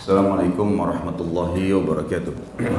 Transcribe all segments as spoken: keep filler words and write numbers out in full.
Assalamualaikum warahmatullahi wabarakatuh.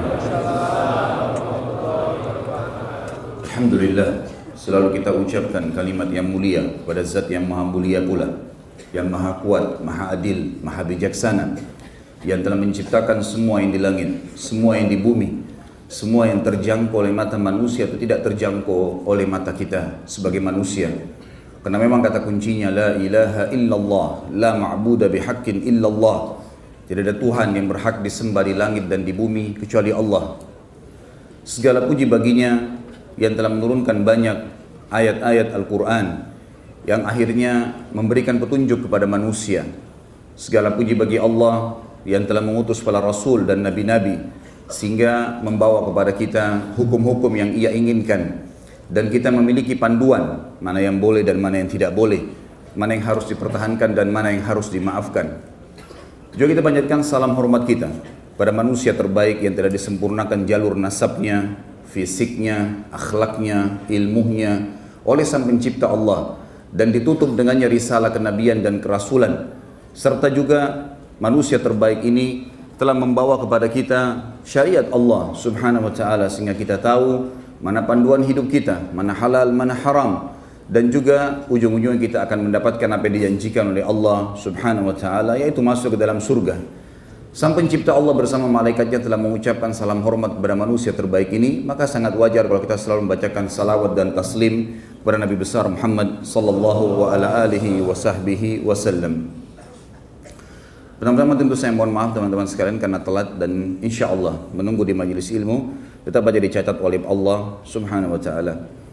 Alhamdulillah, selalu kita ucapkan kalimat yang mulia pada zat yang maha mulia pula, yang maha kuat, maha adil, maha bijaksana, yang telah menciptakan semua yang di langit, semua yang di bumi, semua yang terjangkau oleh mata manusia atau tidak terjangkau oleh mata kita sebagai manusia. Karena memang kata kuncinya la ilaha illallah, la ma'budu bihaqqin illallah. Tidak ada Tuhan yang berhak disembah di langit dan di bumi kecuali Allah. Segala puji baginya yang telah menurunkan banyak ayat-ayat Al-Quran yang akhirnya memberikan petunjuk kepada manusia. Segala puji bagi Allah yang telah mengutus para rasul dan nabi-nabi sehingga membawa kepada kita hukum-hukum yang ia inginkan, dan kita memiliki panduan mana yang boleh dan mana yang tidak boleh, mana yang harus dipertahankan dan mana yang harus dimaafkan. Juga kita panjatkan salam hormat kita pada manusia terbaik yang telah disempurnakan jalur nasabnya, fisiknya, akhlaknya, ilmunya oleh Sang Pencipta Allah, dan ditutup dengannya risalah kenabian dan kerasulan. Serta juga manusia terbaik ini telah membawa kepada kita syariat Allah Subhanahu wa taala sehingga kita tahu mana panduan hidup kita, mana halal, mana haram, dan juga ujung-ujungnya kita akan mendapatkan apa yang dijanjikan oleh Allah Subhanahu wa taala, yaitu masuk ke dalam surga. Sang Pencipta Allah bersama malaikatnya telah mengucapkan salam hormat kepada manusia terbaik ini, maka sangat wajar kalau kita selalu membacakan salawat dan taslim kepada Nabi besar Muhammad sallallahu wa ala alihi wa sahbihi wasallam. Pertama-tama tentu saya mohon maaf teman-teman sekalian karena telat, dan insya Allah menunggu di majelis ilmu tetap aja dicatat oleh Allah Subhanahu wa taala.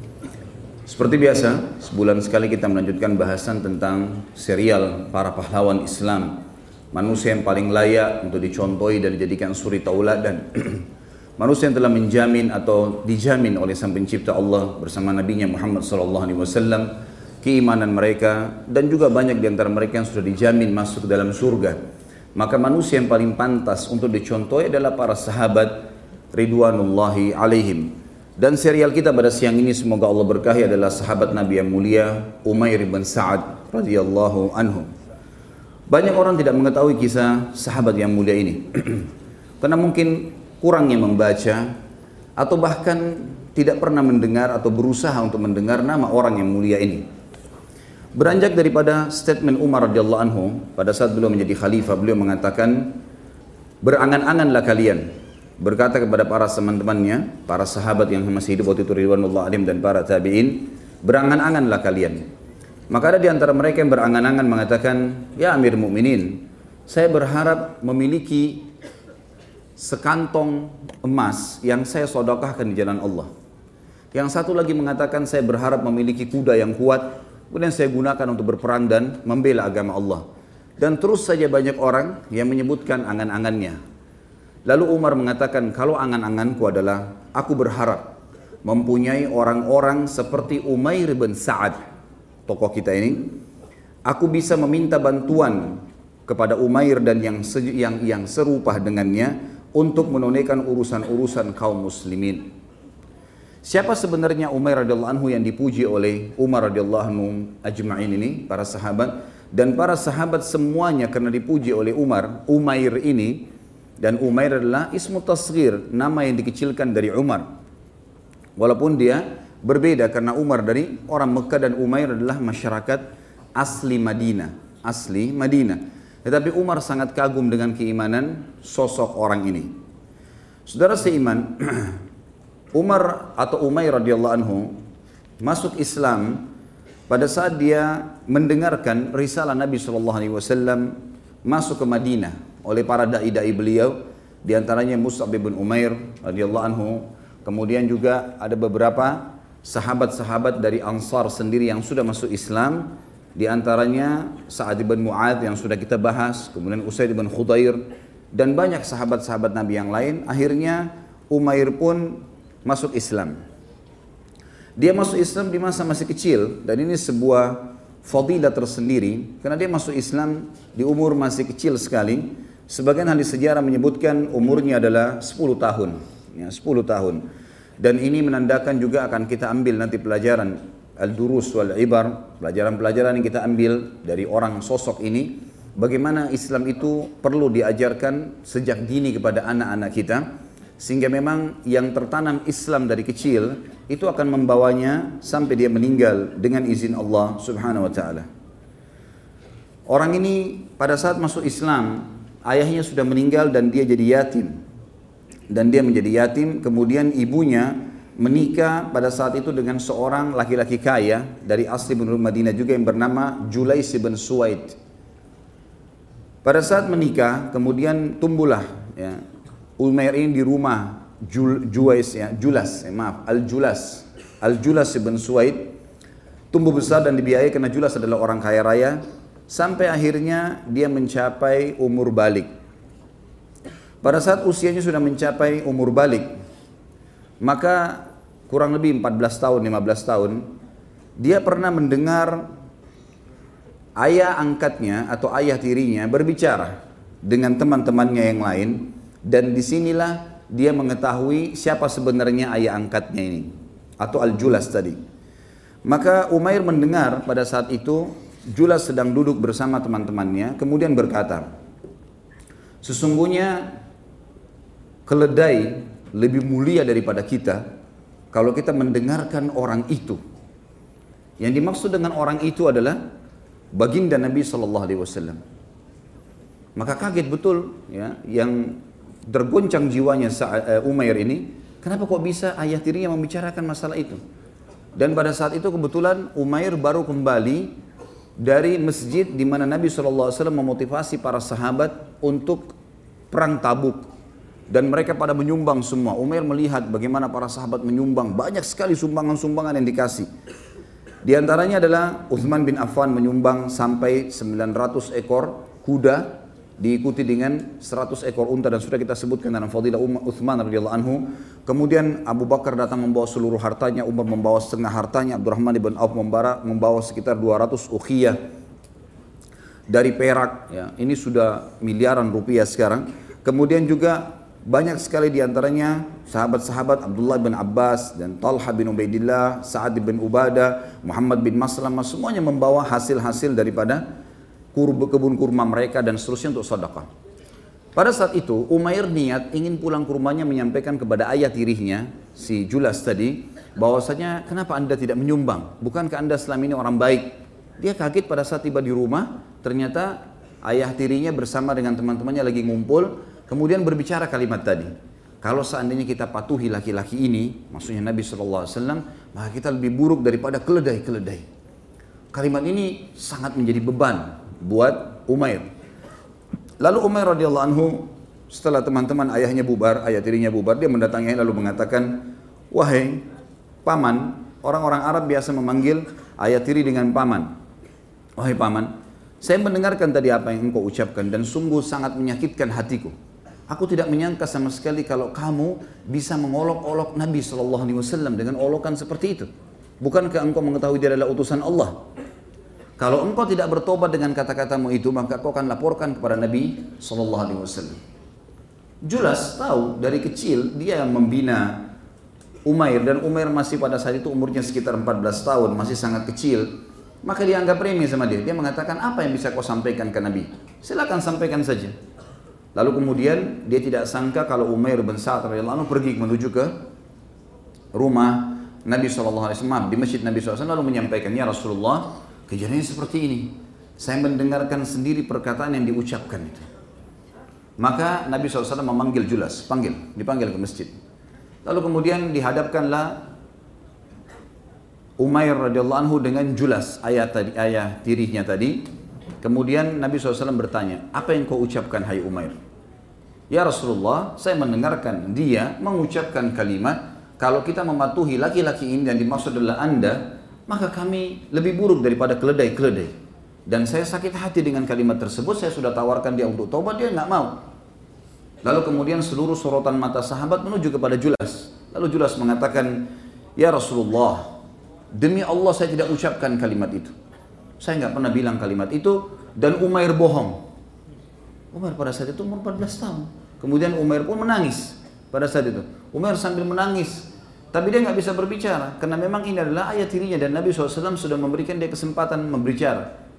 Seperti biasa, sebulan sekali kita melanjutkan bahasan tentang serial para pahlawan Islam, manusia yang paling layak untuk dicontohi dan dijadikan suri tauladan. Manusia yang telah menjamin atau dijamin oleh Sang Pencipta Allah bersama Nabi-Nya Muhammad sallallahu alaihi wasallam keimanan mereka, dan juga banyak di antara mereka yang sudah dijamin masuk ke dalam surga. Maka manusia yang paling pantas untuk dicontohi adalah para sahabat ridwanullahi alaihim. Dan serial kita pada siang ini semoga Allah berkahi adalah sahabat Nabi yang mulia Umair bin Sa'ad radhiyallahu anhu. Banyak orang tidak mengetahui kisah sahabat yang mulia ini karena mungkin kurangnya membaca atau bahkan tidak pernah mendengar atau berusaha untuk mendengar nama orang yang mulia ini. Beranjak daripada statement Umar radhiyallahu anhu pada saat beliau menjadi khalifah, beliau mengatakan, berangan-anganlah kalian, berkata kepada para teman-temannya, para sahabat yang masih hidup waktu itu ridwanullah alim dan para tabi'in, berangan-anganlah kalian. Maka ada di antara mereka yang berangan-angan mengatakan, ya Amir Mukminin, saya berharap memiliki sekantong emas yang saya sedekahkan di jalan Allah. Yang satu lagi mengatakan, saya berharap memiliki kuda yang kuat, kemudian saya gunakan untuk berperang dan membela agama Allah. Dan terus saja banyak orang yang menyebutkan angan-angannya. Lalu Umar mengatakan, kalau angan-anganku adalah aku berharap mempunyai orang-orang seperti Umair bin Sa'ad, tokoh kita ini. Aku bisa meminta bantuan kepada Umair dan yang yang yang serupa dengannya untuk menunaikan urusan-urusan kaum muslimin. Siapa sebenarnya Umair radhiyallahu anhu yang dipuji oleh Umar radhiyallahu anhu ajma'in ini, para sahabat, dan para sahabat semuanya karena dipuji oleh Umar, Umair ini. Dan Umair adalah ismu tasghir, nama yang dikecilkan dari Umar. Walaupun dia berbeda karena Umar dari orang Mekah dan Umair adalah masyarakat asli Madinah, asli Madinah. Tetapi Umar sangat kagum dengan keimanan sosok orang ini. Saudara seiman, Umar atau Umair radhiyallahu anhu masuk Islam pada saat dia mendengarkan risalah Nabi sallallahu alaihi wasallam masuk ke Madinah oleh para dai-dai beliau, di antaranya Mus'ab bin Umair radhiyallahu anhu. Kemudian juga ada beberapa sahabat-sahabat dari Ansar sendiri yang sudah masuk Islam, di antaranya Sa'ad bin Mu'adz yang sudah kita bahas, kemudian Usaid bin Khudair, dan banyak sahabat-sahabat Nabi yang lain. Akhirnya Umair pun masuk Islam. Dia masuk Islam di masa masih kecil, dan ini sebuah fadilah tersendiri karena dia masuk Islam di umur masih kecil sekali. Sebagian ahli sejarah menyebutkan umurnya adalah sepuluh tahun, ya, sepuluh tahun. Dan ini menandakan juga akan kita ambil nanti pelajaran al-durus wal ibar, pelajaran-pelajaran yang kita ambil dari orang sosok ini bagaimana Islam itu perlu diajarkan sejak dini kepada anak-anak kita, sehingga memang yang tertanam Islam dari kecil itu akan membawanya sampai dia meninggal dengan izin Allah Subhanahu wa taala. Orang ini pada saat masuk Islam, ayahnya sudah meninggal dan dia jadi yatim. Dan dia menjadi yatim, kemudian ibunya menikah pada saat itu dengan seorang laki-laki kaya dari asli penduduk Madinah juga yang bernama Julais bin Suwaid. Pada saat menikah, kemudian tumbuhlah ya, Umair ini di rumah Jul, Juwais ya, Julas, eh, maaf, Al-Julas. Al-Julas bin Suwaid tumbuh besar dan dibiayai karena Julas adalah orang kaya raya sampai akhirnya dia mencapai umur balik. Pada saat usianya sudah mencapai umur balik, maka kurang lebih empat belas tahun, lima belas tahun, dia pernah mendengar ayah angkatnya atau ayah tirinya berbicara dengan teman-temannya yang lain, dan disinilah dia mengetahui siapa sebenarnya ayah angkatnya ini atau Al-Julas tadi. Maka Umair mendengar pada saat itu Julas sedang duduk bersama teman-temannya, kemudian berkata, sesungguhnya keledai lebih mulia daripada kita kalau kita mendengarkan orang itu. Yang dimaksud dengan orang itu adalah baginda Nabi Sallallahu Alaihi Wasallam. Maka kaget betul ya, yang tergoncang jiwanya Umair ini, kenapa kok bisa ayah tirinya membicarakan masalah itu? Dan pada saat itu kebetulan Umair baru kembali dari masjid di mana Nabi Sallallahu Alaihi Wasallam memotivasi para sahabat untuk perang Tabuk. Dan mereka pada menyumbang semua. Umair melihat bagaimana para sahabat menyumbang. Banyak sekali sumbangan-sumbangan yang dikasih. Di antaranya adalah Uthman bin Affan menyumbang sampai sembilan ratus ekor kuda, diikuti dengan seratus ekor unta, dan sudah kita sebutkan dalam fadilah Uthman radhiyallahu anhu. Kemudian Abu Bakar datang membawa seluruh hartanya, Umar membawa setengah hartanya, Abdurrahman bin Auf membawa sekitar dua ratus ukhiyah dari perak. Ya, ini sudah miliaran rupiah sekarang. Kemudian juga banyak sekali diantaranya sahabat-sahabat Abdullah bin Abbas dan Talha bin Ubaidillah, Sa'ad bin Ubadah, Muhammad bin Maslamah, semuanya membawa hasil-hasil daripada kebun kurma mereka dan seterusnya untuk sedekah. Pada saat itu Umair niat ingin pulang ke rumahnya menyampaikan kepada ayah tirinya, si Julas tadi, bahwasanya kenapa anda tidak menyumbang? Bukankah anda selama ini orang baik? Dia kaget pada saat tiba di rumah, ternyata ayah tirinya bersama dengan teman-temannya lagi ngumpul. Kemudian berbicara kalimat tadi, kalau seandainya kita patuhi laki-laki ini, maksudnya Nabi shallallahu alaihi wasallam, maka kita lebih buruk daripada keledai-keledai. Kalimat ini sangat menjadi beban buat Umair. Lalu Umair radhiyallahu anhu, setelah teman-teman ayahnya bubar, ayah tirinya bubar, dia mendatangi lalu mengatakan, wahai paman, orang-orang Arab biasa memanggil ayah tiri dengan paman. Wahai paman, saya mendengarkan tadi apa yang engkau ucapkan dan sungguh sangat menyakitkan hatiku. Aku tidak menyangka sama sekali kalau kamu bisa mengolok-olok Nabi shallallahu alaihi wasallam dengan olokan seperti itu. Bukankah engkau mengetahui dia adalah utusan Allah? Kalau engkau tidak bertobat dengan kata-katamu itu, maka kau akan laporkan kepada Nabi shallallahu alaihi wasallam. Julas tahu dari kecil dia yang membina Umair, dan Umair masih pada saat itu umurnya sekitar empat belas tahun, masih sangat kecil. Maka dia anggap remeh sama dia. Dia mengatakan, apa yang bisa kau sampaikan ke Nabi? Silakan sampaikan saja. Lalu kemudian dia tidak sangka kalau Umair bin Sa'ad radhiyallahu anhu pergi menuju ke rumah Nabi shallallahu alaihi wasallam, di masjid Nabi shallallahu alaihi wasallam, lalu menyampaikan, ya Rasulullah, kejadiannya seperti ini. Saya mendengarkan sendiri perkataan yang diucapkan itu. Maka Nabi shallallahu alaihi wasallam memanggil Julas, panggil, dipanggil ke masjid. Lalu kemudian dihadapkanlah Umair radhiyallahu anhu dengan Julas, ayah tadi, ayah tirinya tadi. Kemudian Nabi shallallahu alaihi wasallam bertanya, apa yang kau ucapkan hai Umair? Ya Rasulullah, saya mendengarkan dia mengucapkan kalimat, kalau kita mematuhi laki-laki ini dan dimaksud adalah anda, maka kami lebih buruk daripada keledai-keledai. Dan saya sakit hati dengan kalimat tersebut, saya sudah tawarkan dia untuk taubat, dia nggak mau. Lalu kemudian seluruh sorotan mata sahabat menuju kepada Julas. Lalu Julas mengatakan, ya Rasulullah, demi Allah saya tidak ucapkan kalimat itu. Saya nggak pernah bilang kalimat itu, dan Umair bohong. Umair pada saat itu umur empat belas tahun. Kemudian Umair pun menangis pada saat itu. Umair sambil menangis, tapi dia nggak bisa berbicara karena memang ini adalah ayat tirinya dan Nabi shallallahu alaihi wasallam sudah memberikan dia kesempatan berbicara.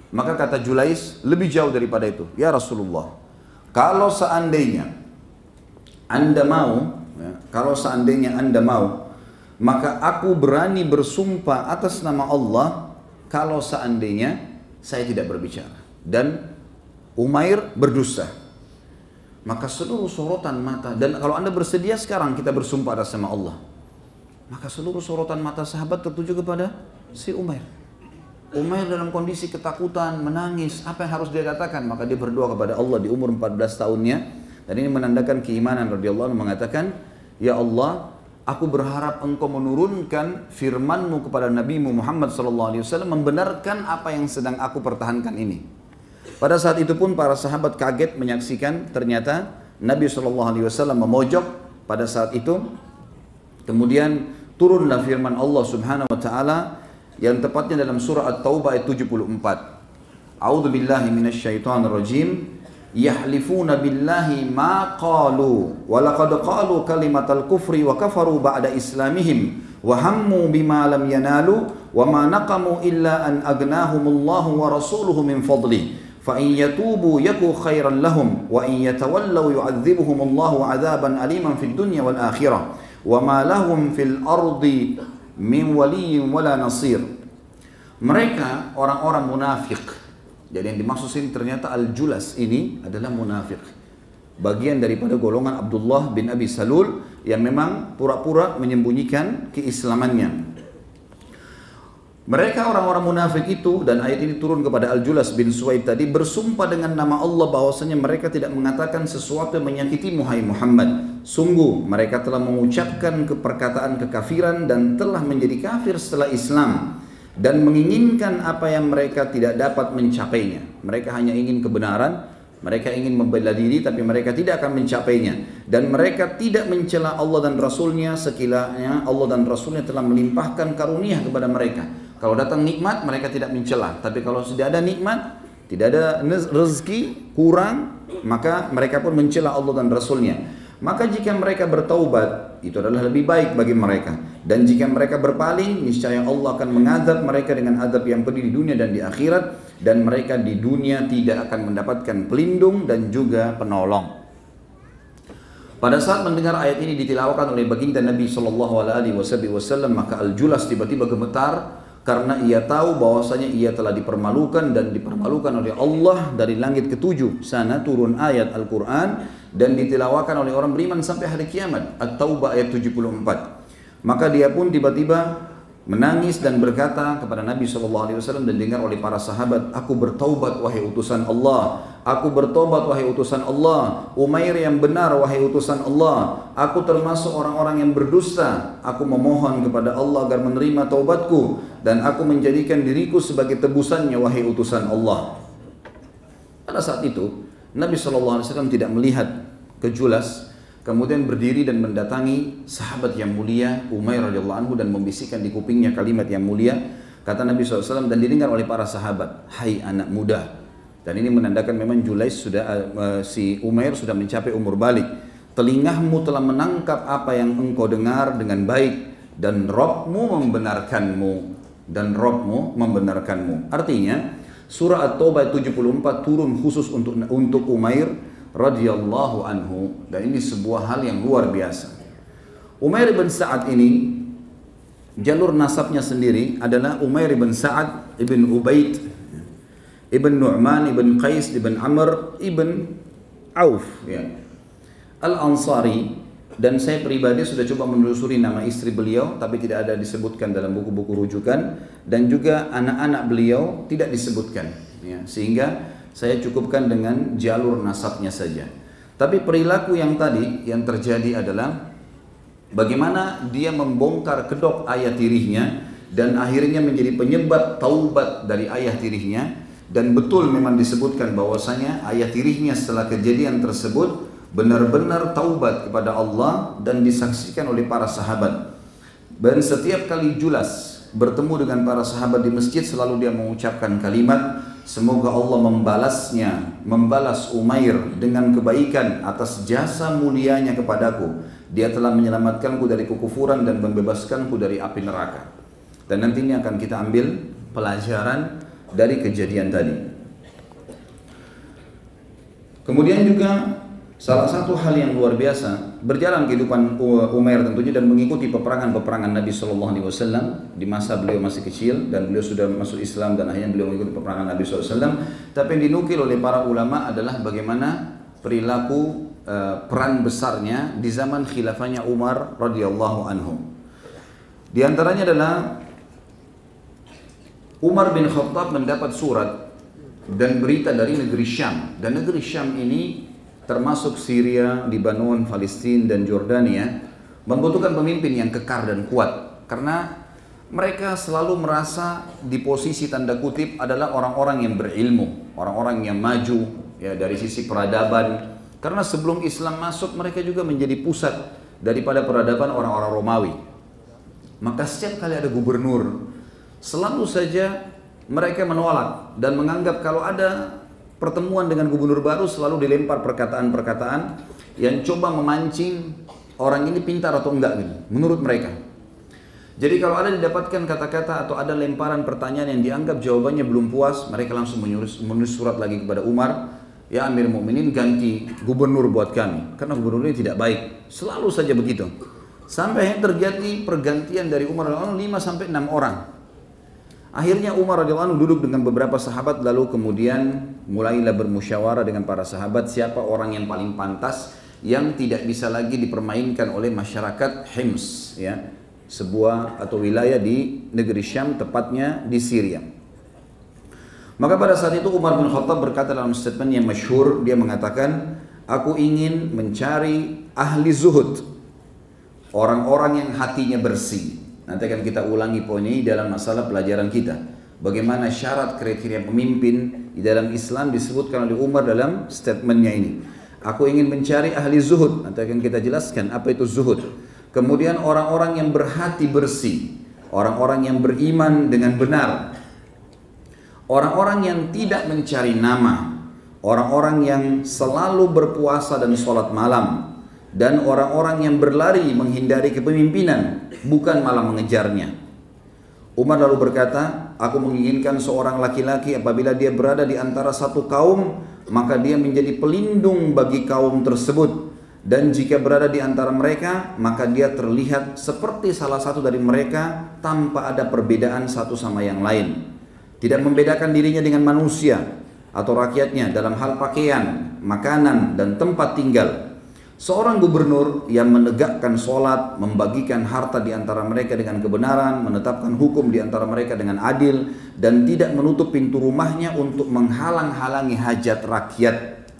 Maka kata Julais, lebih jauh daripada itu. Ya Rasulullah, kalau seandainya Anda mau, ya, kalau seandainya Anda mau, maka aku berani bersumpah atas nama Allah kalau seandainya saya tidak berbicara dan Umair berdusta. Maka seluruh sorotan mata, dan kalau Anda bersedia sekarang kita bersumpah atas nama Allah, maka seluruh sorotan mata sahabat tertuju kepada si Umair. Umair dalam kondisi ketakutan, menangis, apa yang harus dia katakan? Maka dia berdoa kepada Allah di umur empat belas tahunnya, dan ini menandakan keimanan radhiyallahu anhu, mengatakan, ya Allah, aku berharap engkau menurunkan firman-Mu kepada Nabi Muhammad sallallahu alaihi wasallam membenarkan apa yang sedang aku pertahankan ini. Pada saat itu pun para sahabat kaget menyaksikan ternyata Nabi shallallahu alaihi wasallam memojok pada saat itu. Kemudian turunlah firman Allah subhanahu wa ta'ala yang tepatnya dalam surah At-Taubah ayat tujuh puluh empat. A'udzu billahi minasyaitonir rajim. Yahlifuna billahi ma qalu wa laqad qalu kalimatal kufri wa kafaru ba'da islamihim wa hammu bima lam yanalu wa ma naqamu illa an agnahumullahu wa rasuluhu min fadli fa in yatubu yaku khairan lahum wa in yatawallaw yu'adzibuhumullahu 'adzaban aliman fid dunya wal akhirah wa ma lahum fil ardi min waliyyin wala nasir. Mereka orang-orang munafik. Jadi yang dimaksud sini ternyata Al-Julas ini adalah munafik, bagian daripada golongan Abdullah bin Abi Salul yang memang pura-pura menyembunyikan keislamannya. Mereka orang-orang munafik itu, dan ayat ini turun kepada Al-Julas bin Suwaid tadi, bersumpah dengan nama Allah bahwasanya mereka tidak mengatakan sesuatu yang menyakiti Muhai Muhammad. Sungguh mereka telah mengucapkan perkataan kekafiran dan telah menjadi kafir setelah Islam, dan menginginkan apa yang mereka tidak dapat mencapainya. Mereka hanya ingin kebenaran, mereka ingin membela diri, tapi mereka tidak akan mencapainya. Dan mereka tidak mencela Allah dan Rasulnya sekiranya Allah dan Rasulnya telah melimpahkan karunia kepada mereka. Kalau datang nikmat mereka tidak mencela, tapi kalau sudah ada nikmat, tidak ada rezeki, kurang, maka mereka pun mencela Allah dan Rasulnya. Maka jika mereka bertaubat, itu adalah lebih baik bagi mereka. Dan jika mereka berpaling, niscaya Allah akan mengadab mereka dengan adab yang pedih di dunia dan di akhirat. Dan mereka di dunia tidak akan mendapatkan pelindung dan juga penolong. Pada saat mendengar ayat ini ditilawakan oleh baginda Nabi shallallahu alaihi wasallam, maka Al-Julas tiba-tiba gemetar, karena ia tahu bahwasanya ia telah dipermalukan dan dipermalukan oleh Allah. Dari langit ketujuh sana turun ayat Al-Quran dan ditilawakan oleh orang beriman sampai hari kiamat. At-Taubah ayat tujuh puluh empat. Maka dia pun tiba-tiba menangis dan berkata kepada Nabi shallallahu alaihi wasallam dan dengar oleh para sahabat, aku bertaubat wahai utusan Allah, aku bertobat wahai utusan Allah, Umair yang benar wahai utusan Allah, aku termasuk orang-orang yang berdusta, aku memohon kepada Allah agar menerima taubatku dan aku menjadikan diriku sebagai tebusannya wahai utusan Allah. Pada saat itu Nabi shallallahu alaihi wasallam tidak melihat ke Julas, kemudian berdiri dan mendatangi sahabat yang mulia Umair radhiyallahu anhu dan membisikkan di kupingnya kalimat yang mulia. Kata Nabi shallallahu alaihi wasallam dan didengar oleh para sahabat, hai anak muda. Dan ini menandakan memang Julais sudah uh, si Umair sudah mencapai umur balik. Telingamu telah menangkap apa yang engkau dengar dengan baik, dan Rabbmu membenarkanmu, dan Rabbmu membenarkanmu. Artinya surah At-Taubah tujuh puluh empat turun khusus untuk untuk Umair radhiyallahu anhu, dan ini sebuah hal yang luar biasa. Umair bin Sa'ad ini jalur nasabnya sendiri adalah Umair bin Sa'ad ibn Ubaid ibn Nu'man ibn Qais ibn Amr ibn Auf, ya, Al-Ansari. Dan saya pribadi sudah coba menelusuri nama istri beliau, tapi tidak ada disebutkan dalam buku-buku rujukan, dan juga anak-anak beliau tidak disebutkan, ya, sehingga saya cukupkan dengan jalur nasabnya saja. Tapi perilaku yang tadi yang terjadi adalah bagaimana dia membongkar kedok ayah tirinya dan akhirnya menjadi penyebab taubat dari ayah tirinya. Dan betul memang disebutkan bahwasanya ayah tirinya setelah kejadian tersebut benar-benar taubat kepada Allah dan disaksikan oleh para sahabat. Dan setiap kali Julas bertemu dengan para sahabat di masjid selalu dia mengucapkan kalimat, semoga Allah membalasnya, membalas Umair dengan kebaikan atas jasa mulianya kepadaku. Dia telah menyelamatkanku dari kekufuran dan membebaskanku dari api neraka. Dan nanti ini akan kita ambil pelajaran dari kejadian tadi. Kemudian juga salah satu hal yang luar biasa, berjalan kehidupan Umair tentunya dan mengikuti peperangan-peperangan Nabi Shallallahu Alaihi Wasallam di masa beliau masih kecil dan beliau sudah masuk Islam dan akhirnya beliau mengikuti peperangan Nabi Shallallahu Alaihi Wasallam. Tapi yang dinukil oleh para ulama adalah bagaimana perilaku uh, peran besarnya di zaman khilafahnya Umar radhiyallahu anhu. Di antaranya adalah Umar bin Khattab mendapat surat dan berita dari negeri Syam, dan negeri Syam ini termasuk Syria, Lebanon, Palestina dan Jordania, membutuhkan pemimpin yang kekar dan kuat karena mereka selalu merasa di posisi tanda kutip adalah orang-orang yang berilmu, orang-orang yang maju ya dari sisi peradaban, karena sebelum Islam masuk mereka juga menjadi pusat daripada peradaban orang-orang Romawi. Maka setiap kali ada gubernur, selalu saja mereka menolak dan menganggap kalau ada pertemuan dengan gubernur baru selalu dilempar perkataan-perkataan yang coba memancing orang ini pintar atau enggak gitu, menurut mereka. Jadi kalau ada didapatkan kata-kata atau ada lemparan pertanyaan yang dianggap jawabannya belum puas, mereka langsung menulis, menulis surat lagi kepada Umar, ya Amir Mukminin ganti gubernur buat kami, karena gubernur ini tidak baik. Selalu saja begitu. Sampai akhirnya terjadi pergantian dari Umar radhiyallahu anhu lima sampai enam orang. Akhirnya Umar radhiyallahu anhu duduk dengan beberapa sahabat lalu kemudian mulailah bermusyawarah dengan para sahabat siapa orang yang paling pantas yang tidak bisa lagi dipermainkan oleh masyarakat Hims ya, sebuah atau wilayah di negeri Syam tepatnya di Syria. Maka pada saat itu Umar bin Khattab berkata dalam statement yang masyhur, dia mengatakan, aku ingin mencari ahli zuhud, orang-orang yang hatinya bersih. Nanti akan kita ulangi poin ini dalam masalah pelajaran kita. Bagaimana syarat kriteria pemimpin di dalam Islam disebutkan oleh Umar dalam statementnya ini. Aku ingin mencari ahli zuhud. Nanti akan kita jelaskan apa itu zuhud. Kemudian orang-orang yang berhati bersih, orang-orang yang beriman dengan benar, orang-orang yang tidak mencari nama, orang-orang yang selalu berpuasa dan sholat malam, dan orang-orang yang berlari menghindari kepemimpinan, bukan malah mengejarnya. Umar lalu berkata, aku menginginkan seorang laki-laki apabila dia berada di antara satu kaum, maka dia menjadi pelindung bagi kaum tersebut. Dan jika berada di antara mereka, maka dia terlihat seperti salah satu dari mereka tanpa ada perbedaan satu sama yang lain. Tidak membedakan dirinya dengan manusia atau rakyatnya dalam hal pakaian, makanan, dan tempat tinggal. Seorang gubernur yang menegakkan sholat, membagikan harta di antara mereka dengan kebenaran, menetapkan hukum di antara mereka dengan adil, dan tidak menutup pintu rumahnya untuk menghalang-halangi hajat rakyat.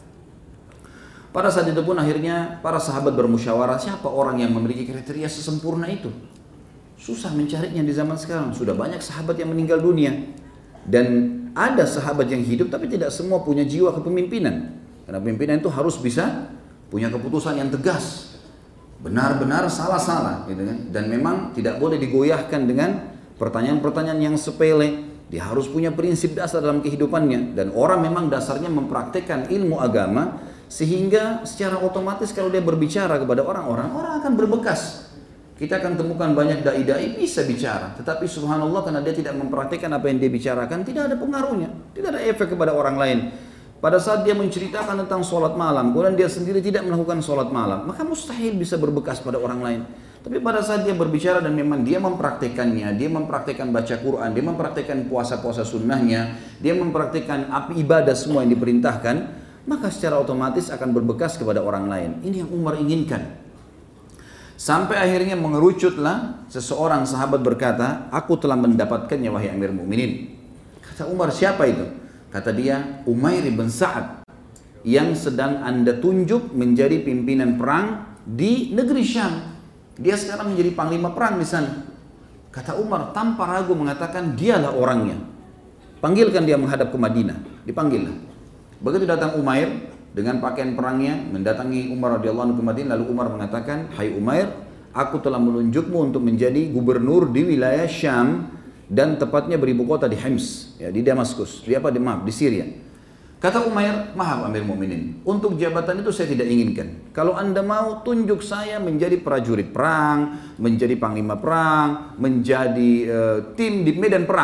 Pada saat itu pun akhirnya para sahabat bermusyawarah, siapa orang yang memiliki kriteria sesempurna itu? Susah mencarinya di zaman sekarang, sudah banyak sahabat yang meninggal dunia. Dan ada sahabat yang hidup tapi tidak semua punya jiwa kepemimpinan. Karena pemimpinan itu harus bisa punya keputusan yang tegas, benar-benar salah-salah gitu kan? Dan memang tidak boleh digoyahkan dengan pertanyaan-pertanyaan yang sepele. Dia harus punya prinsip dasar dalam kehidupannya. Dan orang memang dasarnya mempraktekkan ilmu agama, sehingga secara otomatis kalau dia berbicara kepada orang-orang, orang akan berbekas. Kita akan temukan banyak dai-dai bisa bicara, tetapi subhanallah karena dia tidak mempraktekkan apa yang dia bicarakan, tidak ada pengaruhnya, tidak ada efek kepada orang lain. Pada saat dia menceritakan tentang sholat malam, kemudian dia sendiri tidak melakukan sholat malam, maka mustahil bisa berbekas pada orang lain. Tapi pada saat dia berbicara dan memang dia mempraktekannya, dia mempraktekkan baca Quran, dia mempraktekkan puasa-puasa sunnahnya, dia mempraktekkan api ibadah semua yang diperintahkan, maka secara otomatis akan berbekas kepada orang lain. Ini yang Umar inginkan. Sampai akhirnya mengerucutlah seseorang sahabat berkata, aku telah mendapatkannya wahai Amir Mukminin. Kata Umar, siapa itu? Kata dia, Umair bin Sa'ad yang sedang anda tunjuk menjadi pimpinan perang di negeri Syam. Dia sekarang menjadi panglima perang di sana. Kata Umar tanpa ragu mengatakan dialah orangnya. Panggilkan dia menghadap ke Madinah. Dipanggillah. Begitu datang Umair dengan pakaian perangnya mendatangi Umar radhiyallahu anhu ke Madinah, lalu Umar mengatakan, hai Umair, aku telah menunjukmu untuk menjadi gubernur di wilayah Syam dan tepatnya beribu kota di Hims, ya, di Damaskus, di apa di maaf di Syria. Kata Umair, maaf Amir Mukminin, untuk jabatan itu saya tidak inginkan. Kalau anda mau tunjuk saya menjadi prajurit perang, menjadi panglima perang, menjadi uh, tim di medan perang,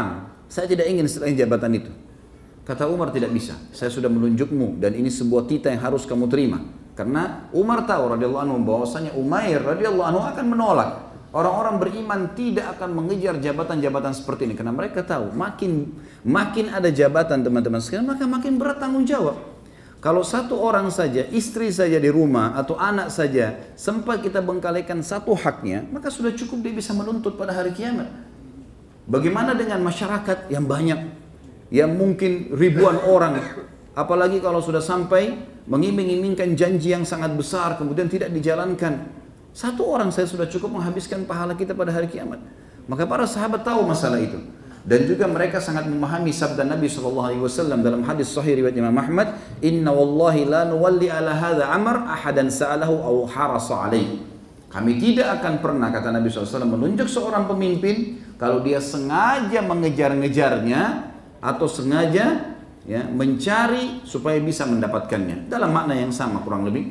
Saya tidak ingin selain jabatan itu. Kata Umar, tidak bisa. Saya sudah menunjukmu dan ini sebuah titah yang harus kamu terima. Karena Umar tahu radhiyallahu anhu bahwasanya Umair radhiyallahu anhu akan menolak. Orang-orang beriman tidak akan mengejar jabatan-jabatan seperti ini karena mereka tahu makin makin ada jabatan teman-teman sekalian maka makin berat tanggung jawab. Kalau satu orang saja, istri saja di rumah atau anak saja sempat kita bengkalikan satu haknya, maka sudah cukup dia bisa menuntut pada hari kiamat. Bagaimana dengan masyarakat yang banyak, yang mungkin ribuan orang, apalagi kalau sudah sampai mengiming-imingkan janji yang sangat besar kemudian tidak dijalankan. Satu orang saya sudah cukup menghabiskan pahala kita pada hari kiamat. Maka para sahabat tahu masalah itu. Dan juga mereka sangat memahami sabda Nabi shallallahu alaihi wasallam dalam hadis sahih riwayat Imam Ahmad, Inna wallahi la nuwalli ala hadha amar ahadan sa'alahu aw harasa alaih. Kami tidak akan pernah, kata Nabi shallallahu alaihi wasallam, menunjuk seorang pemimpin kalau dia sengaja mengejar-ngejarnya atau sengaja ya, mencari supaya bisa mendapatkannya. Dalam makna yang sama kurang lebih.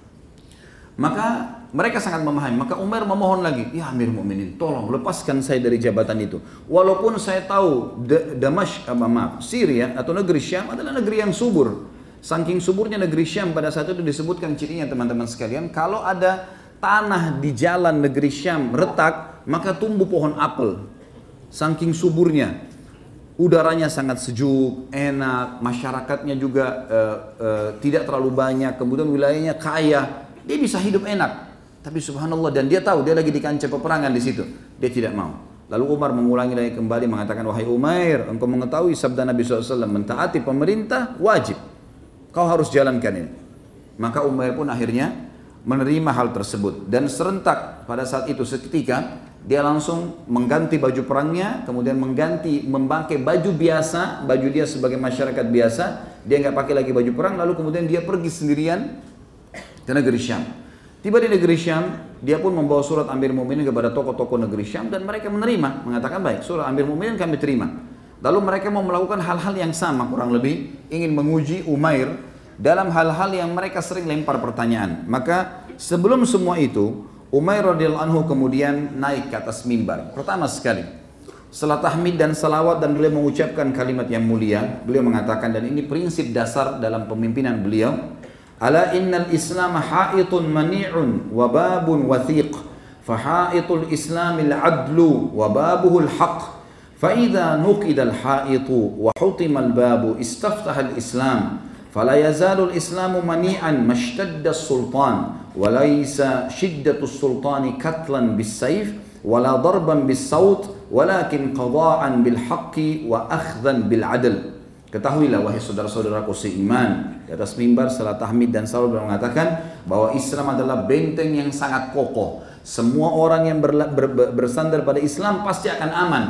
Maka mereka sangat memahami. Maka Umar memohon lagi, ya Amir Mukminin, tolong lepaskan saya dari jabatan itu. Walaupun saya tahu Damasy, apa maaf, Syria atau negeri Syam adalah negeri yang subur. Saking suburnya negeri Syam pada saat itu disebutkan cirinya teman-teman sekalian, kalau ada tanah di jalan negeri Syam retak, maka tumbuh pohon apel. Saking suburnya. Udaranya sangat sejuk, enak, masyarakatnya juga uh, uh, tidak terlalu banyak, kemudian wilayahnya kaya, dia bisa hidup enak. Tapi subhanallah, dan dia tahu dia lagi di kancah peperangan di situ, dia tidak mau. Lalu Umar mengulangi lagi kembali mengatakan, wahai Umair, engkau mengetahui sabda Nabi shallallahu alaihi wasallam, mentaati pemerintah wajib, kau harus jalankan ini. Maka Umair pun akhirnya menerima hal tersebut dan serentak pada saat itu seketika dia langsung mengganti baju perangnya, kemudian mengganti memakai baju biasa, baju dia sebagai masyarakat biasa, dia nggak pakai lagi baju perang, lalu kemudian dia pergi sendirian ke negeri Syam. Tiba di negeri Syam, dia pun membawa surat Amir Mukminin kepada tokoh-tokoh negeri Syam dan mereka menerima, mengatakan baik, surat Amir Mukminin kami terima. Lalu mereka mau melakukan hal-hal yang sama kurang lebih, ingin menguji Umair dalam hal-hal yang mereka sering lempar pertanyaan. Maka sebelum semua itu, Umair radhiyallahu anhu kemudian naik ke atas mimbar. Pertama sekali, setelah tahmid dan salawat dan beliau mengucapkan kalimat yang mulia, beliau mengatakan, dan ini prinsip dasar dalam pemimpinan beliau, Ala innal Islam ha'itun mani'un wa babun wathiq, fa ha'itul Islamil adlu wa babuhul haq, fa idza nuqidal ha'itu wa hutimal babu istaftahal Islam, fala yazalul Islamu mani'an mashtadda sultan, wa laysa shiddatus sultani katlan bis sayf wala darban bis saut, walakin qada'an bil haqqi wa akhdhan bil adl. Ketahuilah wahai saudara-saudaraku seiman, di atas mimbar setelah tahmid dan salawat beliau mengatakan bahwa Islam adalah benteng yang sangat kokoh. Semua orang yang ber, ber, ber, bersandar pada Islam pasti akan aman.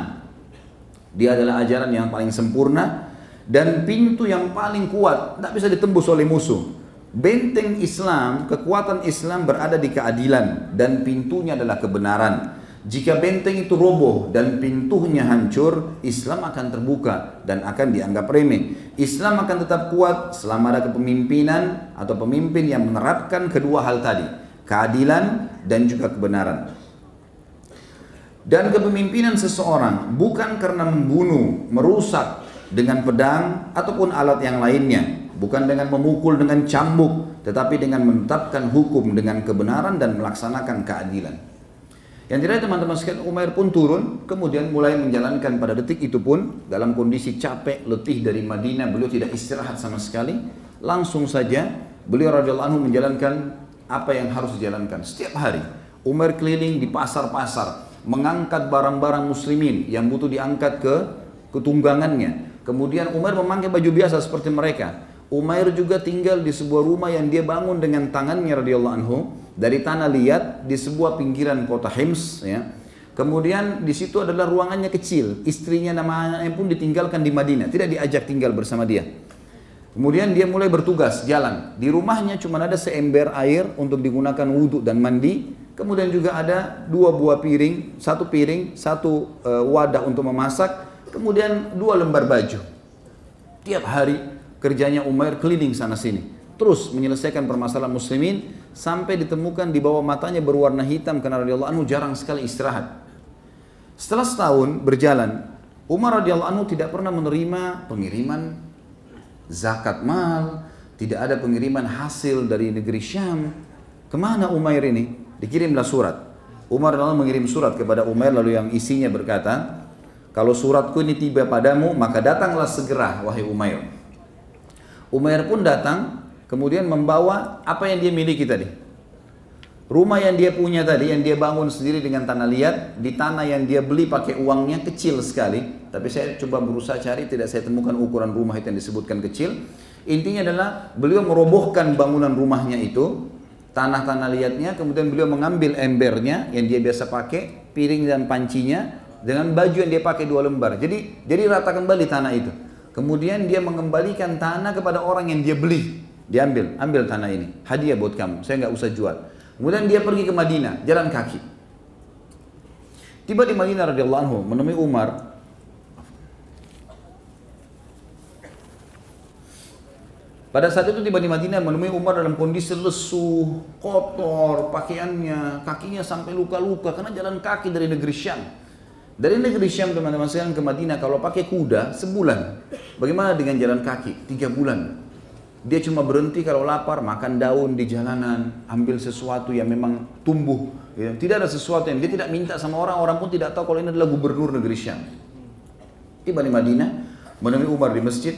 Dia adalah ajaran yang paling sempurna dan pintu yang paling kuat, tidak bisa ditembus oleh musuh. Benteng Islam, kekuatan Islam berada di keadilan dan pintunya adalah kebenaran. Jika benteng itu roboh dan pintunya hancur, Islam akan terbuka dan akan dianggap remeh. Islam akan tetap kuat selama ada kepemimpinan atau pemimpin yang menerapkan kedua hal tadi, keadilan dan juga kebenaran. Dan kepemimpinan seseorang bukan karena membunuh, merusak dengan pedang ataupun alat yang lainnya, bukan dengan memukul dengan cambuk, tetapi dengan menetapkan hukum dengan kebenaran dan melaksanakan keadilan. Yang tidak teman-teman sekalian, Umair pun turun, kemudian mulai menjalankan pada detik itu pun dalam kondisi capek, letih dari Madinah, beliau tidak istirahat sama sekali. Langsung saja beliau radhiyallahu anhu menjalankan apa yang harus dijalankan setiap hari. Umair keliling di pasar-pasar, mengangkat barang-barang muslimin yang butuh diangkat ke ketunggangannya. Kemudian Umair memakai baju biasa seperti mereka. Umair juga tinggal di sebuah rumah yang dia bangun dengan tangannya radhiyallahu anhu dari tanah liat di sebuah pinggiran kota Hims, ya. Kemudian di situ adalah ruangannya kecil, istrinya namanya pun ditinggalkan di Madinah, tidak diajak tinggal bersama dia. Kemudian dia mulai bertugas jalan. Di rumahnya cuma ada seember air untuk digunakan wudhu dan mandi. Kemudian juga ada dua buah piring, satu piring, satu uh, wadah untuk memasak. Kemudian dua lembar baju. Tiap hari kerjanya Umair keliling sana sini, terus menyelesaikan permasalahan muslimin sampai ditemukan di bawah matanya berwarna hitam karena radhiyallahu anhu jarang sekali istirahat. Setelah setahun berjalan, Umar radhiyallahu anhu tidak pernah menerima pengiriman zakat mal, tidak ada pengiriman hasil dari negeri Syam. Kemana Umair ini? Dikirimlah surat. Umar lalu mengirim surat kepada Umair, lalu yang isinya berkata, kalau suratku ini tiba padamu, maka datanglah segera wahai Umair. Umair pun datang, kemudian membawa apa yang dia miliki tadi. Rumah yang dia punya tadi, yang dia bangun sendiri dengan tanah liat, di tanah yang dia beli pakai uangnya kecil sekali. Tapi saya coba berusaha cari, tidak saya temukan ukuran rumah itu yang disebutkan kecil. Intinya adalah beliau merobohkan bangunan rumahnya itu, tanah-tanah liatnya, kemudian beliau mengambil embernya yang dia biasa pakai, piring dan pancinya, dengan baju yang dia pakai dua lembar. Jadi jadi rata kembali tanah itu. Kemudian dia mengembalikan tanah kepada orang yang dia beli. Dia ambil, ambil tanah ini, hadiah buat kamu, saya nggak usah jual. Kemudian dia pergi ke Madinah, jalan kaki. Tiba di Madinah radhiyallahu anhu, menemui Umar. Pada saat itu tiba di Madinah menemui Umar dalam kondisi lesu, kotor, pakaiannya, kakinya sampai luka-luka karena jalan kaki dari negeri Syam. Dari negeri Syam teman-teman sekalian ke Madinah kalau pakai kuda sebulan. Bagaimana dengan jalan kaki? Tiga bulan. Dia cuma berhenti kalau lapar, makan daun di jalanan, ambil sesuatu yang memang tumbuh. Ya. Tidak ada sesuatu yang dia tidak minta sama orang, orang pun tidak tahu kalau ini adalah gubernur negeri Syam. Tiba di Madinah, menemui Umar di masjid.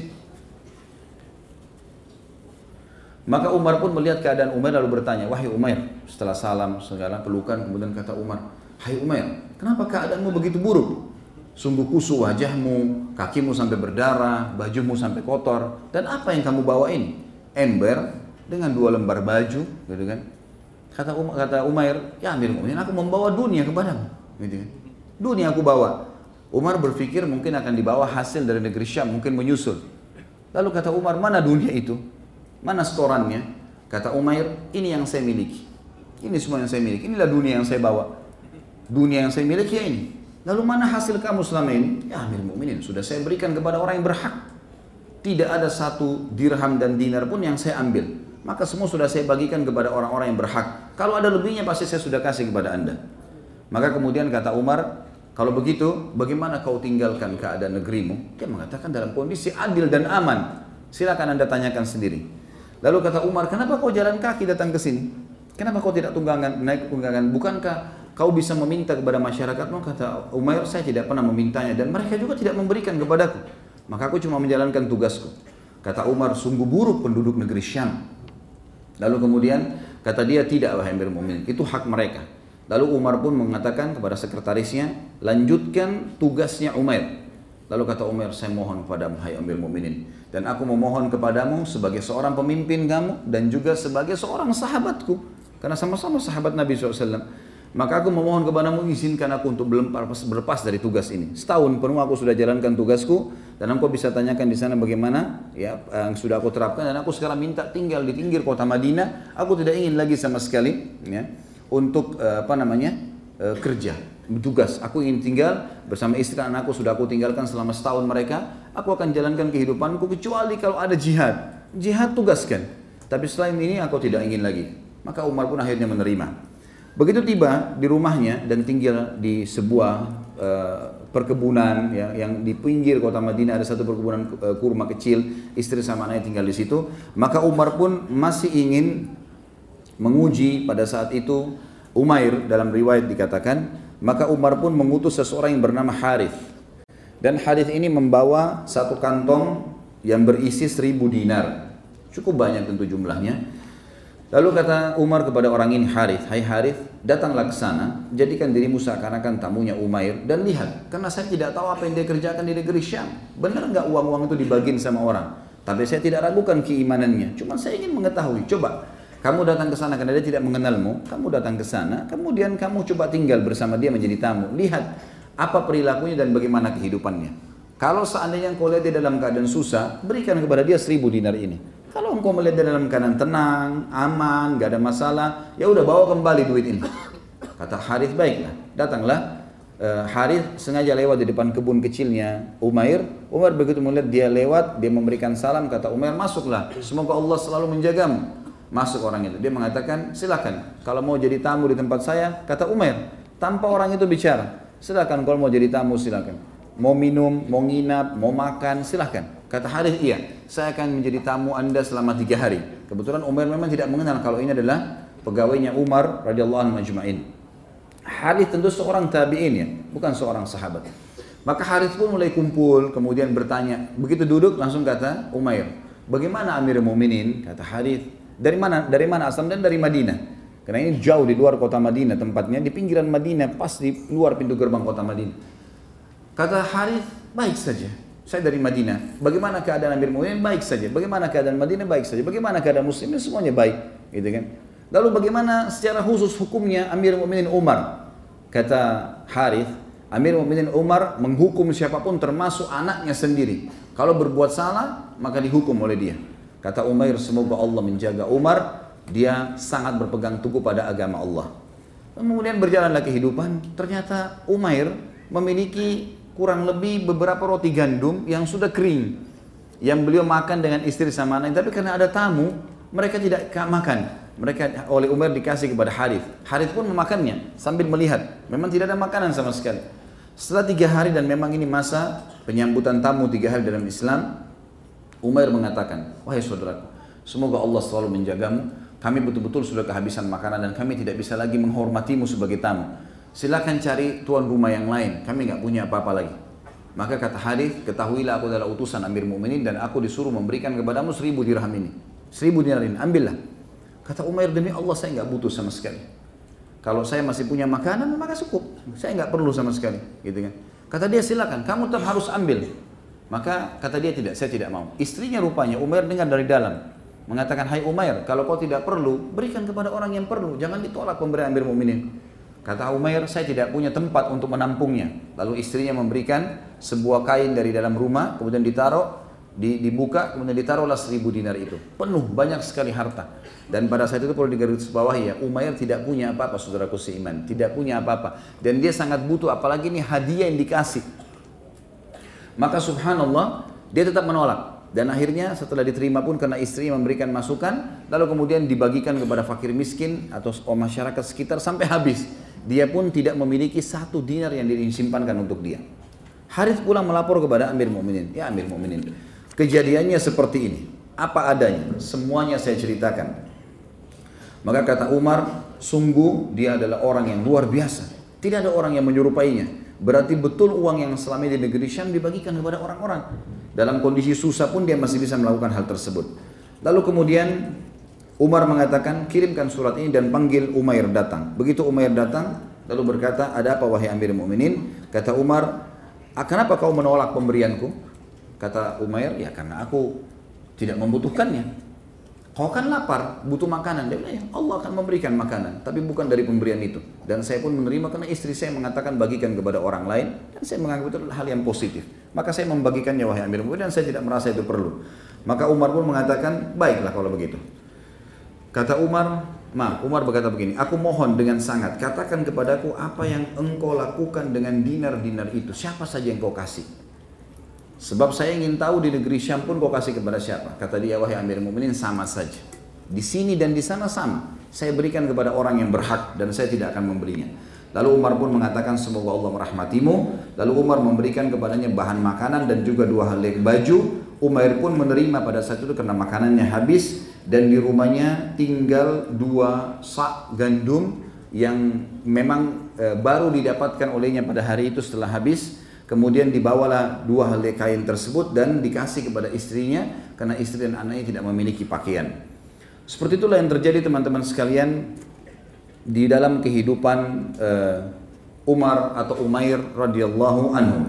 Maka Umar pun melihat keadaan Umar lalu bertanya, wahai Umar, setelah salam, segala pelukan, kemudian kata Umar, hai Umar, kenapa keadaanmu begitu buruk? Sungguh kusut wajahmu, kakimu sampai berdarah, bajumu sampai kotor, dan apa yang kamu bawa ini? Ember dengan dua lembar baju, gitu kan? Kata Umar, kata Umar, ya Amirul Mukminin, aku membawa dunia kepadamu, gitu kan? Dunia aku bawa. Umar berpikir mungkin akan dibawa hasil dari negeri Syam, mungkin menyusul. Lalu kata Umar, mana dunia itu? Mana setorannya? Kata Umair, ini yang saya miliki. Ini semua yang saya miliki. Inilah dunia yang saya bawa. Dunia yang saya miliki ya ini. Lalu mana hasil kamu selama ini? Ya Amirul Mukminin, sudah saya berikan kepada orang yang berhak. Tidak ada satu dirham dan dinar pun yang saya ambil. Maka semua sudah saya bagikan kepada orang-orang yang berhak. Kalau ada lebihnya pasti saya sudah kasih kepada anda. Maka kemudian kata Umar, kalau begitu bagaimana kau tinggalkan keadaan negerimu? Dia mengatakan dalam kondisi adil dan aman. Silakan anda tanyakan sendiri. Lalu kata Umar, kenapa kau jalan kaki datang ke sini? Kenapa kau tidak tunggangan, naik tunggangan? Bukankah kau bisa meminta kepada masyarakatmu? Kata Umar, saya tidak pernah memintanya dan mereka juga tidak memberikan kepadaku. Maka aku cuma menjalankan tugasku. Kata Umar, sungguh buruk penduduk negeri Syam. Lalu kemudian kata dia, tidak wahai Amirul Mukminin, itu hak mereka. Lalu Umar pun mengatakan kepada sekretarisnya, lanjutkan tugasnya Umar. Lalu kata Umar, saya mohon kepadamu hai Amirul Mukminin, dan aku memohon kepadamu sebagai seorang pemimpin kamu dan juga sebagai seorang sahabatku, karena sama-sama sahabat Nabi shallallahu alaihi wasallam. Maka aku memohon kepadamu, izinkan aku untuk berlepas, berlepas dari tugas ini. Setahun penuh aku sudah jalankan tugasku, dan engkau bisa tanyakan di sana bagaimana ya yang sudah aku terapkan. Dan aku sekarang minta tinggal di pinggir kota Madinah. Aku tidak ingin lagi sama sekali ya untuk uh, apa namanya uh, kerja. Bertugas, aku ingin tinggal bersama istri dan anakku, sudah aku tinggalkan selama setahun mereka. Aku akan jalankan kehidupanku kecuali kalau ada jihad. Jihad tugaskan, tapi selain ini aku tidak ingin lagi. Maka Umar pun akhirnya menerima. Begitu tiba di rumahnya dan tinggal di sebuah uh, perkebunan ya, yang di pinggir kota Madinah ada satu perkebunan uh, kurma kecil, istri sama anaknya tinggal di situ. Maka Umar pun masih ingin menguji pada saat itu Umair, dalam riwayat dikatakan. Maka Umar pun mengutus seseorang yang bernama Harith. Dan Harith ini membawa satu kantong yang berisi seribu dinar. Cukup banyak tentu jumlahnya. Lalu kata Umar kepada orang ini, Harith, hai Harith, datanglah ke sana, jadikan dirimu seakan-akan tamunya Umair dan lihat, karena saya tidak tahu apa yang dia kerjakan di negeri Syam. Benar nggak uang-uang itu dibagiin sama orang? Tapi saya tidak ragukan keimanannya. Cuma saya ingin mengetahui. Coba. Kamu datang ke sana karena dia tidak mengenalmu, kamu datang ke sana, kemudian kamu coba tinggal bersama dia menjadi tamu. Lihat apa perilakunya dan bagaimana kehidupannya. Kalau seandainya engkau lihat dia dalam keadaan susah, berikan kepada dia seribu dinar ini. Kalau engkau melihat dia dalam keadaan tenang, aman, gak ada masalah, ya udah bawa kembali duit ini. Kata Harith, baiklah. Datanglah uh, Harith sengaja lewat di depan kebun kecilnya Umair. Umar begitu melihat dia lewat, dia memberikan salam, kata Umair, masuklah. Semoga Allah selalu menjagamu. Masuk orang itu, dia mengatakan silakan kalau mau jadi tamu di tempat saya. Kata Umair tanpa orang itu bicara, silakan kalau mau jadi tamu silakan. mau minum, mau nginap, mau makan, silahkan. Kata Harith, iya, saya akan menjadi tamu anda selama tiga hari. Kebetulan Umair memang tidak mengenal kalau ini adalah pegawainya Umar radhiyallahu anhu majma'in. Harith tentu seorang tabi'in ya, bukan seorang sahabat. Maka Harith pun mulai kumpul, kemudian bertanya. Begitu duduk langsung kata Umair, bagaimana Amirul Mukminin? Kata Harith, dari mana? Dari mana asal? Dan dari Madinah. Karena ini jauh di luar kota Madinah tempatnya, di pinggiran Madinah, pas di luar pintu gerbang kota Madinah. Kata Harith, baik saja. Saya dari Madinah. Bagaimana keadaan Amir Mu'minin? Baik saja. Bagaimana keadaan Madinah? Baik saja. Bagaimana keadaan muslimin? Semuanya baik, gitu kan? Lalu bagaimana secara khusus hukumnya Amir Mu'minin Umar? Kata Harith, Amir Mu'minin Umar menghukum siapapun termasuk anaknya sendiri. Kalau berbuat salah, maka dihukum oleh dia. Kata Umair, semoga Allah menjaga Umar, dia sangat berpegang teguh pada agama Allah. Kemudian berjalanlah kehidupan, ternyata Umair memiliki kurang lebih beberapa roti gandum yang sudah kering, yang beliau makan dengan istri sama anak. Tapi karena ada tamu, mereka tidak makan. Mereka oleh Umar dikasih kepada Harith. Harith pun memakannya sambil melihat. Memang tidak ada makanan sama sekali. Setelah tiga hari dan memang ini masa penyambutan tamu tiga hari dalam Islam, Umar mengatakan, wahai saudaraku, semoga Allah selalu menjagamu. Kami betul-betul sudah kehabisan makanan dan kami tidak bisa lagi menghormatimu sebagai tamu. Silakan cari tuan rumah yang lain, kami nggak punya apa-apa lagi. Maka kata Harith, ketahuilah aku adalah utusan Amir Mu'minin dan aku disuruh memberikan kepadamu seribu dirham ini. Seribu dinar ini, ambillah. Kata Umair, demi Allah saya nggak butuh sama sekali. Kalau saya masih punya makanan, maka cukup. Saya nggak perlu sama sekali, gitu kan. Kata dia, silakan, kamu tetap harus ambil. Maka kata dia, tidak, saya tidak mau. Istrinya rupanya, Umair dengar dari dalam. Mengatakan, hai Umair, kalau kau tidak perlu, berikan kepada orang yang perlu. Jangan ditolak pemberian Amir Mu'minin. Kata Umair, saya tidak punya tempat untuk menampungnya. Lalu istrinya memberikan sebuah kain dari dalam rumah, kemudian ditaruh, dibuka, kemudian ditaruhlah seribu dinar itu. Penuh, banyak sekali harta. Dan pada saat itu perlu digarisbawahi ya, Umair tidak punya apa-apa, saudaraku seiman. Tidak punya apa-apa. Dan dia sangat butuh, apalagi ini hadiah yang dikasih. Maka subhanallah, dia tetap menolak. Dan akhirnya setelah diterima pun karena istrinya memberikan masukan, lalu kemudian dibagikan kepada fakir miskin atau masyarakat sekitar sampai habis. Dia pun tidak memiliki satu dinar yang disimpankan untuk dia. Harith pulang melapor kepada Amir Mu'minin. Ya Amir Mu'minin, kejadiannya seperti ini. Apa adanya, semuanya saya ceritakan. Maka kata Umar, sungguh dia adalah orang yang luar biasa. Tidak ada orang yang menyerupainya. Berarti betul uang yang selama di negeri Syam dibagikan kepada orang-orang. Dalam kondisi susah pun dia masih bisa melakukan hal tersebut. Lalu kemudian Umar mengatakan, kirimkan surat ini dan panggil Umair datang. Begitu Umair datang, lalu berkata, ada apa wahai Amir Mu'minin? Kata Umar, kenapa kau menolak pemberianku? Kata Umair, ya karena aku tidak membutuhkannya. Kau kan lapar, butuh makanan. Dia bilang, ya Allah akan memberikan makanan, tapi bukan dari pemberian itu. Dan saya pun menerima karena istri saya mengatakan bagikan kepada orang lain, dan saya menganggap itu adalah hal yang positif. Maka saya membagikannya wahai Amir Mu'minin dan saya tidak merasa itu perlu. Maka Umar pun mengatakan, baiklah kalau begitu. Kata Umar, maaf, Umar berkata begini, aku mohon dengan sangat, katakan kepadaku apa yang engkau lakukan dengan dinar-dinar itu. Siapa saja yang kau kasih. Sebab saya ingin tahu di negeri Syam pun kau kasih kepada siapa. Kata dia, wahai Amir Mu'minin, sama saja. Di sini dan di sana sama. Saya berikan kepada orang yang berhak dan saya tidak akan memberinya. Lalu Umar pun mengatakan, semoga Allah merahmatimu. Lalu Umar memberikan kepadanya bahan makanan dan juga dua helai baju. Umair pun menerima pada saat itu karena makanannya habis. Dan di rumahnya tinggal dua sak gandum yang memang e, baru didapatkan olehnya pada hari itu setelah habis. Kemudian dibawalah dua helai kain tersebut dan dikasih kepada istrinya karena istri dan anaknya tidak memiliki pakaian. Seperti itulah yang terjadi teman-teman sekalian di dalam kehidupan e, Umar atau Umair radhiyallahu anhu.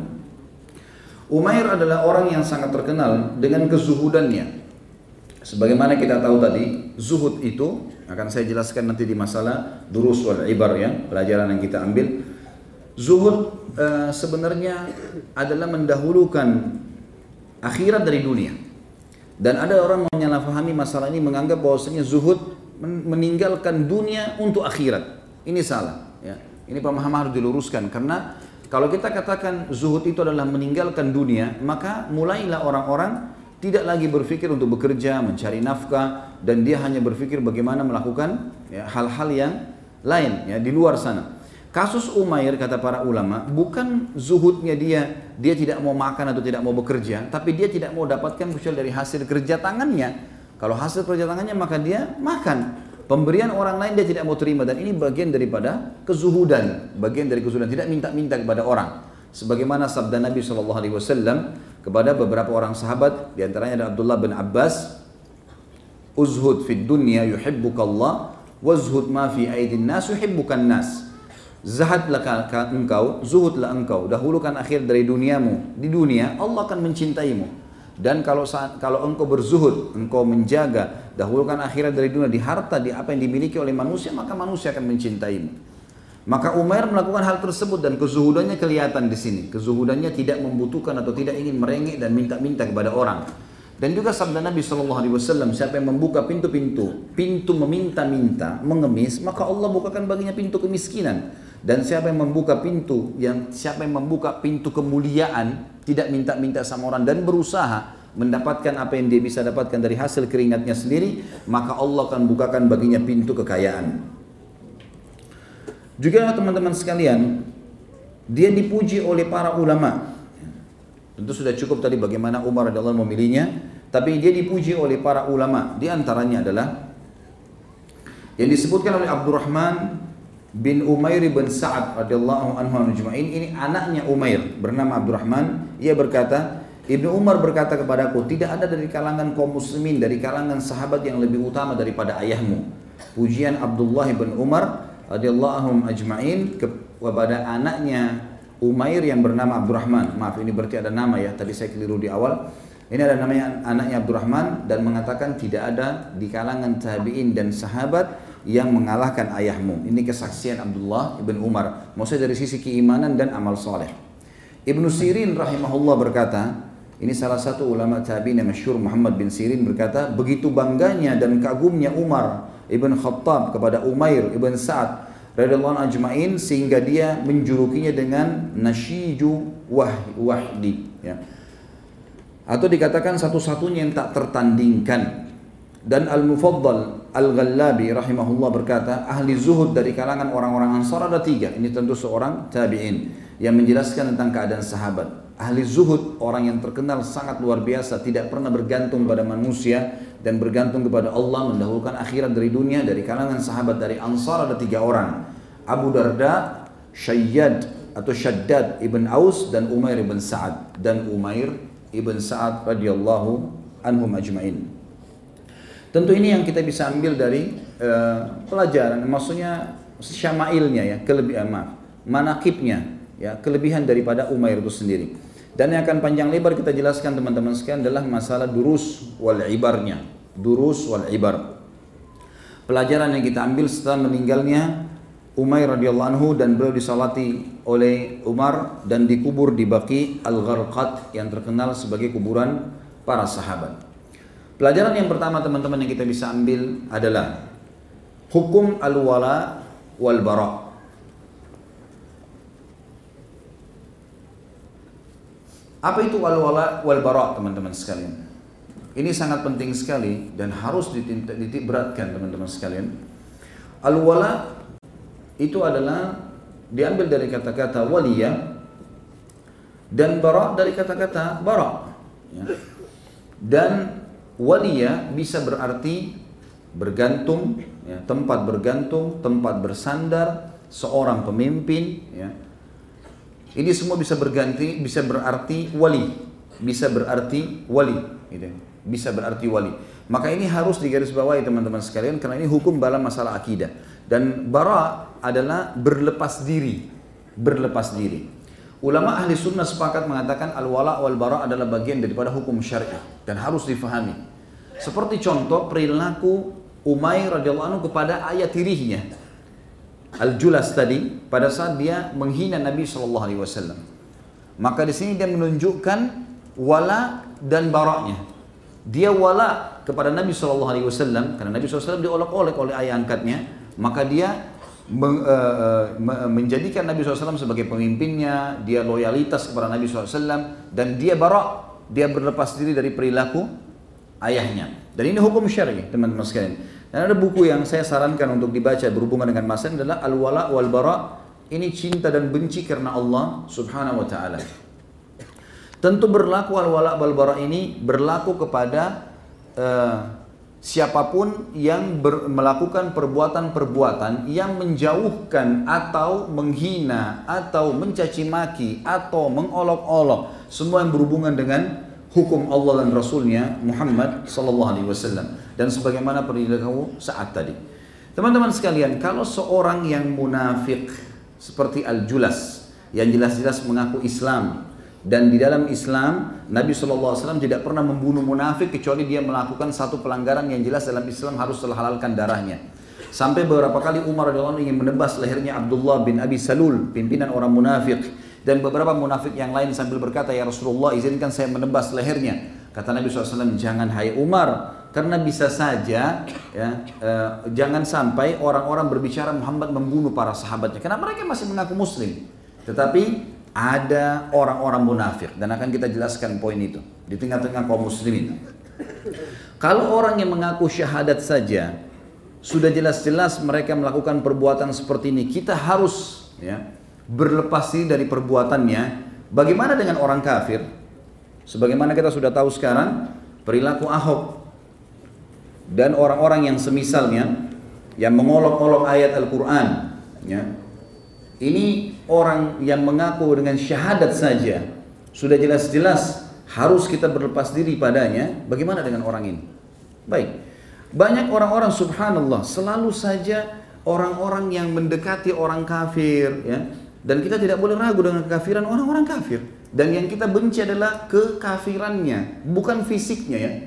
Umair adalah orang yang sangat terkenal dengan kezuhudannya. Sebagaimana kita tahu tadi, zuhud itu akan saya jelaskan nanti di masalah durus wal ibar ya, pelajaran yang kita ambil. Zuhud e, sebenarnya adalah mendahulukan akhirat dari dunia. Dan ada orang menyalahfahami masalah ini, menganggap bahwasanya zuhud meninggalkan dunia untuk akhirat. Ini salah ya. Ini pemahaman harus diluruskan karena kalau kita katakan zuhud itu adalah meninggalkan dunia, maka mulailah orang-orang tidak lagi berpikir untuk bekerja, mencari nafkah, dan dia hanya berpikir bagaimana melakukan ya, hal-hal yang lain ya, di luar sana. Kasus Umair kata para ulama bukan zuhudnya dia dia tidak mau makan atau tidak mau bekerja, tapi dia tidak mau dapatkan kecuali dari hasil kerja tangannya. Kalau hasil kerja tangannya maka dia makan. Pemberian orang lain dia tidak mau terima, dan ini bagian daripada kezuhudan, bagian dari kezuhudan, tidak minta-minta kepada orang. Sebagaimana sabda Nabi shallallahu alaihi wasallam kepada beberapa orang sahabat, diantaranya ada Abdullah bin Abbas, uzhud fid dunya yuhibbukallah, wazhud ma fi aidin nas yuhibbukan nas. Zahadlah engkau, zuhudlah engkau, dahulukan akhir dari duniamu. Di dunia Allah akan mencintaimu. Dan kalau saat, kalau engkau berzuhud, engkau menjaga, dahulukan akhirat dari dunia, di harta, di apa yang dimiliki oleh manusia, maka manusia akan mencintaimu. Maka Umair melakukan hal tersebut, dan kezuhudannya kelihatan di sini. Kezuhudannya tidak membutuhkan atau tidak ingin merengek dan minta-minta kepada orang. Dan juga sabda Nabi shallallahu alaihi wasallam, siapa yang membuka pintu-pintu, pintu meminta-minta, mengemis, maka Allah bukakan baginya pintu kemiskinan. Dan siapa yang membuka pintu, yang siapa yang membuka pintu kemuliaan, tidak minta-minta sama orang dan berusaha mendapatkan apa yang dia bisa dapatkan dari hasil keringatnya sendiri, maka Allah akan bukakan baginya pintu kekayaan. Juga teman-teman sekalian, dia dipuji oleh para ulama. Tentu sudah cukup tadi bagaimana Umar radhiyallahu anhu memilihnya, tapi dia dipuji oleh para ulama. Di antaranya adalah yang disebutkan oleh Abdurrahman bin Umair bin Sa'ad radhiyallahu anhu ajma'in. Ini anaknya Umair bernama Abdurrahman. Ia berkata, Ibnu Umar berkata kepadaku, tidak ada dari kalangan kaum muslimin, dari kalangan sahabat yang lebih utama daripada ayahmu. Pujian Abdullah bin Umar radhiyallahu anhum ajma'in kepada anaknya Umair yang bernama Abdurrahman. Maaf, ini berarti ada nama ya, tadi saya keliru di awal. Ini ada namanya anaknya Abdurrahman, dan mengatakan tidak ada di kalangan tabi'in dan sahabat yang mengalahkan ayahmu. Ini kesaksian Abdullah ibn Umar, maksudnya dari sisi keimanan dan amal soleh. Ibnu Sirin rahimahullah berkata, ini salah satu ulama tabi'in yang masyhur, Muhammad bin Sirin berkata, begitu bangganya dan kagumnya Umar ibn Khattab kepada Umair ibn Sa'ad radhiyallahu anhu ajma'in, sehingga dia menjulukinya dengan nasyiju wahdi, ya. Atau dikatakan satu-satunya yang tak tertandingkan. Dan Al-Mufaddal Al-Ghallabi rahimahullah berkata, ahli zuhud dari kalangan orang-orang Ansar ada tiga. Ini tentu seorang tabi'in yang menjelaskan tentang keadaan sahabat. Ahli zuhud, orang yang terkenal sangat luar biasa, tidak pernah bergantung pada manusia dan bergantung kepada Allah, mendahulukan akhirat dari dunia. Dari kalangan sahabat dari Ansar ada tiga orang, Abu Darda, Syayyad atau Shaddad ibn Aus, dan Umair ibn Sa'ad. Dan Umair ibn Sa'ad radhiyallahu anhum ajma'in. Tentu ini yang kita bisa ambil dari uh, pelajaran, maksudnya syama'ilnya ya, kelebihan, maaf, manakibnya ya, kelebihan daripada Umair itu sendiri. Dan yang akan panjang lebar kita jelaskan teman-teman sekalian adalah masalah durus wal ibarnya. Durus wal ibar. Pelajaran yang kita ambil setelah meninggalnya Umair radhiyallahu anhu, dan beliau disalati oleh Umar dan dikubur di Baqi Al-Gharqad yang terkenal sebagai kuburan para sahabat. Pelajaran yang pertama teman-teman yang kita bisa ambil adalah hukum al-wala wal bara. Apa itu al-wala wal bara teman-teman sekalian? Ini sangat penting sekali dan harus dititik beratkan teman-teman sekalian. Al-wala itu adalah diambil dari kata-kata waliyah, dan bara dari kata-kata bara, ya. Dan waliyah bisa berarti bergantung, ya, tempat bergantung, tempat bersandar, seorang pemimpin, ya. Ini semua bisa berganti, bisa berarti wali, bisa berarti wali, gitu. Bisa berarti wali. Maka ini harus digarisbawahi teman-teman sekalian, karena ini hukum dalam masalah akidah. Dan bara adalah berlepas diri, berlepas diri. Ulama ahli sunnah sepakat mengatakan al-wala wal bara adalah bagian daripada hukum syariah dan harus difahami. Seperti contoh perilaku Umair radhiyallahu anhu kepada ayah tirinya Al-Julas tadi pada saat dia menghina Nabi shallallahu alaihi wasallam. Maka di sini dia menunjukkan wala dan baraknya. Dia wala kepada Nabi shallallahu alaihi wasallam karena Nabi shallallahu alaihi wasallam diolok-olok oleh ayah angkatnya, maka dia menjadikan Nabi shallallahu alaihi wasallam sebagai pemimpinnya, dia loyalitas kepada Nabi shallallahu alaihi wasallam, dan dia barak, dia berlepas diri dari perilaku ayahnya. Dan ini hukum syar'i teman-teman sekalian. Dan ada buku yang saya sarankan untuk dibaca berhubungan dengan masalah adalah Al-Wala wal Bara. Ini cinta dan benci karena Allah subhanahu wa ta'ala. Tentu berlaku al-wala' wal-bara' ini berlaku kepada uh, siapapun yang ber, melakukan perbuatan-perbuatan yang menjauhkan atau menghina atau mencaci maki atau mengolok-olok semua yang berhubungan dengan hukum Allah dan Rasulnya Muhammad sallallahu alaihi wasallam, dan sebagaimana perilaku saat tadi. Teman-teman sekalian, kalau seorang yang munafik seperti Al-Julas yang jelas-jelas mengaku Islam, dan di dalam Islam Nabi shallallahu alaihi wasallam tidak pernah membunuh munafik kecuali dia melakukan satu pelanggaran yang jelas dalam Islam harus terhalalkan darahnya. Sampai beberapa kali Umar radhiyallahu anhu ingin menebas lehernya Abdullah bin Abi Salul, pimpinan orang munafik, dan beberapa munafik yang lain sambil berkata, ya Rasulullah, izinkan saya menebas lehernya. Kata Nabi shallallahu alaihi wasallam, jangan hai Umar, karena bisa saja ya, eh, jangan sampai orang-orang berbicara Muhammad membunuh para sahabatnya, karena mereka masih mengaku Muslim. Tetapi ada orang-orang munafik, dan akan kita jelaskan poin itu di tengah-tengah kaum muslimin. Kalau orang yang mengaku syahadat saja sudah jelas-jelas mereka melakukan perbuatan seperti ini, kita harus ya, berlepas diri dari perbuatannya. Bagaimana dengan orang kafir? Sebagaimana kita sudah tahu sekarang, perilaku Ahok dan orang-orang yang semisalnya yang mengolok-olok ayat Al-Quran, ya, ini orang yang mengaku dengan syahadat saja sudah jelas-jelas harus kita berlepas diri padanya. Bagaimana dengan orang ini? Baik, banyak orang-orang subhanallah selalu saja orang-orang yang mendekati orang kafir, ya, dan kita tidak boleh ragu dengan kekafiran orang-orang kafir. Dan yang kita benci adalah kekafirannya, bukan fisiknya, ya.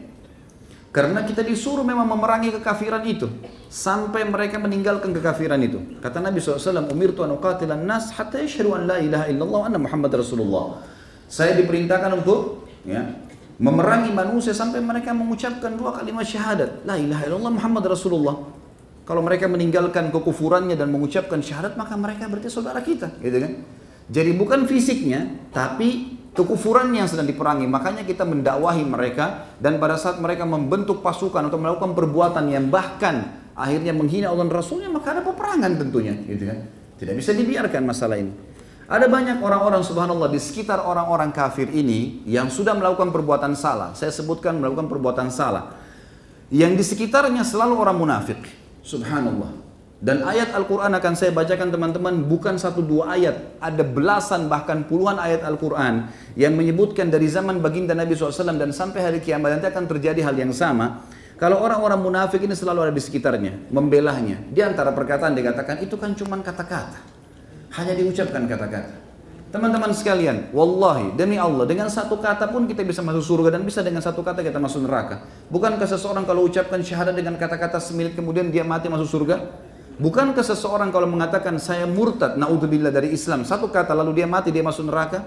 Karena kita disuruh memang memerangi kekafiran itu sampai mereka meninggalkan kekafiran itu. Kata Nabi shallallahu alaihi wasallam, umirtu an uqatilan nas hatta yashhadu an la ilaha illallah wa anna Muhammad Rasulullah. Saya diperintahkan untuk ya, memerangi manusia sampai mereka mengucapkan dua kalimat syahadat, la ilaha illallah Muhammad Rasulullah. Kalau mereka meninggalkan kekufurannya dan mengucapkan syahadat, maka mereka berarti saudara kita, gitu kan? Jadi bukan fisiknya, tapi kekufurannya yang sedang diperangi. Makanya kita mendakwahi mereka, dan pada saat mereka membentuk pasukan untuk melakukan perbuatan yang bahkan akhirnya menghina Allah dan Rasulnya, maka ada peperangan tentunya, gitu kan? Tidak bisa dibiarkan masalah ini. Ada banyak orang-orang subhanallah di sekitar orang-orang kafir ini yang sudah melakukan perbuatan salah. Saya sebutkan melakukan perbuatan salah. Yang di sekitarnya selalu orang munafik. Subhanallah. Dan ayat Al-Quran akan saya bacakan teman-teman, bukan satu dua ayat, ada belasan bahkan puluhan ayat Al-Quran yang menyebutkan dari zaman baginda Nabi shallallahu alaihi wasallam dan sampai hari kiamat nanti akan terjadi hal yang sama. Kalau orang-orang munafik ini selalu ada di sekitarnya, membelahnya. Di antara perkataan dikatakan itu kan cuma kata-kata, hanya diucapkan kata-kata. Teman-teman sekalian, wallahi demi Allah, dengan satu kata pun kita bisa masuk surga, dan bisa dengan satu kata kita masuk neraka. Bukankah seseorang kalau ucapkan syahadat dengan kata-kata semenit kemudian dia mati masuk surga? Bukankah seseorang kalau mengatakan saya murtad, naudzubillah dari Islam, satu kata lalu dia mati, dia masuk neraka?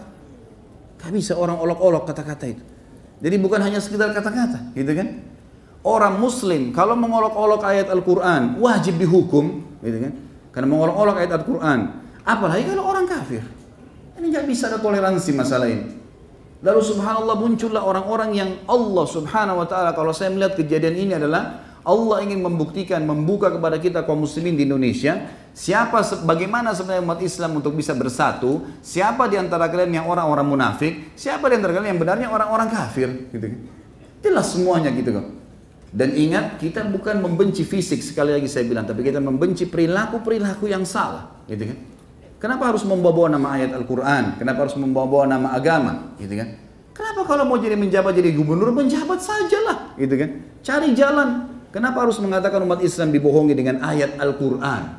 Gak bisa orang olok-olok kata-kata itu. Jadi bukan hanya sekedar kata-kata, gitu kan? Orang muslim kalau mengolok-olok ayat Al-Quran wajib dihukum, gitu kan? Karena mengolok-olok ayat Al-Quran. Apalagi kalau orang kafir. Ini gak bisa ada toleransi masalah ini. Lalu subhanallah muncullah orang-orang yang Allah subhanahu wa ta'ala, kalau saya melihat kejadian ini adalah Allah ingin membuktikan, membuka kepada kita kaum muslimin di Indonesia, siapa, bagaimana sebenarnya umat Islam untuk bisa bersatu, siapa di antara kalian yang orang-orang munafik, siapa di antara kalian yang benarnya orang-orang kafir, gitu kan. Jelas semuanya gitu kan. Dan ingat, kita bukan membenci fisik, sekali lagi saya bilang, tapi kita membenci perilaku-perilaku yang salah, gitu kan. Kenapa harus membawa nama ayat Al-Quran? Kenapa harus membawa nama agama, gitu kan. Kenapa kalau mau jadi menjabat jadi gubernur, menjabat sajalah, gitu kan. Cari jalan. Kenapa harus mengatakan umat Islam dibohongi dengan ayat Al-Quran?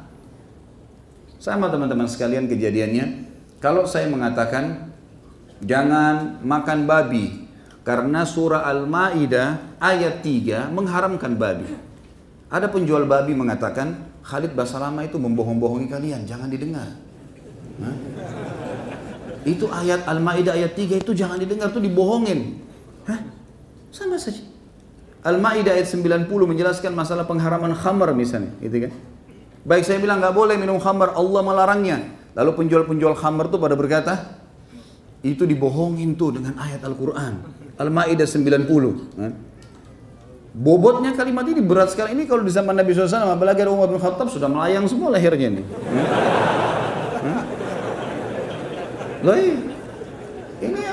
Sama teman-teman sekalian kejadiannya. Kalau saya mengatakan jangan makan babi karena surah Al-Ma'idah ayat tiga mengharamkan babi. Ada penjual babi mengatakan Khalid Basalamah itu membohong-bohongi kalian, jangan didengar. Hah? Itu ayat Al-Ma'idah ayat tiga itu jangan didengar, itu dibohongin. Hah? Sama saja. Al-Ma'idah ayat sembilan puluh menjelaskan masalah pengharaman khamar misalnya, gitu kan. Baik, saya bilang nggak boleh minum khamar, Allah melarangnya. Lalu penjual-penjual khamar tuh pada berkata, itu dibohongin tuh dengan ayat Al-Quran. Al-Ma'idah sembilan puluh. Bobotnya kalimat ini berat sekali. Ini kalau di zaman Nabi shallallahu alaihi wasallam, apalagi ada Umar bin Khattab, sudah melayang semua lehernya nih. Loh, ini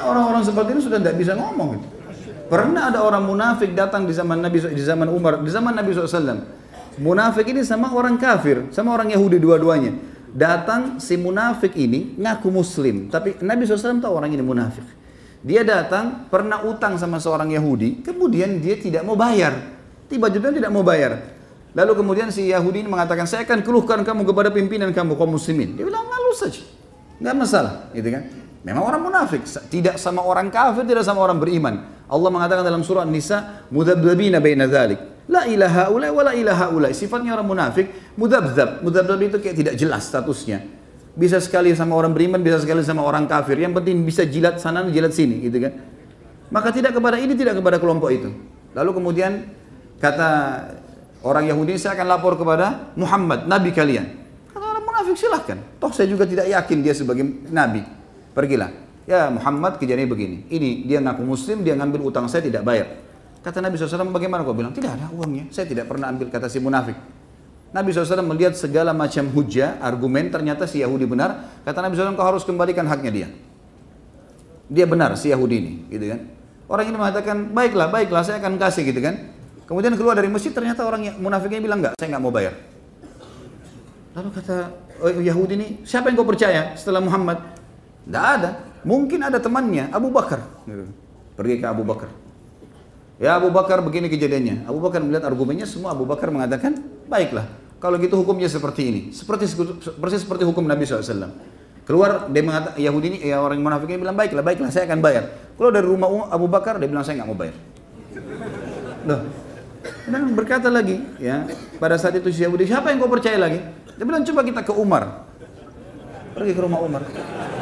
orang-orang seperti ini sudah tidak bisa ngomong. Gitu. Pernah ada orang munafik datang di zaman Nabi, di zaman Umar, di zaman Nabi shallallahu alaihi wasallam. Munafik ini sama orang kafir, sama orang Yahudi dua-duanya. Datang si munafik ini ngaku muslim, tapi Nabi shallallahu alaihi wasallam tahu orang ini munafik. Dia datang pernah utang sama seorang Yahudi, kemudian dia tidak mau bayar. Tiba-tiba tidak mau bayar. Lalu kemudian si Yahudi ini mengatakan, saya akan keluhkan kamu kepada pimpinan kamu, kaum muslimin. Dia bilang, malu saja, nggak masalah, gitu kan? Memang orang munafik, tidak sama orang kafir, tidak sama orang beriman. Allah mengatakan dalam surah An-Nisa, mudabdabina baina dzalik. La ilaha ula wa la ilaha ula. Sifatnya orang munafik, mudabdab. Mudabdab itu kayak tidak jelas statusnya. Bisa sekali sama orang beriman, bisa sekali sama orang kafir. Yang penting bisa jilat sana, jilat sini, gitu kan? Maka tidak kepada ini, tidak kepada kelompok itu. Lalu kemudian kata orang Yahudi, saya akan lapor kepada Muhammad, nabi kalian. Kata orang munafik, silahkan. Toh saya juga tidak yakin dia sebagai nabi. Pergilah, ya Muhammad kejadiannya begini. Ini dia ngaku muslim, dia ngambil utang saya tidak bayar. Kata Nabi shallallahu alaihi wasallam, bagaimana kau bilang? Tidak ada uangnya, saya tidak pernah ambil, kata si munafik. Nabi shallallahu alaihi wasallam melihat segala macam hujah, argumen, ternyata si Yahudi benar. Kata Nabi shallallahu alaihi wasallam, kau harus kembalikan haknya dia. Dia benar, si Yahudi ini, gitu kan. Orang ini mengatakan, baiklah, baiklah, saya akan kasih, gitu kan. Kemudian keluar dari masjid, ternyata orang munafiknya bilang, enggak, saya enggak mau bayar. Lalu kata oh, Yahudi ini, siapa yang kau percaya setelah Muhammad? Tidak ada, mungkin ada temannya Abu Bakar. Pergi ke Abu Bakar. Ya Abu Bakar begini kejadiannya. Abu Bakar melihat argumennya semua, Abu Bakar mengatakan, baiklah, kalau gitu hukumnya seperti ini, seperti persis seperti hukum Nabi shallallahu alaihi wasallam. Keluar dia mengatakan, Yahudi ini, ya orang munafik ini bilang, baiklah, baiklah, saya akan bayar. Keluar dari rumah Abu Bakar, dia bilang, saya nggak mau bayar. Loh. Dan berkata lagi, ya pada saat itu si Yahudi, siapa yang kau percaya lagi? Dia bilang, coba kita ke Umar. Pergi ke rumah Umar.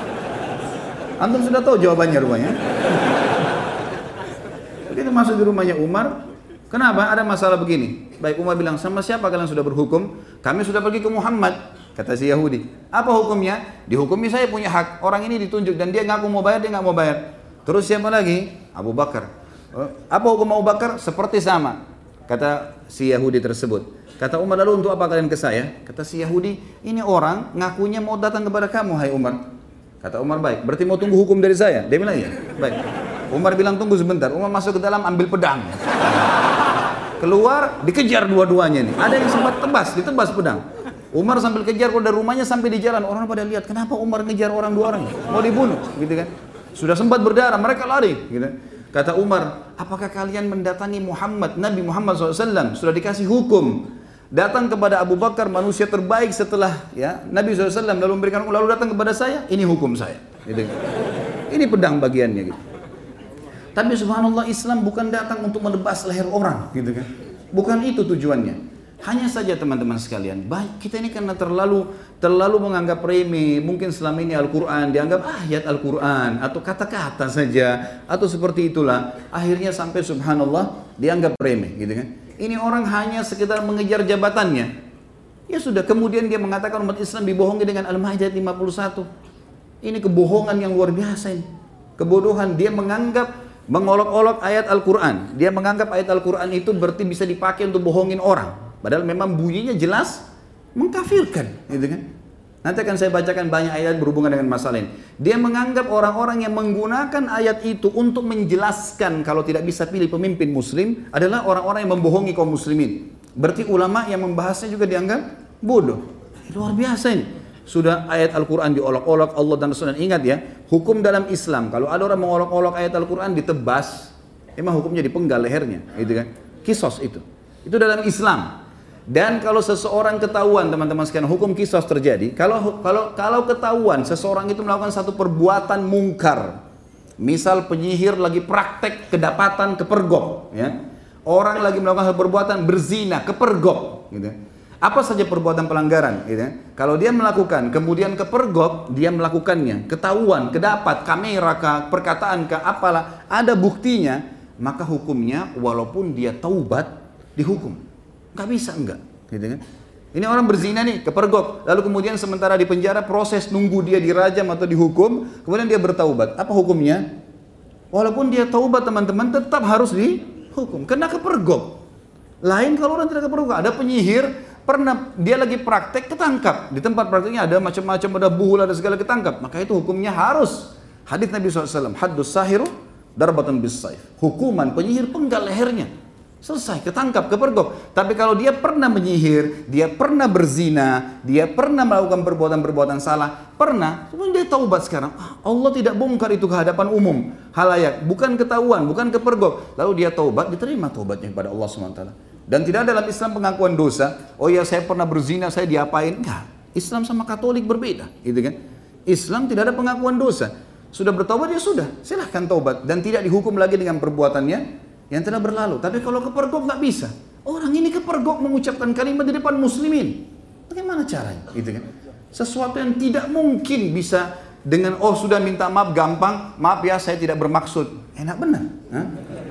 Antum sudah tahu jawabannya rumahnya. Begitu masuk di rumahnya Umar, kenapa? Ada masalah begini. Baik, Umar bilang, sama siapa kalian sudah berhukum? Kami sudah pergi ke Muhammad. Kata si Yahudi, apa hukumnya? Dihukumi saya punya hak. Orang ini ditunjuk dan dia ngaku mau bayar, dia nggak mau bayar. Terus siapa lagi? Abu Bakar. Apa hukum Abu Bakar? Seperti sama. Kata si Yahudi tersebut. Kata Umar, lalu untuk apa kalian ke saya? Kata si Yahudi, ini orang ngakunya mau datang kepada kamu, hai Umar. Kata Umar, baik, berarti mau tunggu hukum dari saya? Dia bilang, iya, baik. Umar bilang, tunggu sebentar. Umar masuk ke dalam, ambil pedang. Keluar, dikejar dua-duanya nih. Ada yang sempat tebas, ditebas pedang. Umar sambil kejar keluar dari rumahnya sampai di jalan. Orang pada lihat, kenapa Umar ngejar orang dua orang? Mau dibunuh, gitu kan. Sudah sempat berdarah, mereka lari. Gitu. Kata Umar, apakah kalian mendatangi Muhammad, Nabi Muhammad shallallahu alaihi wasallam? Sudah dikasih hukum. Datang kepada Abu Bakar, manusia terbaik setelah ya Nabi shallallahu alaihi wasallam, lalu memberikan, lalu datang kepada saya, ini hukum saya. Gitu. Ini pedang bagiannya. Gitu. Tapi subhanallah, Islam bukan datang untuk menebas leher orang, gitu kan? Bukan itu tujuannya. Hanya saja teman-teman sekalian, baik kita ini karena terlalu terlalu menganggap remeh, mungkin selama ini Al-Quran dianggap ayat Al-Quran atau kata-kata saja atau seperti itulah, akhirnya sampai subhanallah dianggap remeh, gitu kan? Ini orang hanya sekedar mengejar jabatannya. Ya sudah, kemudian dia mengatakan umat Islam dibohongi dengan Al-Maidah lima puluh satu. Ini kebohongan yang luar biasa ini. Kebodohan, dia menganggap mengolok-olok ayat Al-Quran. Dia menganggap ayat Al-Quran itu berarti bisa dipakai untuk bohongin orang. Padahal memang bunyinya jelas mengkafirkan, gitu kan? Nanti akan saya bacakan banyak ayat berhubungan dengan masalah ini. Dia menganggap orang-orang yang menggunakan ayat itu untuk menjelaskan kalau tidak bisa pilih pemimpin muslim adalah orang-orang yang membohongi kaum muslimin. Berarti ulama yang membahasnya juga dianggap bodoh. Luar biasa ini. Sudah ayat Al-Quran diolok-olok Allah dan Rasul. Ingat ya, hukum dalam Islam kalau ada orang mengolok-olok ayat Al-Quran ditebas, emang hukumnya dipenggal lehernya, gitu kan? Kisos itu. Itu dalam Islam. Dan kalau seseorang ketahuan, teman-teman sekalian, hukum kisos terjadi. Kalau kalau kalau ketahuan seseorang itu melakukan satu perbuatan mungkar, misal penyihir lagi praktek kedapatan kepergok, ya, orang lagi melakukan satu perbuatan berzina kepergok, gitu. Apa saja perbuatan pelanggaran, gitu. Kalau dia melakukan, kemudian kepergok, dia melakukannya, ketahuan, kedapat, kamera kah, perkataan kah, apalah, ada buktinya, maka hukumnya walaupun dia taubat dihukum. Nggak bisa enggak, gitu kan? Ini orang berzina nih, kepergok, lalu kemudian sementara di penjara proses nunggu dia dirajam atau dihukum, kemudian dia bertaubat. Apa hukumnya? Walaupun dia taubat teman-teman, tetap harus dihukum, kena kepergok. Lain kalau orang tidak kepergok, ada penyihir, pernah dia lagi praktek ketangkap, di tempat prakteknya ada macam-macam, ada buhul, ada segala ketangkap, maka itu hukumnya harus Hadis Nabi shallallahu alaihi wasallam, haddus sahiru darbatun bis saif. Hukuman penyihir penggal lehernya. Selesai, ketangkap, kepergok. Tapi kalau dia pernah menyihir, dia pernah berzina, dia pernah melakukan perbuatan-perbuatan salah, pernah, kemudian dia taubat sekarang. Allah tidak bongkar itu ke hadapan umum, halayak, bukan ketahuan, bukan kepergok. Lalu dia taubat, diterima taubatnya kepada Allah subhanahu wa taala. Dan tidak ada dalam Islam pengakuan dosa. Oh ya, saya pernah berzina, saya diapain? Enggak. Islam sama Katolik berbeda, gitu kan? Islam tidak ada pengakuan dosa. Sudah bertobat ya sudah, silahkan taubat dan tidak dihukum lagi dengan perbuatannya yang telah berlalu. Tapi kalau kepergok nggak bisa. Orang ini kepergok mengucapkan kalimat di depan muslimin. Bagaimana caranya? Gitu kan? Sesuatu yang tidak mungkin bisa dengan oh sudah minta maaf gampang. Maaf ya, saya tidak bermaksud. Enak benar. Hah?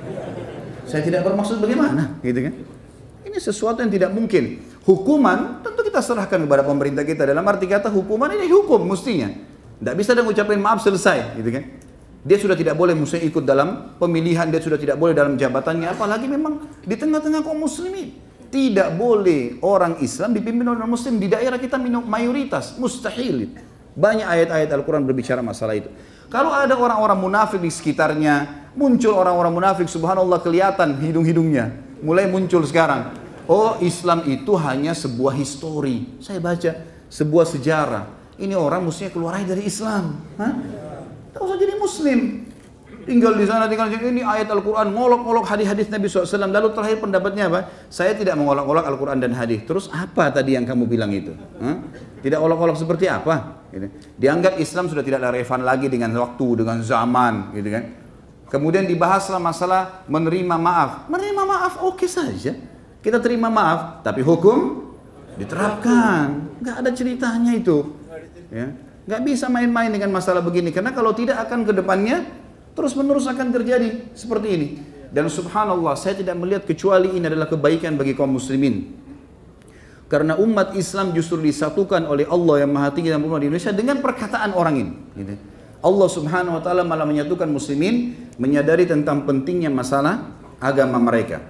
Saya tidak bermaksud bagaimana? Gitu kan? Ini sesuatu yang tidak mungkin. Hukuman tentu kita serahkan kepada pemerintah kita. Dalam arti kata hukuman ini hukum mestinya. Tidak bisa dia ngucapin maaf selesai. Gitu kan? Dia sudah tidak boleh muslim ikut dalam pemilihan, dia sudah tidak boleh dalam jabatannya, apalagi memang di tengah-tengah kaum muslimin. Tidak boleh orang Islam dipimpin oleh orang muslim di daerah kita mayoritas, mustahil. Banyak ayat-ayat Al-Quran berbicara masalah itu. Kalau ada orang-orang munafik di sekitarnya, muncul orang-orang munafik, subhanallah kelihatan hidung-hidungnya, mulai muncul sekarang. Oh, Islam itu hanya sebuah histori. Saya baca sebuah sejarah. Ini orang mestinya keluar dari Islam. Hah? Tak usah jadi muslim, tinggal di sana, tinggal di sini. Ini ayat Al-Quran, ngolok-ngolok hadis-hadis Nabi shallallahu alaihi wasallam. Lalu terakhir pendapatnya apa? Saya tidak mengolok-olok Al-Quran dan hadis. Terus apa tadi yang kamu bilang itu? Hah? Tidak olok-olok seperti apa? Gitu. Dianggap Islam sudah tidak relevan lagi dengan waktu, dengan zaman, gitu kan? Kemudian dibahaslah masalah menerima maaf. Menerima maaf oke okay saja, kita terima maaf, tapi hukum diterapkan. Nggak ada ceritanya itu, ya. Nggak bisa main-main dengan masalah begini, karena kalau tidak akan ke depannya terus-menerus akan terjadi seperti ini. Dan subhanallah, saya tidak melihat kecuali ini adalah kebaikan bagi kaum muslimin. Karena umat Islam justru disatukan oleh Allah yang Maha Tinggi dan Mulia di Indonesia dengan perkataan orang ini. Gitu. Allah subhanahu wa ta'ala malah menyatukan muslimin, menyadari tentang pentingnya masalah agama mereka.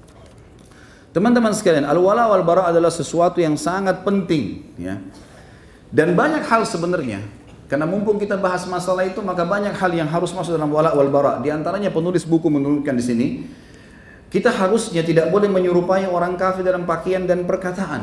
Teman-teman sekalian, al-wala wal bara adalah sesuatu yang sangat penting, ya. Dan banyak hal sebenarnya, karena mumpung kita bahas masalah itu, maka banyak hal yang harus masuk dalam wala wal bara. Di antaranya penulis buku menurutkan di sini, kita harusnya tidak boleh menyerupai orang kafir dalam pakaian dan perkataan.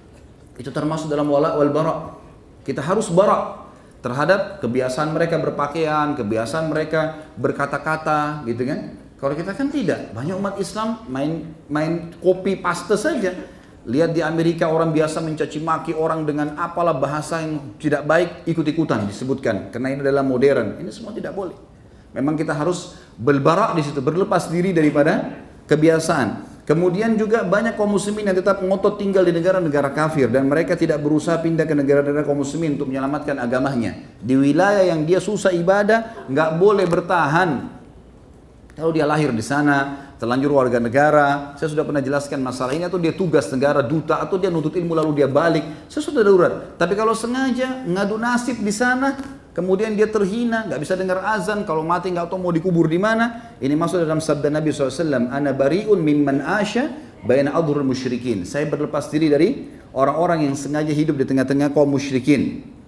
Itu termasuk dalam wala wal bara. Kita harus bara terhadap kebiasaan mereka berpakaian, kebiasaan mereka berkata-kata, gitu kan? Kalau kita kan tidak. Banyak umat Islam main main copy paste saja. Lihat di Amerika orang biasa mencaci maki orang dengan apalah bahasa yang tidak baik, ikut-ikutan disebutkan. Karena ini adalah modern. Ini semua tidak boleh. Memang kita harus berbarak di situ, berlepas diri daripada kebiasaan. Kemudian juga banyak kaum muslimin yang tetap ngotot tinggal di negara-negara kafir dan mereka tidak berusaha pindah ke negara-negara kaum muslimin untuk menyelamatkan agamanya. Di wilayah yang dia susah ibadah, nggak boleh bertahan. Kalau dia lahir di sana, terlanjur warga negara, saya sudah pernah jelaskan masalah ini, atau dia tugas negara, duta, atau dia nuntut ilmu lalu dia balik, saya sudah darurat. Tapi kalau sengaja ngadu nasib di sana, kemudian dia terhina, nggak bisa dengar azan, kalau mati nggak tahu mau dikubur di mana, ini masuk dalam sabda Nabi shallallahu alaihi wasallam, ana bari'un mimman asya baina adhurul musyrikin. Saya berlepas diri dari orang-orang yang sengaja hidup di tengah-tengah kaum musyrikin.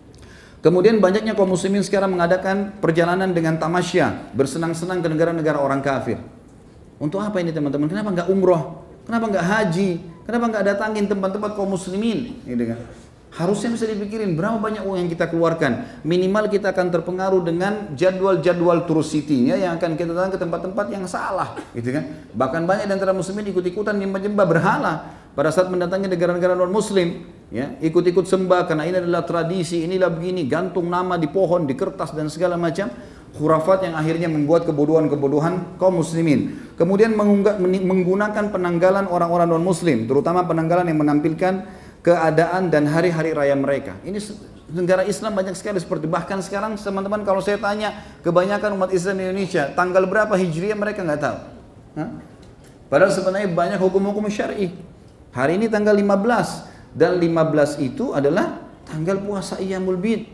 Kemudian banyaknya kaum muslimin sekarang mengadakan perjalanan dengan tamasya, bersenang-senang ke negara-negara orang kafir. Untuk apa ini teman-teman? Kenapa nggak umroh? Kenapa nggak haji? Kenapa nggak datangin tempat-tempat kaum muslimin? Gitu kan? Harusnya bisa dipikirin berapa banyak uang yang kita keluarkan. Minimal kita akan terpengaruh dengan jadwal-jadwal tour city-nya yang akan kita datang ke tempat-tempat yang salah, gitu kan? Bahkan banyak di antara muslimin ikut-ikutan nyembah-nyembah berhala pada saat mendatangi negara-negara non-muslim, ya, ikut-ikut sembah karena ini adalah tradisi, inilah begini, gantung nama di pohon, di kertas dan segala macam khurafat yang akhirnya membuat kebodohan-kebodohan kaum muslimin. Kemudian menggunakan penanggalan orang-orang non-muslim, terutama penanggalan yang menampilkan keadaan dan hari-hari raya mereka. Ini negara Islam banyak sekali seperti, bahkan sekarang teman-teman kalau saya tanya kebanyakan umat Islam di Indonesia tanggal berapa Hijriah mereka nggak tahu. Hah? Padahal sebenarnya banyak hukum-hukum syar'i. Hari ini tanggal lima belas dan lima belas itu adalah tanggal puasa Iyamul Bid.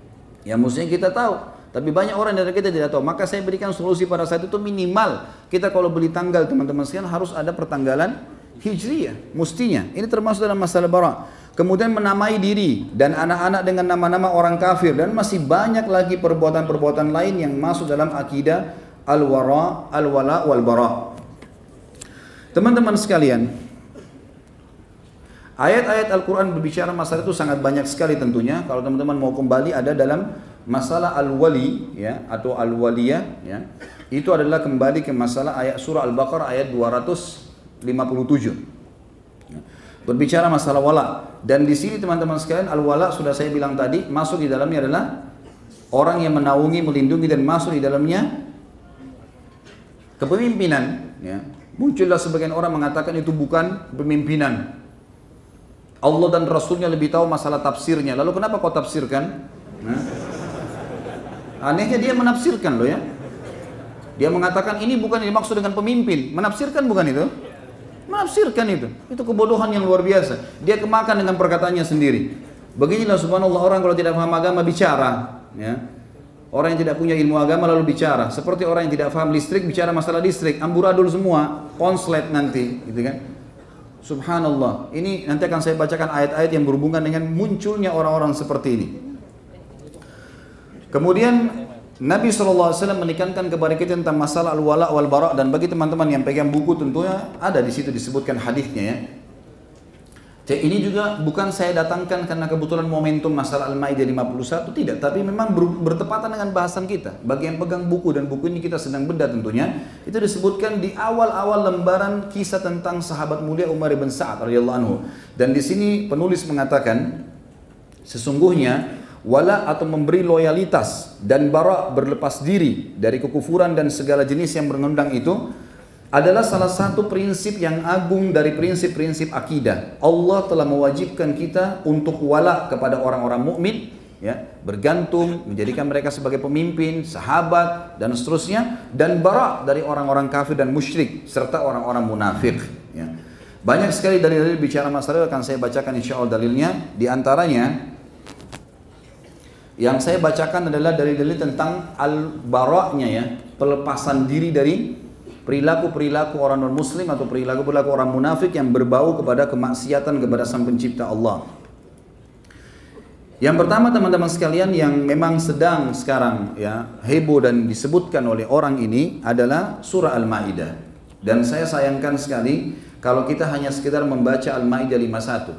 Ya mestinya kita tahu, tapi banyak orang dari kita tidak tahu. Maka saya berikan solusi pada saat itu, minimal kita kalau beli tanggal teman-teman sekalian harus ada pertanggalan Hijriyah, mestinya. Ini termasuk dalam masalah bara. kemudian menamai diri dan anak-anak dengan nama-nama orang kafir, dan masih banyak lagi perbuatan-perbuatan lain yang masuk dalam akidah al-wara, al-wala wal bara. Teman-teman sekalian, ayat-ayat Al-Quran berbicara masalah itu sangat banyak sekali tentunya. Kalau teman-teman mau kembali, ada dalam masalah al-wali ya, atau al-waliyah ya. Itu adalah kembali ke masalah ayat surah Al-Baqarah ayat dua ratus lima puluh tujuh. Berbicara masalah wala, dan di sini teman-teman sekalian, al-wala sudah saya bilang tadi, masuk di dalamnya adalah orang yang menaungi, melindungi, dan masuk di dalamnya kepemimpinan ya. Muncullah sebagian orang mengatakan itu bukan pemimpinan, Allah dan Rasulnya lebih tahu masalah tafsirnya. Lalu kenapa kau tafsirkan? Nah, anehnya dia menafsirkan loh ya. Dia mengatakan ini bukan yang dimaksud dengan pemimpin. Menafsirkan bukan itu? Menafsirkan itu. Itu kebodohan yang luar biasa. Dia kemakan dengan perkataannya sendiri. Beginilah subhanallah orang kalau tidak paham agama bicara. Ya. Orang yang tidak punya ilmu agama lalu bicara. Seperti orang yang tidak paham listrik bicara masalah listrik. Amburadul semua. Konslet nanti. Gitu kan. Subhanallah. Ini nanti akan saya bacakan ayat-ayat yang berhubungan dengan munculnya orang-orang seperti ini. Kemudian Nabi shallallahu alaihi wasallam menekankan kepada kita tentang masalah al-wala wal bara, dan bagi teman-teman yang pegang buku tentunya ada di situ disebutkan hadisnya ya. Jadi ini juga bukan saya datangkan karena kebetulan momentum masalah Al-Maidah lima puluh satu, tidak, tapi memang bertepatan dengan bahasan kita. Bagi yang pegang buku, dan buku ini kita sedang bedah tentunya, itu disebutkan di awal-awal lembaran kisah tentang sahabat mulia Umar bin Sa'ad radhiyallahu anhu. Dan di sini penulis mengatakan sesungguhnya wala atau memberi loyalitas dan bara, berlepas diri dari kekufuran dan segala jenis yang berengundang itu adalah salah satu prinsip yang agung dari prinsip-prinsip akidah. Allah telah mewajibkan kita untuk wala kepada orang-orang mukmin ya, bergantung, menjadikan mereka sebagai pemimpin, sahabat dan seterusnya, dan bara dari orang-orang kafir dan musyrik serta orang-orang munafik ya. Banyak sekali dalil-dalil bicara masalah, akan saya bacakan insyaallah dalilnya. Di antaranya yang saya bacakan adalah dalil-dalil tentang al-bara'-nya ya, pelepasan diri dari perilaku-perilaku orang non-muslim atau perilaku-perilaku orang munafik yang berbau kepada kemaksiatan kepada Sang Pencipta Allah. Yang pertama teman-teman sekalian yang memang sedang sekarang ya heboh dan disebutkan oleh orang ini adalah surah Al-Maidah. Dan saya sayangkan sekali kalau kita hanya sekedar membaca Al-Maidah lima puluh satu.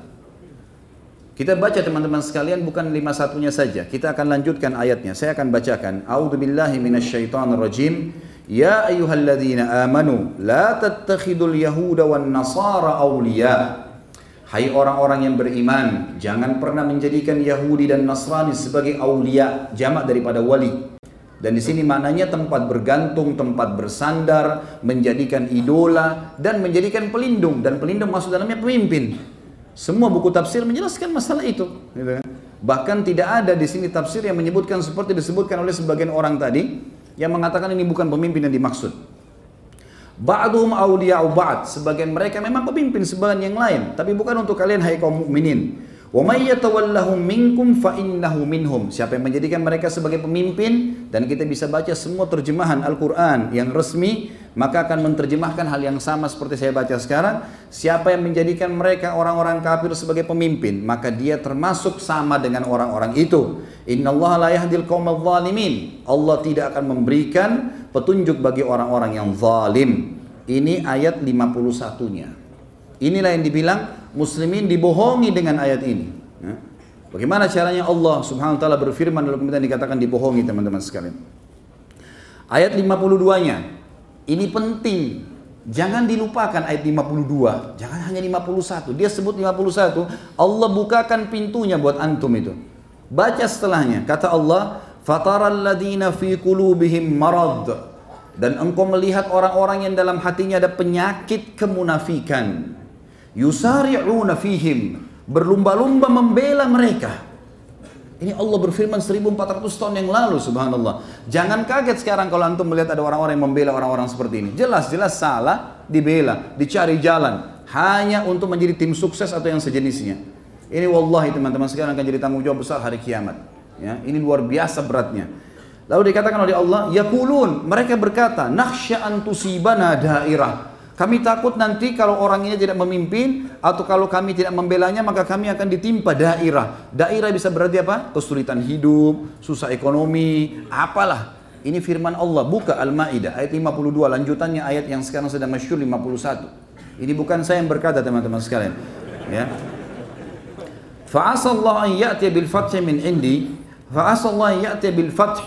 Kita baca teman-teman sekalian bukan lima satunya saja. Kita akan lanjutkan ayatnya. Saya akan bacakan. A'udzubillahi minasyaitonirrajim. Ya ayyuhalladzina amanu la tattakhidul yahuda wan nasara awliya. Hai orang-orang yang beriman, jangan pernah menjadikan Yahudi dan Nasrani sebagai aulia, jamak daripada wali. Dan di sini maknanya tempat bergantung, tempat bersandar, menjadikan idola dan menjadikan pelindung, dan pelindung masuk dalamnya pemimpin. Semua buku tafsir menjelaskan masalah itu. Bahkan tidak ada di sini tafsir yang menyebutkan seperti disebutkan oleh sebagian orang tadi yang mengatakan ini bukan pemimpin yang dimaksud. Ba'duhum awliya'u ba'd, sebagian mereka memang pemimpin sebagian yang lain, tapi bukan untuk kalian hai kaum mukminin. Wa may yatawallahum minkum fa innahu minhum. Siapa yang menjadikan mereka sebagai pemimpin, dan kita bisa baca semua terjemahan Al-Qur'an yang resmi, maka akan menerjemahkan hal yang sama seperti saya baca sekarang. Siapa yang menjadikan mereka orang-orang kafir sebagai pemimpin, maka dia termasuk sama dengan orang-orang itu. Innallaha la yahdil qaumadh dhalimin. Allah tidak akan memberikan petunjuk bagi orang-orang yang zalim. Ini ayat lima puluh satunya. Inilah yang dibilang muslimin dibohongi dengan ayat ini. Bagaimana caranya Allah subhanahu wa ta'ala berfirman lalu kemudian dikatakan dibohongi teman-teman sekalian. Ayat lima puluh dua-nya. Ini penting. Jangan dilupakan ayat lima puluh dua. Jangan hanya lima puluh satu. Dia sebut lima puluh satu. Allah bukakan pintunya buat antum itu. Baca setelahnya. Kata Allah, "Fataral ladzina fi qulubihim marad." Dan engkau melihat orang-orang yang dalam hatinya ada penyakit kemunafikan. Yusari'una fihim, berlumba-lumba membela mereka. Ini Allah berfirman seribu empat ratus tahun yang lalu, subhanallah. Jangan kaget sekarang kalau antum melihat ada orang-orang yang membela orang-orang seperti ini. Jelas-jelas salah, dibela, dicari jalan hanya untuk menjadi tim sukses atau yang sejenisnya. Ini wallahi teman-teman sekalian akan jadi tanggung jawab besar hari kiamat. Ya, ini luar biasa beratnya. Lalu dikatakan oleh Allah, yaqulun, mereka berkata, nakhsha an tusibana dairah. Kami takut nanti kalau orang ini tidak memimpin atau kalau kami tidak membelanya maka kami akan ditimpa dairah. Dairah bisa berarti apa? Kesulitan hidup, susah ekonomi, apalah. Ini firman Allah, buka Al-Maidah ayat lima puluh dua, lanjutannya ayat yang sekarang sedang masyhur lima puluh satu. Ini bukan saya yang berkata teman-teman sekalian, ya. Fa asallahu an ya'ti bil fathi min indi, fa asallahu an ya'ti bil fath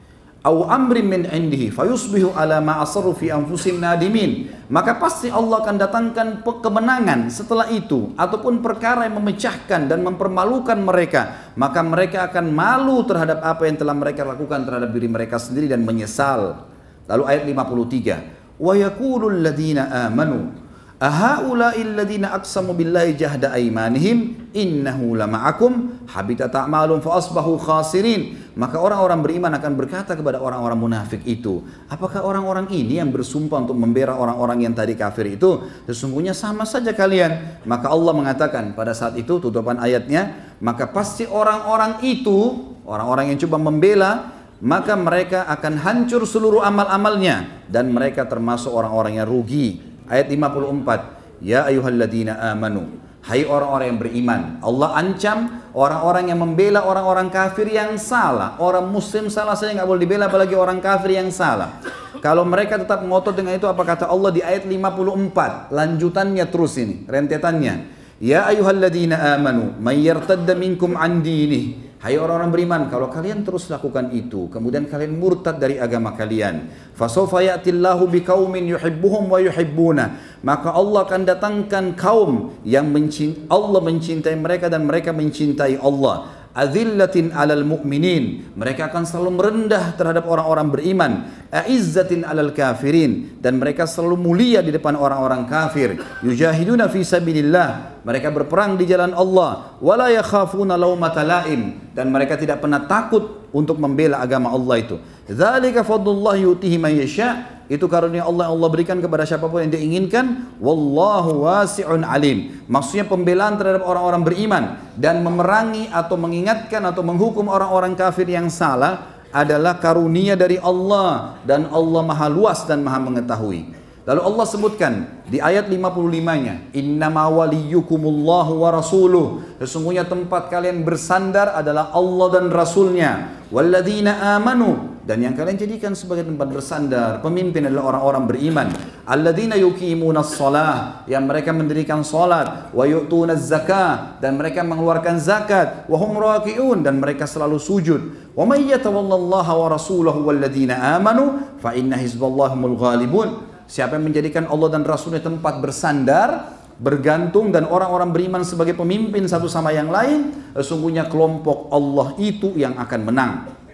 aw amrin min indihi fayusbihu ala ma asarru fi anfusihim nadimin. Maka pasti Allah akan datangkan kemenangan setelah itu ataupun perkara yang memecahkan dan mempermalukan mereka, maka mereka akan malu terhadap apa yang telah mereka lakukan terhadap diri mereka sendiri dan menyesal. Lalu ayat lima puluh tiga, wa yaqulul ladzina amanu ahaula'il ladzina aqsamu billahi jahda aymanihim innahu lama'akum habitat a'malun fa asbahu khasirin. Maka orang-orang beriman akan berkata kepada orang-orang munafik itu, apakah orang-orang ini yang bersumpah untuk membela orang-orang yang tadi kafir itu? Sesungguhnya sama saja kalian. Maka Allah mengatakan pada saat itu, tutupan ayatnya, maka pasti orang-orang itu, orang-orang yang coba membela, maka mereka akan hancur seluruh amal-amalnya dan mereka termasuk orang-orang yang rugi. Ayat lima puluh empat, ya ayyuhalladzina amanu, hai orang-orang yang beriman. Allah ancam orang-orang yang membela orang-orang kafir yang salah. Orang muslim salah saja nggak boleh dibela, apalagi orang kafir yang salah. Kalau mereka tetap ngotot dengan itu, apa kata Allah di ayat lima puluh empat, lanjutannya terus ini, rentetannya, ya ayyuhalladzina amanu may yartadda minkum an dinihi, hai orang-orang beriman, kalau kalian terus lakukan itu, kemudian kalian murtad dari agama kalian, fasawfa ya'tillahu biqaumin yuhibbuhum wa yuhibbuna, maka Allah akan datangkan kaum yang mencintai, Allah mencintai mereka dan mereka mencintai Allah. Azillatin alal mu'minin, mereka akan selalu merendah terhadap orang-orang beriman. Aizzatin alal kafirin, dan mereka selalu mulia di depan orang-orang kafir. Yujahiduna fi sabilillah, mereka berperang di jalan Allah. Wala yakhafuna laumata laim, dan mereka tidak pernah takut untuk membela agama Allah itu. Dzalika fadlullah yu'tihi man yasha', itu karunia Allah yang Allah berikan kepada siapapun yang dia inginkan. Wallahu wasi'un alim, maksudnya pembelaan terhadap orang-orang beriman dan memerangi atau mengingatkan atau menghukum orang-orang kafir yang salah adalah karunia dari Allah, dan Allah maha luas dan maha mengetahui. Lalu Allah sebutkan di ayat lima puluh lima-nya, innama waliyukumullahu wa rasuluh, sesungguhnya tempat kalian bersandar adalah Allah dan Rasulnya. Walladzina amanu, dan yang kalian jadikan sebagai tempat bersandar, pemimpin adalah orang-orang beriman. Alladzina yuqimunas shalah, yang mereka mendirikan salat, wa yu'tunaz zakah, dan mereka mengeluarkan zakat, wa hum raki'un, dan mereka selalu sujud. Wa may yatawallallaha wa rasulahu walladzina amanu fa inna hizballahi humul ghalibun. Siapa yang menjadikan Allah dan Rasulnya tempat bersandar, bergantung, dan orang-orang beriman sebagai pemimpin satu sama yang lain, sesungguhnya kelompok Allah itu yang akan menang.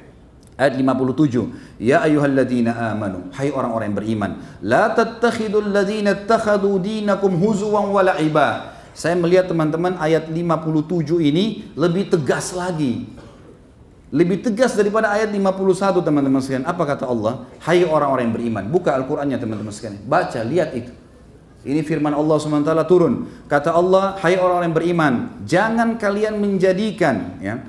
Ayat lima puluh tujuh, ya ayyuhalladzina amanu, hai orang-orang yang beriman, la tattakhidul ladzina ittakhadhu dinakum huzuwan wa la'iba. Saya melihat teman-teman ayat lima puluh tujuh ini lebih tegas lagi. Lebih tegas daripada ayat lima puluh satu teman-teman sekalian. Apa kata Allah? Hai orang-orang yang beriman. Buka Al-Qur'annya teman-teman sekalian. Baca, lihat itu. Ini firman Allah subhanahu wa taala turun. Kata Allah, hai orang-orang yang beriman, jangan kalian menjadikan, ya,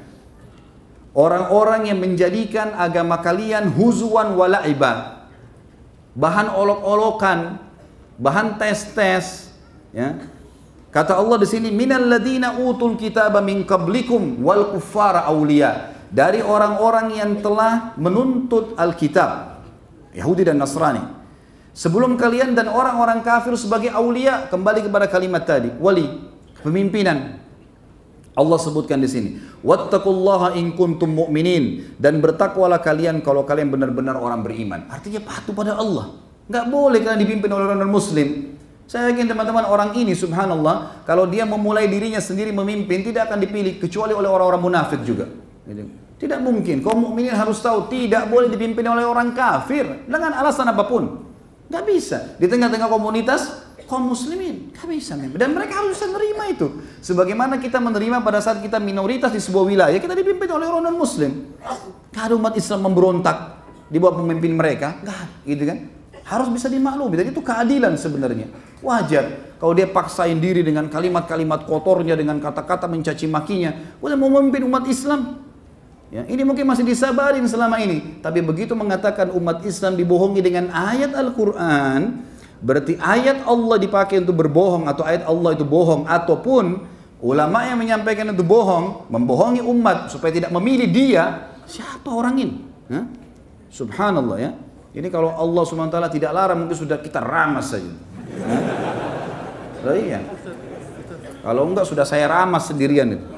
orang-orang yang menjadikan agama kalian huzuan wa la'iba, bahan olok-olokan, bahan tes-tes, ya. Kata Allah di sini, minal ladzina utul kitaba min qablikum wal kuffara awliya, dari orang-orang yang telah menuntut Alkitab, Yahudi dan Nasrani, sebelum kalian, dan orang-orang kafir sebagai aulia. Kembali kepada kalimat tadi, wali, pemimpinan. Allah sebutkan di sini, wattaqullaha in kuntum mu'minin, dan bertakwalah kalian kalau kalian benar-benar orang beriman. Artinya patuh pada Allah. Nggak boleh kalian dipimpin oleh orang non-muslim. Saya yakin teman-teman, orang ini subhanallah, kalau dia memulai dirinya sendiri memimpin, tidak akan dipilih kecuali oleh orang-orang munafik juga. Tidak mungkin. Kaum mukminin harus tahu tidak boleh dipimpin oleh orang kafir dengan alasan apapun. Nggak bisa. Di tengah-tengah komunitas kaum muslimin, nggak bisa. Dan mereka harus bisa menerima itu. Sebagaimana kita menerima pada saat kita minoritas di sebuah wilayah, kita dipimpin oleh orang non-muslim. Kalau umat Islam memberontak di bawah pemimpin mereka, nggak, gitu kan? Harus bisa dimaklumi. Jadi itu keadilan sebenarnya. Wajar. Kalau dia paksain diri dengan kalimat-kalimat kotornya, dengan kata-kata mencaci makinya, udah mau memimpin umat Islam. Ya, ini mungkin masih disabarin selama ini, tapi begitu mengatakan umat Islam dibohongi dengan ayat Al-Quran, Berarti ayat Allah dipakai untuk berbohong atau ayat Allah itu bohong, ataupun ulama yang menyampaikan itu bohong, membohongi umat supaya tidak memilih dia, siapa orang ini? Hah? Subhanallah ya. Ini kalau Allah subhanahu wa ta'ala tidak larang mungkin sudah kita ramas saja. Hah? Iya. Kalau enggak sudah saya ramas sendirian itu.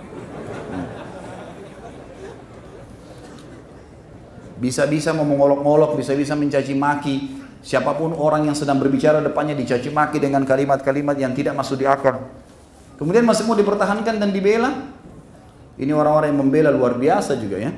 Bisa-bisa mau mengolok-olok, bisa-bisa mencaci maki. Siapapun orang yang sedang berbicara depannya dicaci maki dengan kalimat-kalimat yang tidak masuk di akal. Kemudian masih mau dipertahankan dan dibela. Ini orang-orang yang membela luar biasa juga ya.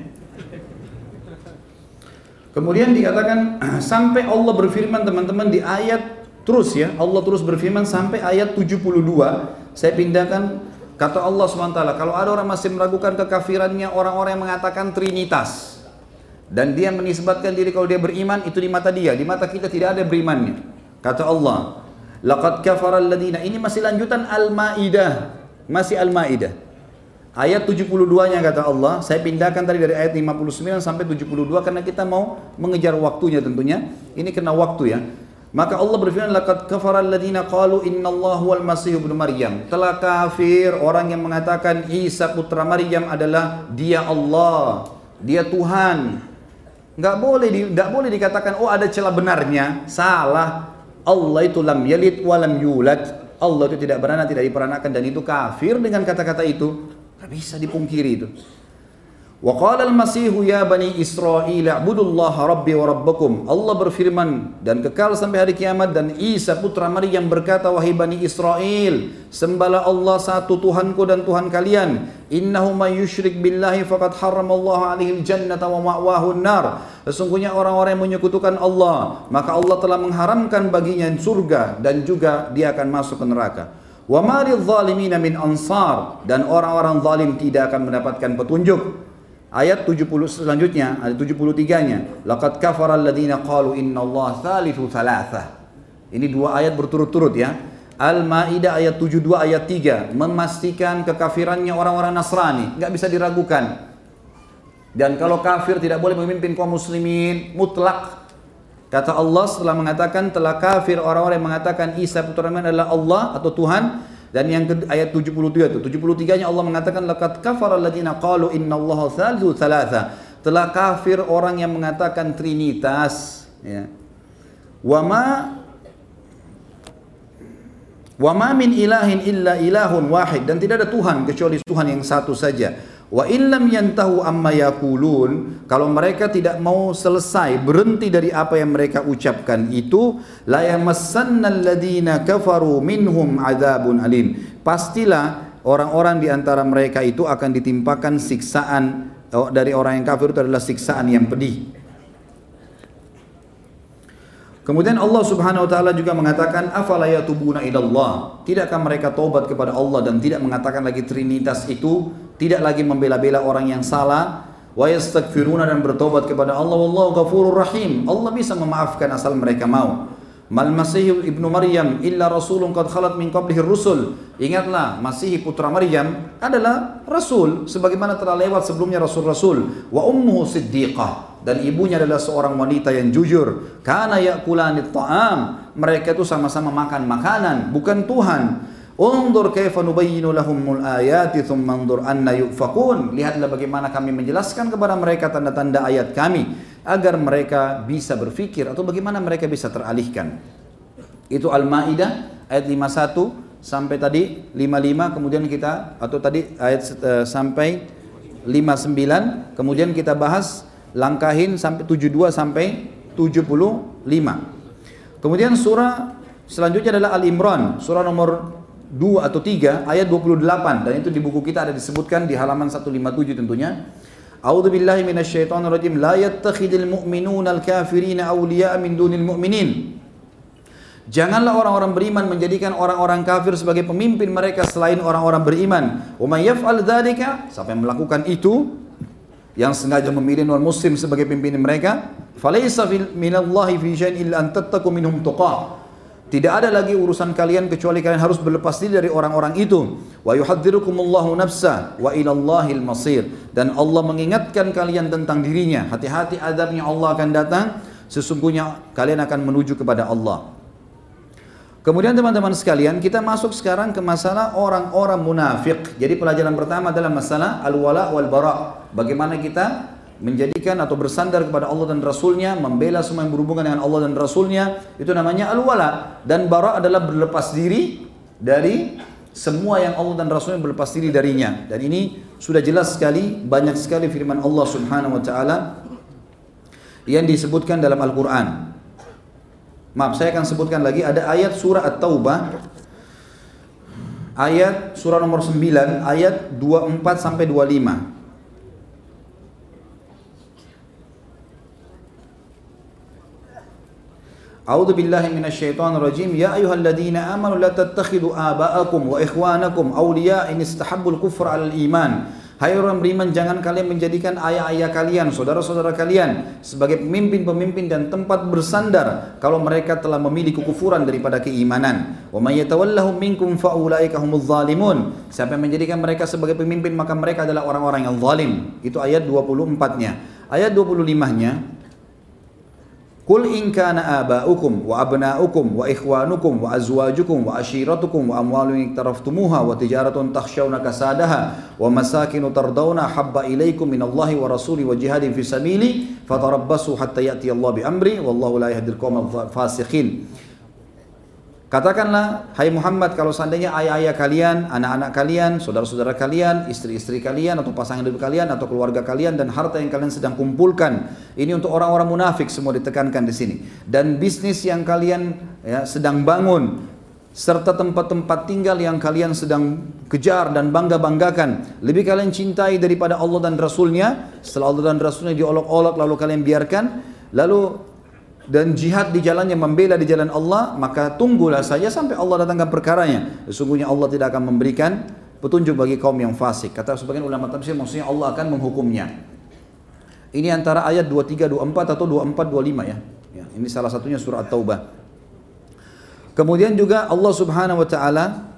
Kemudian dikatakan sampai Allah berfirman teman-teman di ayat terus ya. Allah terus berfirman sampai ayat tujuh puluh dua. Saya pindahkan kata Allah subhanahu wa taala. Kalau ada orang masih meragukan kekafirannya orang-orang yang mengatakan Trinitas. Dan dia menisbatkan diri kalau dia beriman itu di mata dia, di mata kita tidak ada berimannya. Kata Allah, laqad kafara alladziina, ini masih lanjutan Al-Maidah, masih Al-Maidah. Ayat tujuh puluh dua-nya kata Allah, saya pindahkan tadi dari ayat lima puluh sembilan sampai tujuh puluh dua karena kita mau mengejar waktunya tentunya. Ini kena waktu ya. Maka Allah berfirman, laqad kafara alladziina qalu innallaha huwal masih ibnu Maryam. Telah kafir orang yang mengatakan Isa putra Maryam adalah dia Allah, dia Tuhan. Nggak boleh, di, nggak boleh dikatakan oh ada celah benarnya. Salah. Allah itu lam yalid wa lam yulad. Allah itu tidak beranak, tidak diperanakan, dan itu kafir dengan kata-kata itu. Nggak bisa dipungkiri itu. Wa qala al-masihu ya bani Israil a'budullaha rabbi wa rabbakum. Allah berfirman dan kekal sampai hari kiamat, dan Isa putra Maryam berkata, wahai bani Israel, sembahlah Allah satu Tuhanku dan Tuhan kalian. Innahu may yusyrik billahi faqad harramallahu alaihi al-jannata wa ma'wahu an-nar. Sesungguhnya orang-orang yang menyekutukan Allah, maka Allah telah mengharamkan baginya surga dan juga dia akan masuk ke neraka. Wa ma lidh-dhalimina min ansar, dan orang-orang zalim tidak akan mendapatkan petunjuk. Ayat tujuh puluh selanjutnya, ayat tujuh puluh tiga-nya, laqad kafara alladziina qalu innallaha tsalitsu tsalatsah. Ini dua ayat berturut-turut ya. Al-Maidah ayat tujuh puluh dua ayat tiga memastikan kekafirannya orang-orang Nasrani, enggak bisa diragukan. Dan kalau kafir tidak boleh memimpin kaum muslimin mutlak. Kata Allah setelah mengatakan telah kafir orang-orang yang mengatakan Isa putra Maryam adalah Allah atau Tuhan. Dan yang ke, ayat tujuh puluh tiga itu, tujuh puluh tiga-nya Allah mengatakan laqad kafara alladziina qalu innallaha tsalitsu tsalatsa. Telah kafir orang yang mengatakan Trinitas ya. Wa ma wa ma min ilahin illa ilahun wahid, dan tidak ada Tuhan kecuali Tuhan yang satu saja. Wa illam yantahu amma yaqulun, kalau mereka tidak mau selesai berhenti dari apa yang mereka ucapkan itu, la yamassannal ladzina kafaru minhum adzabun alim. Pastilah orang-orang di antara mereka itu akan ditimpakan siksaan dari orang yang kafir, itu adalah siksaan yang pedih. Kemudian Allah Subhanahu wa taala juga mengatakan afala yatubuna ilallah, tidakkah mereka taubat kepada Allah dan tidak mengatakan lagi Trinitas itu, tidak lagi membela-bela orang yang salah, wa yastaghfiruna, dan bertobat kepada Allah, wallahu ghafurur rahim. Allah bisa memaafkan asal mereka mau. Mal masih ibnu Maryam illa rasulun qad khalat min qablihi rusul. Ingatlah, Masih putra Maryam adalah rasul sebagaimana telah lewat sebelumnya rasul-rasul. Wa ummuhu siddiqah, dan ibunya adalah seorang wanita yang jujur. Kana ya'kulanit ta'am, mereka itu sama-sama makan makanan, bukan Tuhan. Undur kaifa nubayyinu lahumul ayati thumma undur anna yufakun. Lihatlah bagaimana kami menjelaskan kepada mereka tanda-tanda ayat kami agar mereka bisa berfikir, atau bagaimana mereka bisa teralihkan. Itu Al-Maidah ayat lima puluh satu sampai tadi lima puluh lima, kemudian kita atau tadi ayat uh, sampai lima puluh sembilan, kemudian kita bahas langkahin sampai tujuh puluh dua sampai tujuh puluh lima. Kemudian surah selanjutnya adalah Al-Imran, surah nomor dua atau tiga ayat dua puluh delapan, dan itu di buku kita ada disebutkan di halaman seratus lima puluh tujuh tentunya. A'udzubillahi minasyaitonirrajim. La yattakhidul mu'minuna al-kafirina awliya'a min dunil mu'minin. Janganlah orang-orang beriman menjadikan orang-orang kafir sebagai pemimpin mereka selain orang-orang beriman. Wa may yaf'al dzalika, siapa yang melakukan itu, yang sengaja memilih non-muslim sebagai pimpinan mereka, falaysa minallahi fi syai'in illa an tattaqu minhum tuqah. Tidak ada lagi urusan kalian kecuali kalian harus berlepas diri dari orang-orang itu. Wa yuhadzirukumullahu nafsa wa ilallahil masir. Dan Allah mengingatkan kalian tentang dirinya. Hati-hati azabnya Allah akan datang. Sesungguhnya kalian akan menuju kepada Allah. Kemudian teman-teman sekalian, kita masuk sekarang ke masalah orang-orang munafik. Jadi pelajaran pertama adalah masalah al-wala wal bara. Bagaimana kita menjadikan atau bersandar kepada Allah dan Rasulnya, membela semua yang berhubungan dengan Allah dan Rasulnya, itu namanya al-wala. Dan bara adalah berlepas diri dari semua yang Allah dan Rasulnya berlepas diri darinya. Dan ini sudah jelas sekali, banyak sekali firman Allah subhanahu wa ta'ala yang disebutkan dalam Al-Quran. Maaf, saya akan sebutkan lagi, ada ayat surah At-Taubah, ayat surah nomor sembilan, ayat dua puluh empat sampai dua puluh lima. A'udzu billahi minasyaitonir rajim. Ya ayyuhalladzina amanu la tattakhidhu aba'akum wa ikhwanakum awliya in istahabbul kufra 'alal iman. Hai orang beriman, jangan kalian menjadikan ayah-ayah kalian, saudara-saudara kalian sebagai pemimpin-pemimpin dan tempat bersandar kalau mereka telah memilih kekufuran daripada keimanan. Wa may yatawallahum minkum fa ulaika humuz zalimun. Siapa yang menjadikan mereka sebagai pemimpin, maka mereka adalah orang-orang yang zalim. Itu ayat dua puluh empat-nya. Ayat dua puluh lima-nya, Qul in kana aba'ukum wa abna'ukum wa ikhwanukum wa azwajukum wa ashiratukum wa amwalun iktaraftumuha wa tijaratun takhshawna kasadaha wa masakinu tardawna habba ilaikum minallahi wa rasuli wa jihadin fi sabili fatarabbasu hatta ya'ti Allah bi amri wallahu la yahdil qawmal fasiqin. Katakanlah, hai Muhammad, kalau seandainya ayah-ayah kalian, anak-anak kalian, saudara-saudara kalian, istri-istri kalian, atau pasangan hidup kalian, atau keluarga kalian, dan harta yang kalian sedang kumpulkan, ini untuk orang-orang munafik semua ditekankan di sini. Dan bisnis yang kalian ya, sedang bangun, serta tempat-tempat tinggal yang kalian sedang kejar dan bangga-banggakan, lebih kalian cintai daripada Allah dan Rasulnya. Setelah Allah dan Rasulnya diolok-olok lalu kalian biarkan, lalu dan jihad di jalannya, membela di jalan Allah, maka tunggulah saja sampai Allah datangkan perkaranya. Sesungguhnya Allah tidak akan memberikan petunjuk bagi kaum yang fasik. Kata sebagian ulama tafsir, maksudnya Allah akan menghukumnya. Ini antara ayat dua puluh tiga, dua puluh empat atau dua puluh empat, dua puluh lima ya. Ya, ini salah satunya surah At-Taubah. Kemudian juga Allah subhanahu wa ta'ala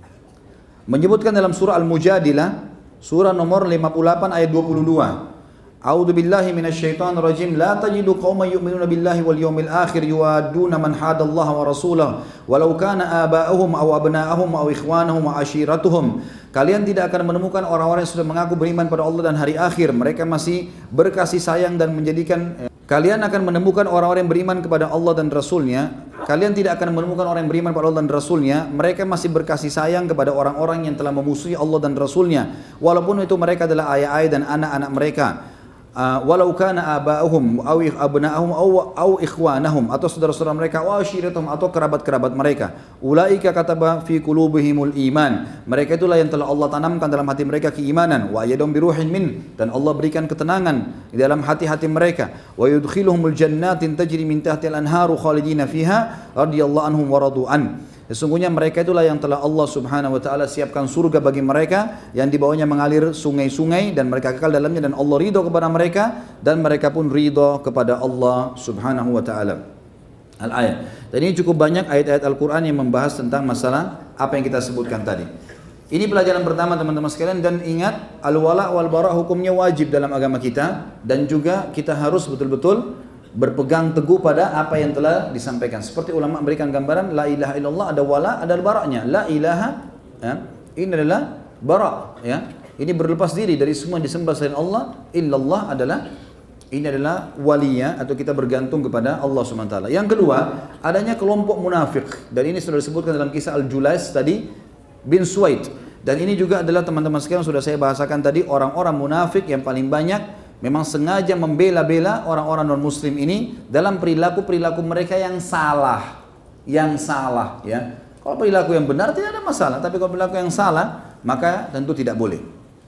menyebutkan dalam surah Al-Mujadilah, surah nomor lima puluh delapan ayat dua puluh dua. A'udzu billahi minasyaitonir rajim. La tajidu qauman yu'minuna billahi wal yawmil akhir yuwadduna man hadallaha wa rasulahu walau kana aba'uhum aw abna'uhum aw ikhwanuhum wa ashiratuhum. Kalian tidak akan menemukan orang-orang yang sudah mengaku beriman pada Allah dan hari akhir, mereka masih berkasih sayang dan menjadikan. Kalian akan menemukan orang-orang yang beriman kepada Allah dan Rasulnya. Kalian tidak akan menemukan orang yang beriman kepada Allah dan Rasulnya, mereka masih berkasih sayang kepada orang-orang yang telah memusuhi Allah dan Rasulnya, walaupun itu mereka adalah ayah-ayah dan anak-anak mereka. Uh, walau kana aba'uhum aw abna'uhum aw aw ikhwanahum, atau saudara-saudara mereka, wa ashiratuhum, atau kerabat-kerabat mereka. Ulaika kataba fi qulubihimul iman, mereka itulah yang telah Allah tanamkan dalam hati mereka keimanan. Wa yadum biruhin min, dan Allah berikan ketenangan di dalam hati-hati mereka. Wa yudkhiluhumul jannatin tajri min tahtiha al-anharu khalidina fiha radhiyallahu anhum wa radu an. Sesungguhnya mereka itulah yang telah Allah subhanahu wa ta'ala siapkan surga bagi mereka yang di bawahnya mengalir sungai-sungai dan mereka kekal dalamnya, dan Allah ridho kepada mereka dan mereka pun ridho kepada Allah subhanahu wa ta'ala. Al-ayat. Dan ini cukup banyak ayat-ayat Al-Quran yang membahas tentang masalah apa yang kita sebutkan tadi. Ini pelajaran pertama teman-teman sekalian, dan ingat al-wala wal bara hukumnya wajib dalam agama kita, dan juga kita harus betul-betul berpegang teguh pada apa yang telah disampaikan. Seperti ulama memberikan gambaran, la ilaha illallah ada wala, ada baraknya. La ilaha, ya, ini adalah bara, ya. Ini berlepas diri dari semua yang disembah selain Allah. Illallah adalah, ini adalah walinya, atau kita bergantung kepada Allah subhanahu wa taala. Yang kedua, adanya kelompok munafik, dan ini sudah disebutkan dalam kisah Al-Julais tadi bin Suwaid. Dan ini juga adalah teman-teman sekalian sudah saya bahasakan tadi, orang-orang munafik yang paling banyak memang sengaja membela-bela orang-orang non-muslim ini dalam perilaku-perilaku mereka yang salah. Yang salah, ya. Kalau perilaku yang benar tidak ada masalah, tapi kalau perilaku yang salah, maka tentu tidak boleh.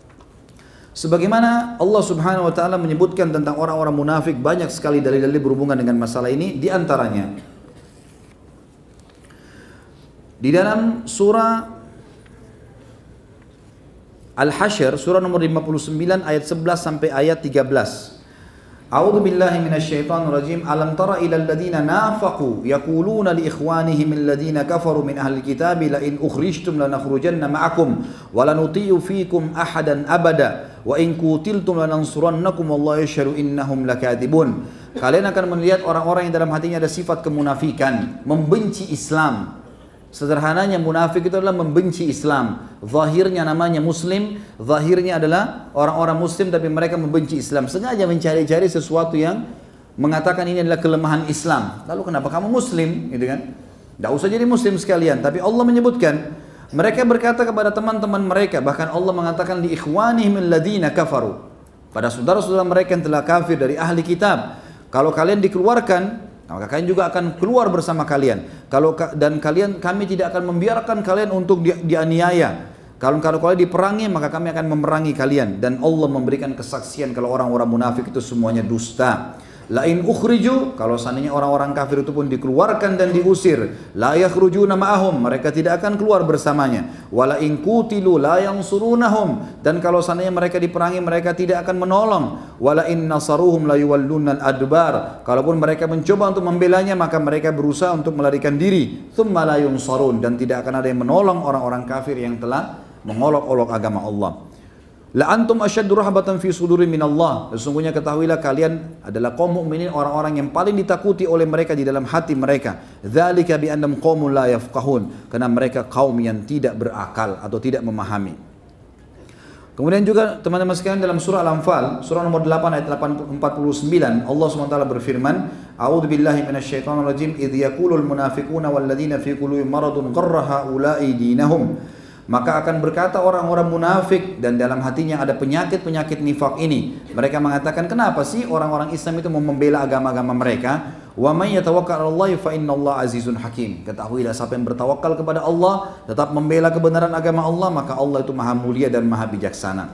Sebagaimana Allah subhanahu wa ta'ala menyebutkan tentang orang-orang munafik, banyak sekali dalil-dalil berhubungan dengan masalah ini. Di antaranya di dalam surah Al-Hasyr, surah nomor lima puluh sembilan ayat sebelas sampai ayat tiga belas. A'udzu billahi minasyaitonir rajim. Alam tara ilal ladzina nafaqu yaquluna li ikhwanihim alladhina kafaru min ahli kitabi la in ukhrijtum lanakhrujanna ma'akum wa lanuti'u fiikum ahadan abada wa in qutiltum lanansurannakum wallahu yashhadu innahum lakadzibun. Kalian akan melihat orang-orang yang dalam hatinya ada sifat kemunafikan, membenci Islam. Sederhananya munafik itu adalah membenci Islam. Zahirnya namanya muslim, zahirnya adalah orang-orang muslim tapi mereka membenci Islam. Sengaja mencari-cari sesuatu yang mengatakan ini adalah kelemahan Islam. Lalu kenapa kamu muslim? Gitu kan? Tidak usah jadi muslim sekalian. Tapi Allah menyebutkan, mereka berkata kepada teman-teman mereka, bahkan Allah mengatakan li ikhwanihim alladhina kafaru, pada saudara-saudara mereka yang telah kafir dari ahli kitab, kalau kalian dikeluarkan, maka kalian juga akan keluar bersama kalian. Kalau dan kalian kami tidak akan membiarkan kalian untuk di, dianiaya. Kalau kalau kalian diperangi, maka kami akan memerangi kalian. Dan Allah memberikan kesaksian kalau orang-orang munafik itu semuanya dusta. Lain ukhriju, kalau seandainya orang-orang kafir itu pun dikeluarkan dan diusir, la yakhrujuna ma'ahum, mereka tidak akan keluar bersamanya. Wala in qutilu la yansurunahum, dan kalau seandainya mereka diperangi, mereka tidak akan menolong. Wala in nasaruhum la yuwallunal adbar, kalaupun mereka mencoba untuk membelanya, maka mereka berusaha untuk melarikan diri. Tsumma la yunsarun, dan tidak akan ada yang menolong orang-orang kafir yang telah mengolok-olok agama Allah. La antum asyaddu rahbatan fi suduri minallah. Sesungguhnya ketahuilah kalian adalah kaum mukminin, orang-orang yang paling ditakuti oleh mereka di dalam hati mereka. Dzalika bi annahum qaumun la yafqahun, karena mereka kaum yang tidak berakal atau tidak memahami. Kemudian juga teman-teman sekalian, dalam surah Al-Anfal, surah nomor delapan ayat empat puluh sembilan, Allah subhanahu wa taala berfirman, A'udzu billahi minasyaitonir rajim, idz yaqulul munafiquna wal ladzina fi qulubihim maradun gharra haula'i dinahum. Maka akan berkata orang-orang munafik dan dalam hatinya ada penyakit-penyakit nifak ini. Mereka mengatakan, kenapa sih orang-orang Islam itu mau membela agama-agama mereka? Wa may yatawakkal 'alallahi fa innallaha azizun hakim. Ketahuilah siapa yang bertawakal kepada Allah, tetap membela kebenaran agama Allah, maka Allah itu maha mulia dan maha bijaksana.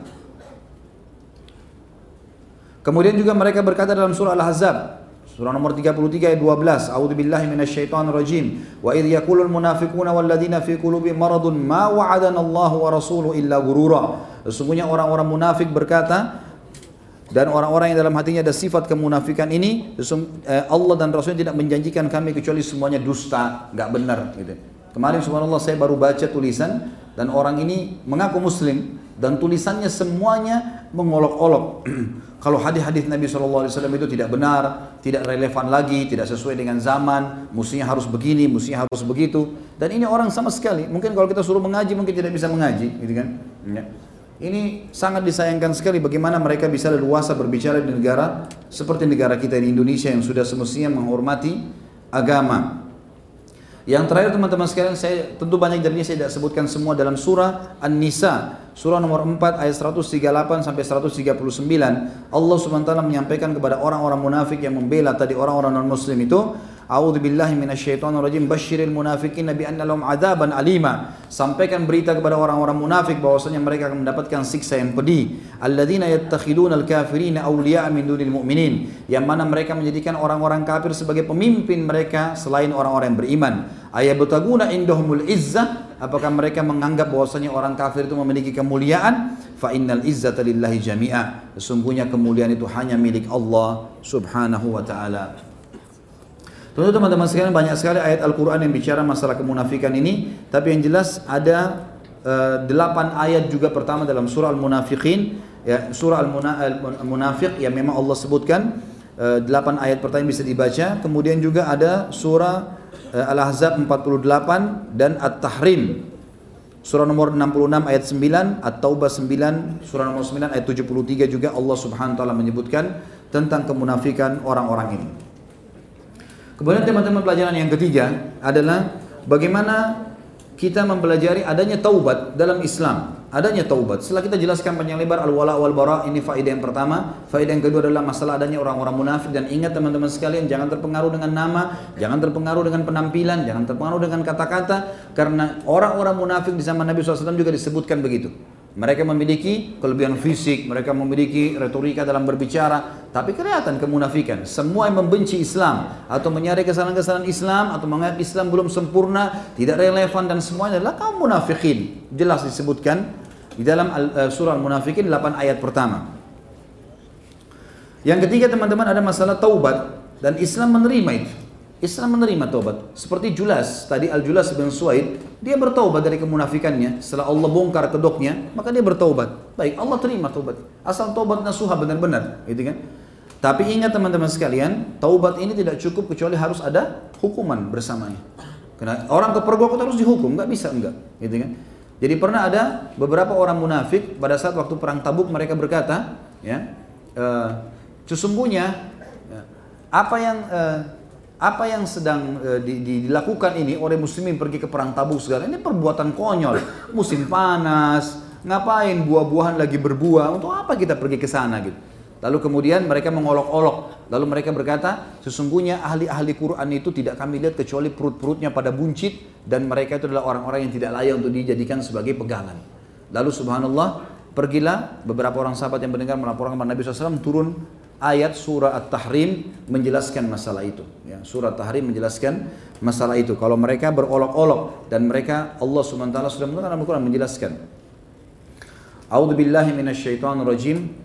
Kemudian juga mereka berkata dalam surah Al-Ahzab, surah nomor tiga puluh tiga ayat dua belas, A'udzu billahi minasyaitonir rajim. Wa idz yaqulul munafiquna wal ladzina fi qulubihim maradun ma wa'adana Allahu wa rasuluhu illa ghurura. Sesungguhnya orang-orang munafik berkata, dan orang-orang yang dalam hatinya ada sifat kemunafikan ini, Allah dan Rasulnya tidak menjanjikan kami kecuali semuanya dusta, enggak benar gitu. Kemarin subhanallah saya baru baca tulisan dan orang ini mengaku muslim dan tulisannya semuanya mengolok-olok. Kalau hadis-hadis Nabi shallallahu alaihi wasallam itu tidak benar, tidak relevan lagi, tidak sesuai dengan zaman, mestinya harus begini, mestinya harus begitu. Dan ini orang sama sekali, mungkin kalau kita suruh mengaji mungkin tidak bisa mengaji, gitu kan? Ya. Ini sangat disayangkan sekali bagaimana mereka bisa leluasa berbicara di negara seperti negara kita di Indonesia yang sudah semestinya menghormati agama. Yang terakhir teman-teman sekalian, saya tentu banyak dari ini saya tidak sebutkan semua, dalam surah An-Nisa, surah nomor empat ayat seratus tiga puluh delapan sampai seratus tiga puluh sembilan, Allah Subhanahu wa taala menyampaikan kepada orang-orang munafik yang membela tadi orang-orang non-muslim itu, A'udzu billahi minasyaitonir rajim, basyiril munafiqina bi anna lahum adzaban alima. Sampaikan berita kepada orang-orang munafik bahwasanya mereka akan mendapatkan siksa yang pedih. Alladzina yattakhiduna al-kafirina awliya'a min dunil mu'minin, yang mana mereka menjadikan orang-orang kafir sebagai pemimpin mereka selain orang-orang yang beriman. Ayabtaguna indahumul izzah, apakah mereka menganggap bahwasanya orang kafir itu memiliki kemuliaan? Fa innal izzata lillahi jami'a, sesungguhnya kemuliaan itu hanya milik Allah Subhanahu wa taala. Tentu teman-teman sekalian, banyak sekali ayat Al-Quran yang bicara masalah kemunafikan ini, tapi yang jelas ada uh, delapan ayat juga pertama dalam surah Al-Munafiqin, ya, surah Al-Munafiq yang memang Allah sebutkan, uh, delapan ayat pertama bisa dibaca. Kemudian juga ada surah uh, Al-Ahzab empat puluh delapan dan At-Tahrim, surah nomor enam puluh enam ayat sembilan, At-Taubah sembilan, surah nomor sembilan ayat tujuh puluh tiga juga Allah Subhanahu wa taala menyebutkan tentang kemunafikan orang-orang ini. Kemudian teman-teman, pelajaran yang ketiga adalah bagaimana kita mempelajari adanya taubat dalam Islam. Adanya taubat. Setelah kita jelaskan panjang lebar al-wala wal bara, ini faedah yang pertama. Faedah yang kedua adalah masalah adanya orang-orang munafik. Dan ingat teman-teman sekalian, jangan terpengaruh dengan nama, jangan terpengaruh dengan penampilan, jangan terpengaruh dengan kata-kata, karena orang-orang munafik di zaman Nabi shallallahu alaihi wasallam juga disebutkan begitu. Mereka memiliki kelebihan fisik, mereka memiliki retorika dalam berbicara, tapi kelihatan kemunafikan. Semua yang membenci Islam atau menyari kesalahan-kesalahan Islam atau menganggap Islam belum sempurna, tidak relevan, dan semuanya adalah kaum munafikin. Jelas disebutkan di dalam uh, surah Al-Munafikin delapan ayat pertama. Yang ketiga teman-teman, ada masalah taubat, dan Islam menerima itu. Islam menerima taubat. Seperti Julas, tadi Al-Julas bin Suwaid, dia bertaubat dari kemunafikannya. Setelah Allah bongkar kedoknya, maka dia bertaubat. Baik, Allah terima taubat. Asal taubat nasuha benar-benar, gitu kan? Tapi ingat teman-teman sekalian, taubat ini tidak cukup kecuali harus ada hukuman bersamanya. Karena orang kepergok itu harus dihukum, nggak bisa enggak, gitu kan? Jadi pernah ada beberapa orang munafik pada saat waktu perang Tabuk mereka berkata, ya, e, sesungguhnya apa yang e, apa yang sedang e, di, di, dilakukan ini oleh muslimin pergi ke perang Tabuk segala ini perbuatan konyol, musim panas, ngapain buah-buahan lagi berbuah, untuk apa kita pergi ke sana gitu. Lalu kemudian mereka mengolok-olok, lalu mereka berkata, sesungguhnya ahli-ahli Quran itu tidak kami lihat kecuali perut-perutnya pada buncit, dan mereka itu adalah orang-orang yang tidak layak untuk dijadikan sebagai pegangan. Lalu subhanallah, pergilah beberapa orang sahabat yang mendengar melaporkan kepada Nabi shallallahu alaihi wasallam, turun ayat surah At-Tahrim menjelaskan masalah itu. Ya, surah At-Tahrim menjelaskan masalah itu. Kalau mereka berolok-olok, dan mereka, Allah subhanahu wa taala sudah menerangkan dalam Al-Quran menjelaskan. A'udzubillahi minasyaitonirrajim.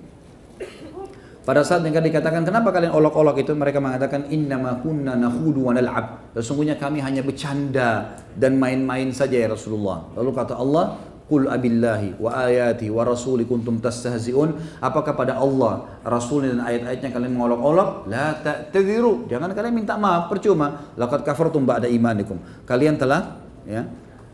Pada saat mereka dikatakan, kenapa kalian olok-olok itu? Mereka mengatakan, innama kunna nakhudu wa nal'ab. Sesungguhnya kami hanya bercanda dan main-main saja ya Rasulullah. Lalu kata Allah, qul abillahi wa ayati wa rasuli kuntum tastahzi'un. Apakah pada Allah, Rasulnya dan ayat-ayatnya kalian mengolok-olok? La ta'tadiru. Jangan kalian minta maaf, percuma. Laqad kafartum ba'da imanikum. Kalian telah ya,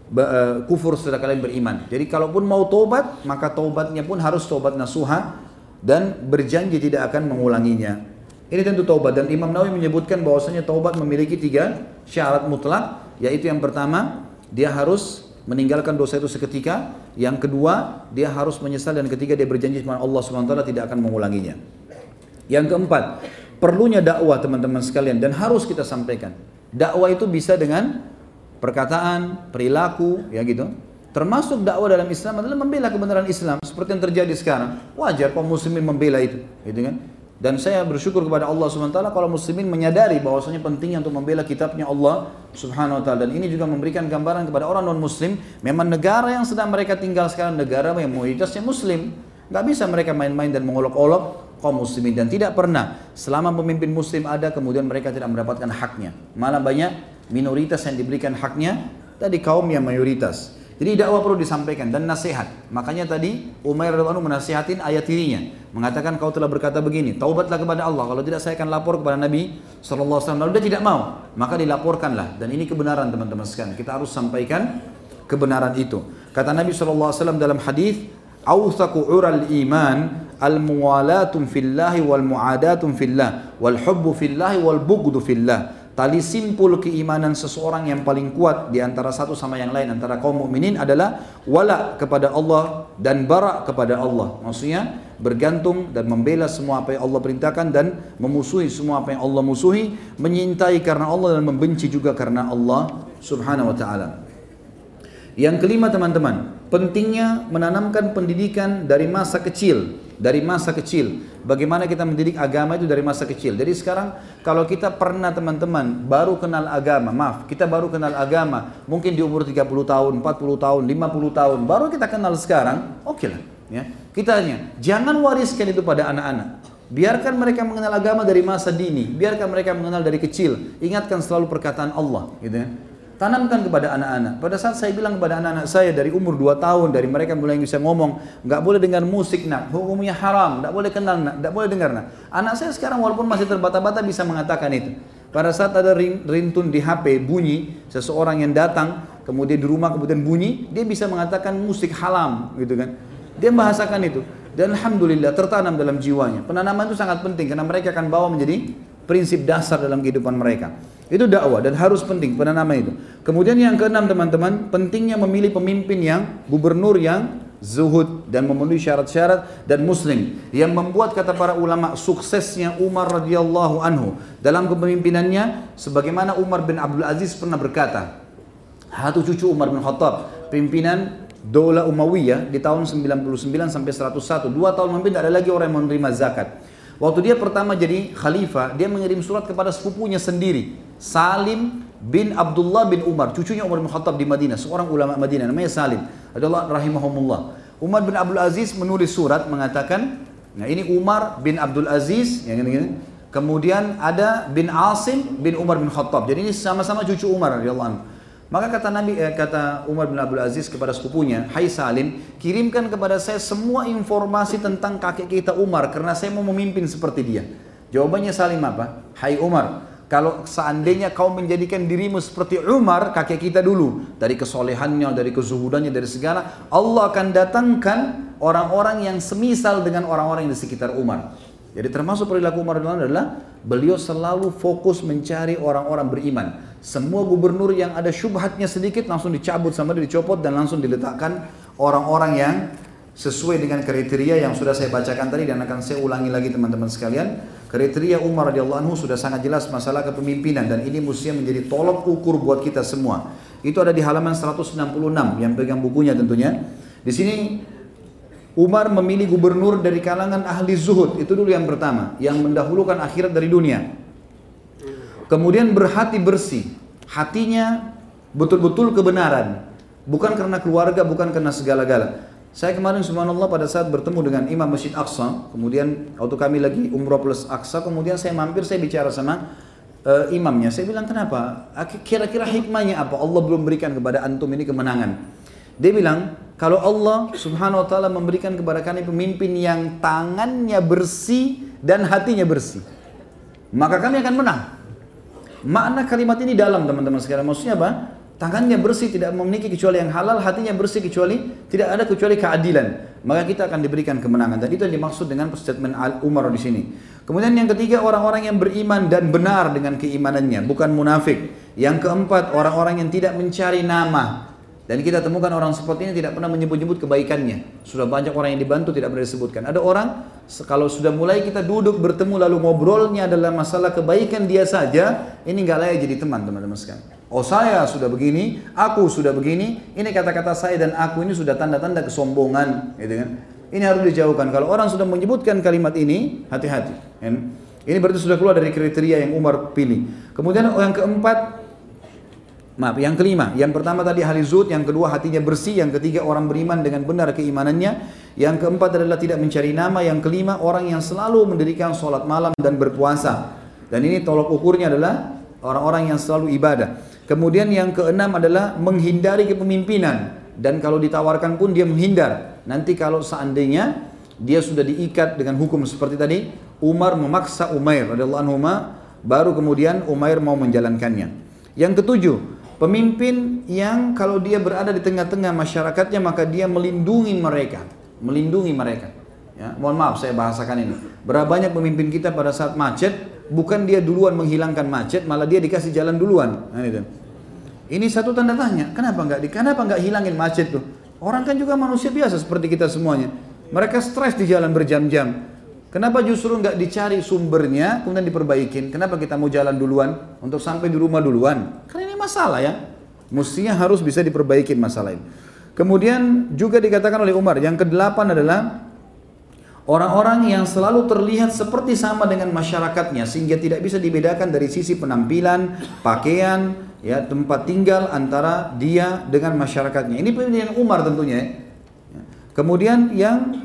kufur setelah kalian beriman. Jadi kalaupun mau taubat, maka taubatnya pun harus taubat nasuha, dan berjanji tidak akan mengulanginya. Ini tentu taubat, dan Imam Nawawi menyebutkan bahwasanya taubat memiliki tiga syarat mutlak, yaitu yang pertama, dia harus meninggalkan dosa itu seketika, yang kedua, dia harus menyesal, dan ketiga, dia berjanji kepada Allah subhanahu wa taala tidak akan mengulanginya. Yang keempat, perlunya dakwah teman-teman sekalian, dan harus kita sampaikan. Dakwah itu bisa dengan perkataan, perilaku, ya gitu. Termasuk dakwah dalam Islam adalah membela kebenaran Islam, seperti yang terjadi sekarang. Wajar kaum muslimin membela itu, gitu kan? Dan saya bersyukur kepada Allah subhanahu wa taala kalau muslimin menyadari bahwasanya pentingnya untuk membela kitabnya Allah subhanahu wa taala. Dan ini juga memberikan gambaran kepada orang non muslim, memang negara yang sedang mereka tinggal sekarang negara yang mayoritasnya muslim. Gak bisa mereka main-main dan mengolok-olok kaum muslimin, dan tidak pernah selama pemimpin muslim ada kemudian mereka tidak mendapatkan haknya. Malah banyak minoritas yang diberikan haknya tadi kaum yang mayoritas. Jadi dakwah perlu disampaikan dan nasihat. Makanya tadi Umair radhiyallahu anhu menasihatin ayat dirinya, mengatakan kau telah berkata begini, taubatlah kepada Allah, kalau tidak saya akan lapor kepada Nabi sallallahu alaihi wasallam. Lalu dia tidak mau, maka dilaporkanlah. Dan ini kebenaran teman-teman sekalian. Kita harus sampaikan kebenaran itu. Kata Nabi sallallahu alaihi wasallam dalam hadis, "Awthaqu 'ural iman al-muwalatum fillahi wal mu'adatum fillah wal hubbu fillahi wal bughdu fillah." Tali simpul keimanan seseorang yang paling kuat di antara satu sama yang lain, antara kaum mukminin adalah wala kepada Allah dan bara kepada Allah. Maksudnya bergantung dan membela semua apa yang Allah perintahkan dan memusuhi semua apa yang Allah musuhi, menyintai karena Allah dan membenci juga karena Allah subhanahu wa ta'ala. Yang kelima teman-teman, pentingnya menanamkan pendidikan dari masa kecil. Dari masa kecil, bagaimana kita mendidik agama itu dari masa kecil. Jadi sekarang kalau kita pernah teman-teman baru kenal agama, maaf, kita baru kenal agama mungkin di umur tiga puluh tahun, empat puluh tahun, lima puluh tahun, baru kita kenal sekarang, oke okay lah. Ya. Kita hanya, jangan wariskan itu pada anak-anak. Biarkan mereka mengenal agama dari masa dini, biarkan mereka mengenal dari kecil. Ingatkan selalu perkataan Allah, gitu ya. Tanamkan kepada anak-anak. Pada saat saya bilang kepada anak-anak saya dari umur dua tahun, dari mereka mulai bisa ngomong, nggak boleh dengar musik nak, hukumnya haram, nggak boleh kenal nak, nggak boleh dengar nak. Anak saya sekarang walaupun masih terbata-bata bisa mengatakan itu. Pada saat ada ringtone di H P bunyi, seseorang yang datang, kemudian di rumah kemudian bunyi, dia bisa mengatakan musik haram, gitu kan. Dia membahasakan itu. Dan alhamdulillah tertanam dalam jiwanya. Penanaman itu sangat penting karena mereka akan bawa menjadi prinsip dasar dalam kehidupan mereka. Itu dakwah dan harus penting penanaman itu. Kemudian yang keenam teman-teman, pentingnya memilih pemimpin yang gubernur yang zuhud dan memenuhi syarat-syarat dan muslim. Yang membuat kata para ulama suksesnya Umar radhiyallahu anhu dalam kepemimpinannya, sebagaimana Umar bin Abdul Aziz pernah berkata, satu cucu Umar bin Khattab, pimpinan Daulah Umayyah di tahun sembilan puluh sembilan sampai seratus satu, dua tahun memimpin, tidak ada lagi orang yang menerima zakat. Waktu dia pertama jadi khalifah, dia mengirim surat kepada sepupunya sendiri, Salim bin Abdullah bin Umar, cucunya Umar bin Khattab di Madinah, seorang ulama Madinah namanya Salim, adalah rahimahumullah. Umar bin Abdul Aziz menulis surat mengatakan, nah ini Umar bin Abdul Aziz, yang ini, kemudian ada bin Asim bin Umar bin Khattab. Jadi ini sama-sama cucu Umar radhiyallahu anhu. Maka kata Nabi, eh, kata Umar bin Abdul Aziz kepada sepupunya, hai Salim, kirimkan kepada saya semua informasi tentang kakek kita Umar, karena saya mau memimpin seperti dia. Jawabannya Salim apa? Hai Umar, kalau seandainya kau menjadikan dirimu seperti Umar, kakek kita dulu, dari kesolehannya, dari kezuhudannya, dari segala, Allah akan datangkan orang-orang yang semisal dengan orang-orang yang di sekitar Umar. Jadi termasuk perilaku Umar adalah beliau selalu fokus mencari orang-orang beriman. Semua gubernur yang ada syubhatnya sedikit langsung dicabut sama dia, dicopot dan langsung diletakkan orang-orang yang sesuai dengan kriteria yang sudah saya bacakan tadi dan akan saya ulangi lagi teman-teman sekalian. Kriteria Umar radhiyallahu anhu sudah sangat jelas masalah kepemimpinan dan ini mestinya menjadi tolok ukur buat kita semua. Itu ada di halaman seratus enam puluh enam yang pegang bukunya tentunya. Di sini Umar memilih gubernur dari kalangan ahli zuhud, itu dulu yang pertama, yang mendahulukan akhirat dari dunia. Kemudian berhati bersih, hatinya betul-betul kebenaran, bukan karena keluarga, bukan karena segala-gala. Saya kemarin subhanallah pada saat bertemu dengan Imam Masjid Aqsa, kemudian waktu kami lagi umroh plus Aqsa, kemudian saya mampir, saya bicara sama uh, imamnya, saya bilang kenapa? Kira-kira hikmahnya apa? Allah belum berikan kepada antum ini kemenangan. Dia bilang, kalau Allah subhanahu wa ta'ala memberikan kepada kami pemimpin yang tangannya bersih dan hatinya bersih, maka kami akan menang. Makna kalimat ini dalam teman-teman sekalian, maksudnya apa? Tangannya bersih, tidak memiliki kecuali yang halal, hatinya bersih kecuali tidak ada kecuali keadilan, maka kita akan diberikan kemenangan. Dan itu yang dimaksud dengan statement Umar di sini. Kemudian yang ketiga, orang-orang yang beriman dan benar dengan keimanannya, bukan munafik. Yang keempat, orang-orang yang tidak mencari nama. Dan kita temukan orang seperti ini tidak pernah menyebut-nyebut kebaikannya. Sudah banyak orang yang dibantu tidak pernah disebutkan. Ada orang kalau sudah mulai kita duduk bertemu lalu ngobrolnya adalah masalah kebaikan dia saja, ini nggak layak jadi teman teman-teman sekalian. Oh saya sudah begini, aku sudah begini, ini kata-kata saya dan aku ini sudah tanda-tanda kesombongan, gitu kan? Ini harus dijauhkan. Kalau orang sudah menyebutkan kalimat ini, hati-hati. Ini berarti sudah keluar dari kriteria yang Umar pilih. Kemudian yang keempat, maaf, yang kelima, yang pertama tadi ahli zuhud, yang kedua hatinya bersih, yang ketiga orang beriman dengan benar keimanannya, yang keempat adalah tidak mencari nama, yang kelima orang yang selalu mendirikan sholat malam dan berpuasa. Dan ini tolok ukurnya adalah orang-orang yang selalu ibadah. Kemudian yang keenam adalah menghindari kepemimpinan, dan kalau ditawarkan pun dia menghindar. Nanti kalau seandainya dia sudah diikat dengan hukum seperti tadi, Umar memaksa Umair radhiyallahu anhu, baru kemudian Umair mau menjalankannya. Yang ketujuh, pemimpin yang kalau dia berada di tengah-tengah masyarakatnya maka dia melindungi mereka, melindungi mereka. Ya, mohon maaf saya bahasakan ini. Berapa banyak pemimpin kita pada saat macet, bukan dia duluan menghilangkan macet, malah dia dikasih jalan duluan. Nah, itu. Ini satu tanda tanya. Kenapa enggak? Kenapa enggak hilangin macet tuh? Orang kan juga manusia biasa seperti kita semuanya. Mereka stres di jalan berjam-jam. Kenapa justru enggak dicari sumbernya kemudian diperbaikin? Kenapa kita mau jalan duluan untuk sampai di rumah duluan? Karena ini masalah ya. Mestinya harus bisa diperbaikin masalah ini. Kemudian juga dikatakan oleh Umar, yang kedelapan adalah orang-orang yang selalu terlihat seperti sama dengan masyarakatnya sehingga tidak bisa dibedakan dari sisi penampilan, pakaian, ya, tempat tinggal antara dia dengan masyarakatnya. Ini pemilihan Umar tentunya. Kemudian yang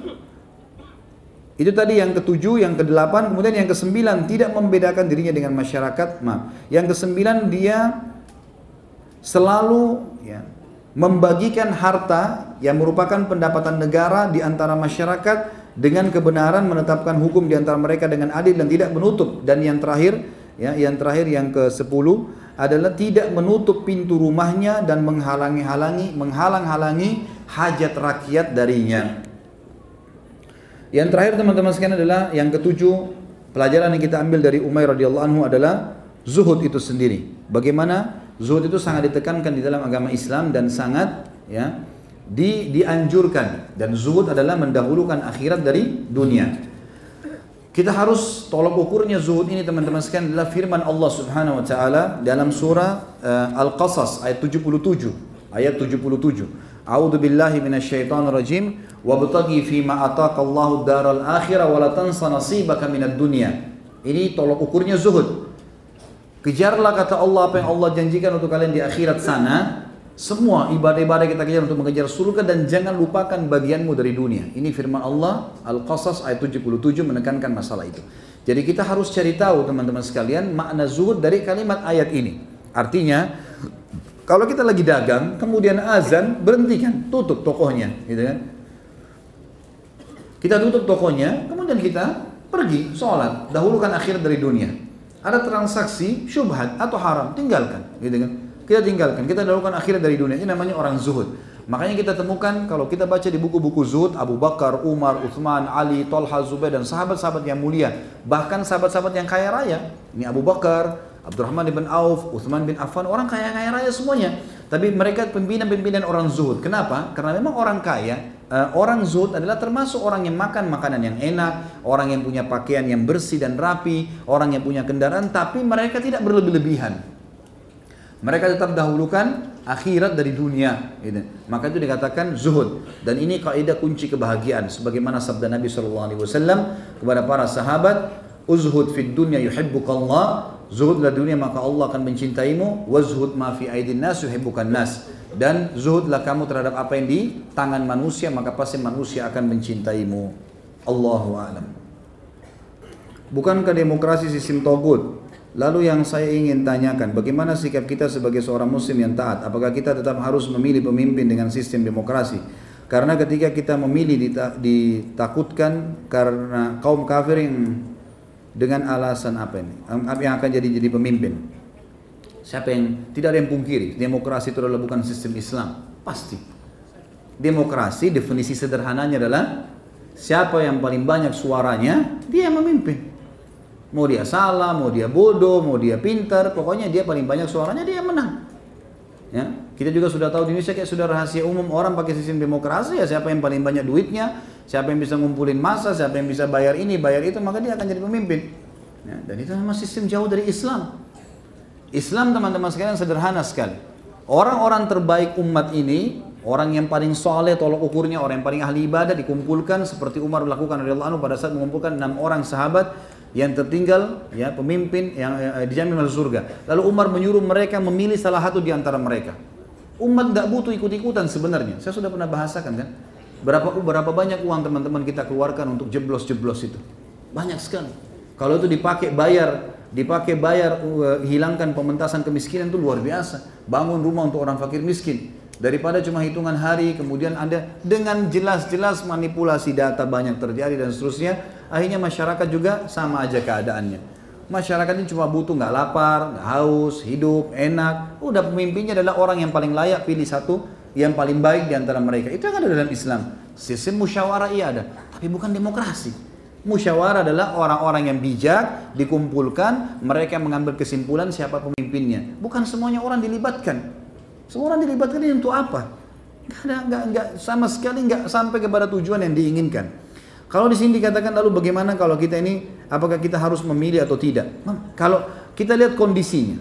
itu tadi yang ketujuh, yang kedelapan, kemudian yang kesembilan tidak membedakan dirinya dengan masyarakat. Maaf. Yang kesembilan dia selalu ya, membagikan harta yang merupakan pendapatan negara di antara masyarakat dengan kebenaran, menetapkan hukum di antara mereka dengan adil dan tidak menutup. Dan yang terakhir, ya, yang terakhir yang ke sepuluh adalah tidak menutup pintu rumahnya dan menghalangi-halangi, menghalang-halangi hajat rakyat darinya. Yang terakhir teman-teman sekalian adalah yang ketujuh, pelajaran yang kita ambil dari Umair radhiyallahu anhu adalah zuhud itu sendiri. Bagaimana zuhud itu sangat ditekankan di dalam agama Islam dan sangat ya di dianjurkan, dan zuhud adalah mendahulukan akhirat dari dunia. Kita harus tolak ukurnya zuhud ini teman-teman sekalian adalah firman Allah Subhanahu wa taala dalam surah uh, Al-Qasas ayat tujuh puluh tujuh, ayat tujuh puluh tujuh. A'udzu billahi minasyaitonir rajim wabtaghi fima ataqallahu daral akhirah wa la tansa nasibaka minad dunya. Ini tolak ukurnya zuhud. Kejarlah kata Allah apa yang Allah janjikan untuk kalian di akhirat sana. Semua ibadah-ibadah kita kejar untuk mengejar surga dan jangan lupakan bagianmu dari dunia. Ini firman Allah Al-Qasas ayat tujuh puluh tujuh menekankan masalah itu. Jadi kita harus cari tahu teman-teman sekalian makna zuhud dari kalimat ayat ini. Artinya kalau kita lagi dagang kemudian azan, berhentikan, tutup tokonya, gitu kan? Kita tutup tokonya, kemudian kita pergi sholat, dahulukan akhirat dari dunia. ada transaksi syubhat atau haram, tinggalkan, gitu kan? Kita tinggalkan, kita lakukan akhirat dari dunia. Ini namanya orang zuhud. Makanya kita temukan kalau kita baca di buku-buku zuhud, Abu Bakar, Umar, Uthman, Ali, Tolha, Zubair dan sahabat-sahabat yang mulia, bahkan sahabat-sahabat yang kaya raya. Ini Abu Bakar, Abdurrahman bin Auf, Uthman bin Affan, orang kaya-kaya raya semuanya. Tapi mereka pimpinan-pimpinan orang zuhud. Kenapa? Karena memang orang kaya, uh, orang zuhud adalah termasuk orang yang makan makanan yang enak, orang yang punya pakaian yang bersih dan rapi, orang yang punya kendaraan, tapi mereka tidak berlebih-lebihan. Mereka tetap dahulukan akhirat dari dunia, gitu. Maka itu dikatakan zuhud. Dan ini kaidah kunci kebahagiaan. Sebagaimana sabda Nabi shallallahu alaihi wasallam kepada para sahabat, uzhud fid dunya yuhibbukallah, zuhudlah dunia maka Allah akan mencintaimu, wazhud ma fi aidin nas yuhibbukan nas. Dan zuhudlah kamu terhadap apa yang di tangan manusia, maka pasti manusia akan mencintaimu. Allahu a'lam. Bukankah demokrasi sistem togut? Lalu yang saya ingin tanyakan, bagaimana sikap kita sebagai seorang muslim yang taat? Apakah kita tetap harus memilih pemimpin dengan sistem demokrasi? Karena ketika kita memilih ditakutkan karena kaum kafir yang dengan alasan apa ini? Yang akan jadi jadi pemimpin? Siapa yang tidak ada yang pungkiri, demokrasi itu adalah bukan sistem Islam, pasti. Demokrasi definisi sederhananya adalah siapa yang paling banyak suaranya, dia yang memimpin. Mau dia salah, mau dia bodoh, mau dia pintar, pokoknya dia paling banyak suaranya, dia yang menang. Ya, kita juga sudah tahu di Indonesia kayak sudah rahasia umum, orang pakai sistem demokrasi ya siapa yang paling banyak duitnya, siapa yang bisa ngumpulin massa, siapa yang bisa bayar ini, bayar itu, maka dia akan jadi pemimpin. Ya, dan itu memang sistem jauh dari Islam. Islam teman-teman sekalian sederhana sekali. Orang-orang terbaik umat ini, orang yang paling soleh, tolok ukurnya, orang yang paling ahli ibadah dikumpulkan seperti Umar lakukan radhiyallahu anhu pada saat mengumpulkan enam orang sahabat yang tertinggal, ya pemimpin yang eh, dijamin masuk surga. Lalu Umar menyuruh mereka memilih salah satu di antara mereka. Umat nggak butuh ikut-ikutan sebenarnya. Saya sudah pernah bahasakan kan, berapa berapa banyak uang teman-teman kita keluarkan untuk jeblos-jeblos itu, banyak sekali. Kalau itu dipakai bayar, dipakai bayar uh, hilangkan pementasan kemiskinan itu luar biasa. Bangun rumah untuk orang fakir miskin. Daripada cuma hitungan hari, kemudian Anda dengan jelas-jelas manipulasi data banyak terjadi dan seterusnya, akhirnya masyarakat juga sama aja keadaannya. Masyarakat ini cuma butuh nggak lapar, nggak haus, hidup enak. Udah pemimpinnya adalah orang yang paling layak, pilih satu yang paling baik di antara mereka. Itu yang ada dalam Islam. Sistem musyawarah iya ada, tapi bukan demokrasi. Musyawarah adalah orang-orang yang bijak dikumpulkan, mereka mengambil kesimpulan siapa pemimpinnya. Bukan semuanya orang dilibatkan. Semua orang dilibatkan ini untuk apa? Nggak ada, nggak, nggak sama sekali nggak sampai kepada tujuan yang diinginkan. Kalau di sini dikatakan lalu bagaimana kalau kita ini, apakah kita harus memilih atau tidak? Kalau kita lihat kondisinya,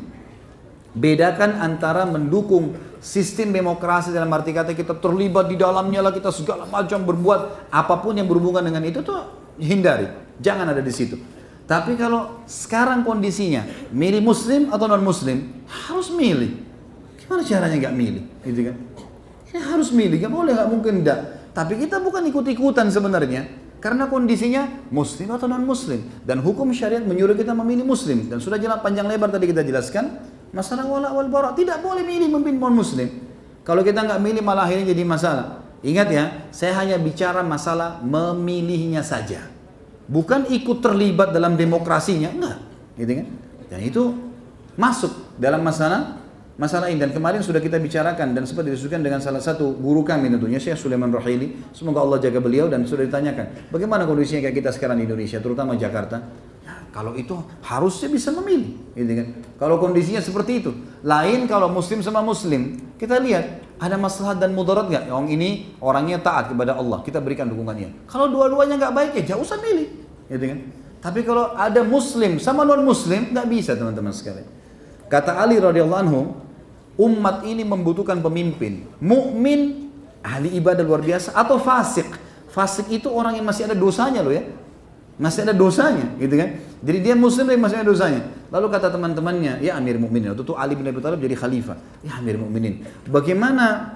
bedakan antara mendukung sistem demokrasi dalam arti kata kita terlibat di dalamnya lah, kita segala macam berbuat apapun yang berhubungan dengan itu tuh hindari, jangan ada di situ. Tapi kalau sekarang kondisinya milih muslim atau non muslim, harus milih. Gimana caranya nggak milih, gitu kan? Ya harus milih, nggak boleh, nggak mungkin enggak. Tapi kita bukan ikut-ikutan sebenarnya, karena kondisinya muslim atau non muslim, dan hukum syariat menyuruh kita memilih muslim. Dan sudah jelas panjang lebar tadi kita jelaskan masalah wala wal bara, tidak boleh milih memimpin non muslim. Kalau kita nggak milih malah akhirnya jadi masalah. Ingat ya, saya hanya bicara masalah memilihnya saja, bukan ikut terlibat dalam demokrasinya, enggak, gitu kan? Dan itu masuk dalam masalah masalah ini. Dan kemarin sudah kita bicarakan dan sempat didiskusikan dengan salah satu guru kami tentunya, Syekh Sulaiman Rahili, semoga Allah jaga beliau, dan sudah ditanyakan bagaimana kondisinya kayak kita sekarang di Indonesia, terutama Jakarta. Nah, kalau itu harusnya bisa memilih, gitu kan? Kalau kondisinya seperti itu. Lain kalau muslim sama muslim, kita lihat ada maslahat dan mudarat nggak? Yang ini orangnya taat kepada Allah, kita berikan dukungannya. Kalau dua-duanya nggak baik ya jangan usah milih, gitu kan? Tapi kalau ada muslim sama non muslim nggak bisa teman-teman sekalian. Kata Ali radhiyallahu anhu, umat ini membutuhkan pemimpin mukmin, ahli ibadah luar biasa, atau fasik. Fasik itu orang yang masih ada dosanya loh ya, masih ada dosanya, gitu kan? Jadi dia muslim tapi masih ada dosanya. Lalu kata teman-temannya, ya Amir Mukminin, waktu itu Ali bin Abi Thalib jadi khalifah. Ya Amir Mukminin, bagaimana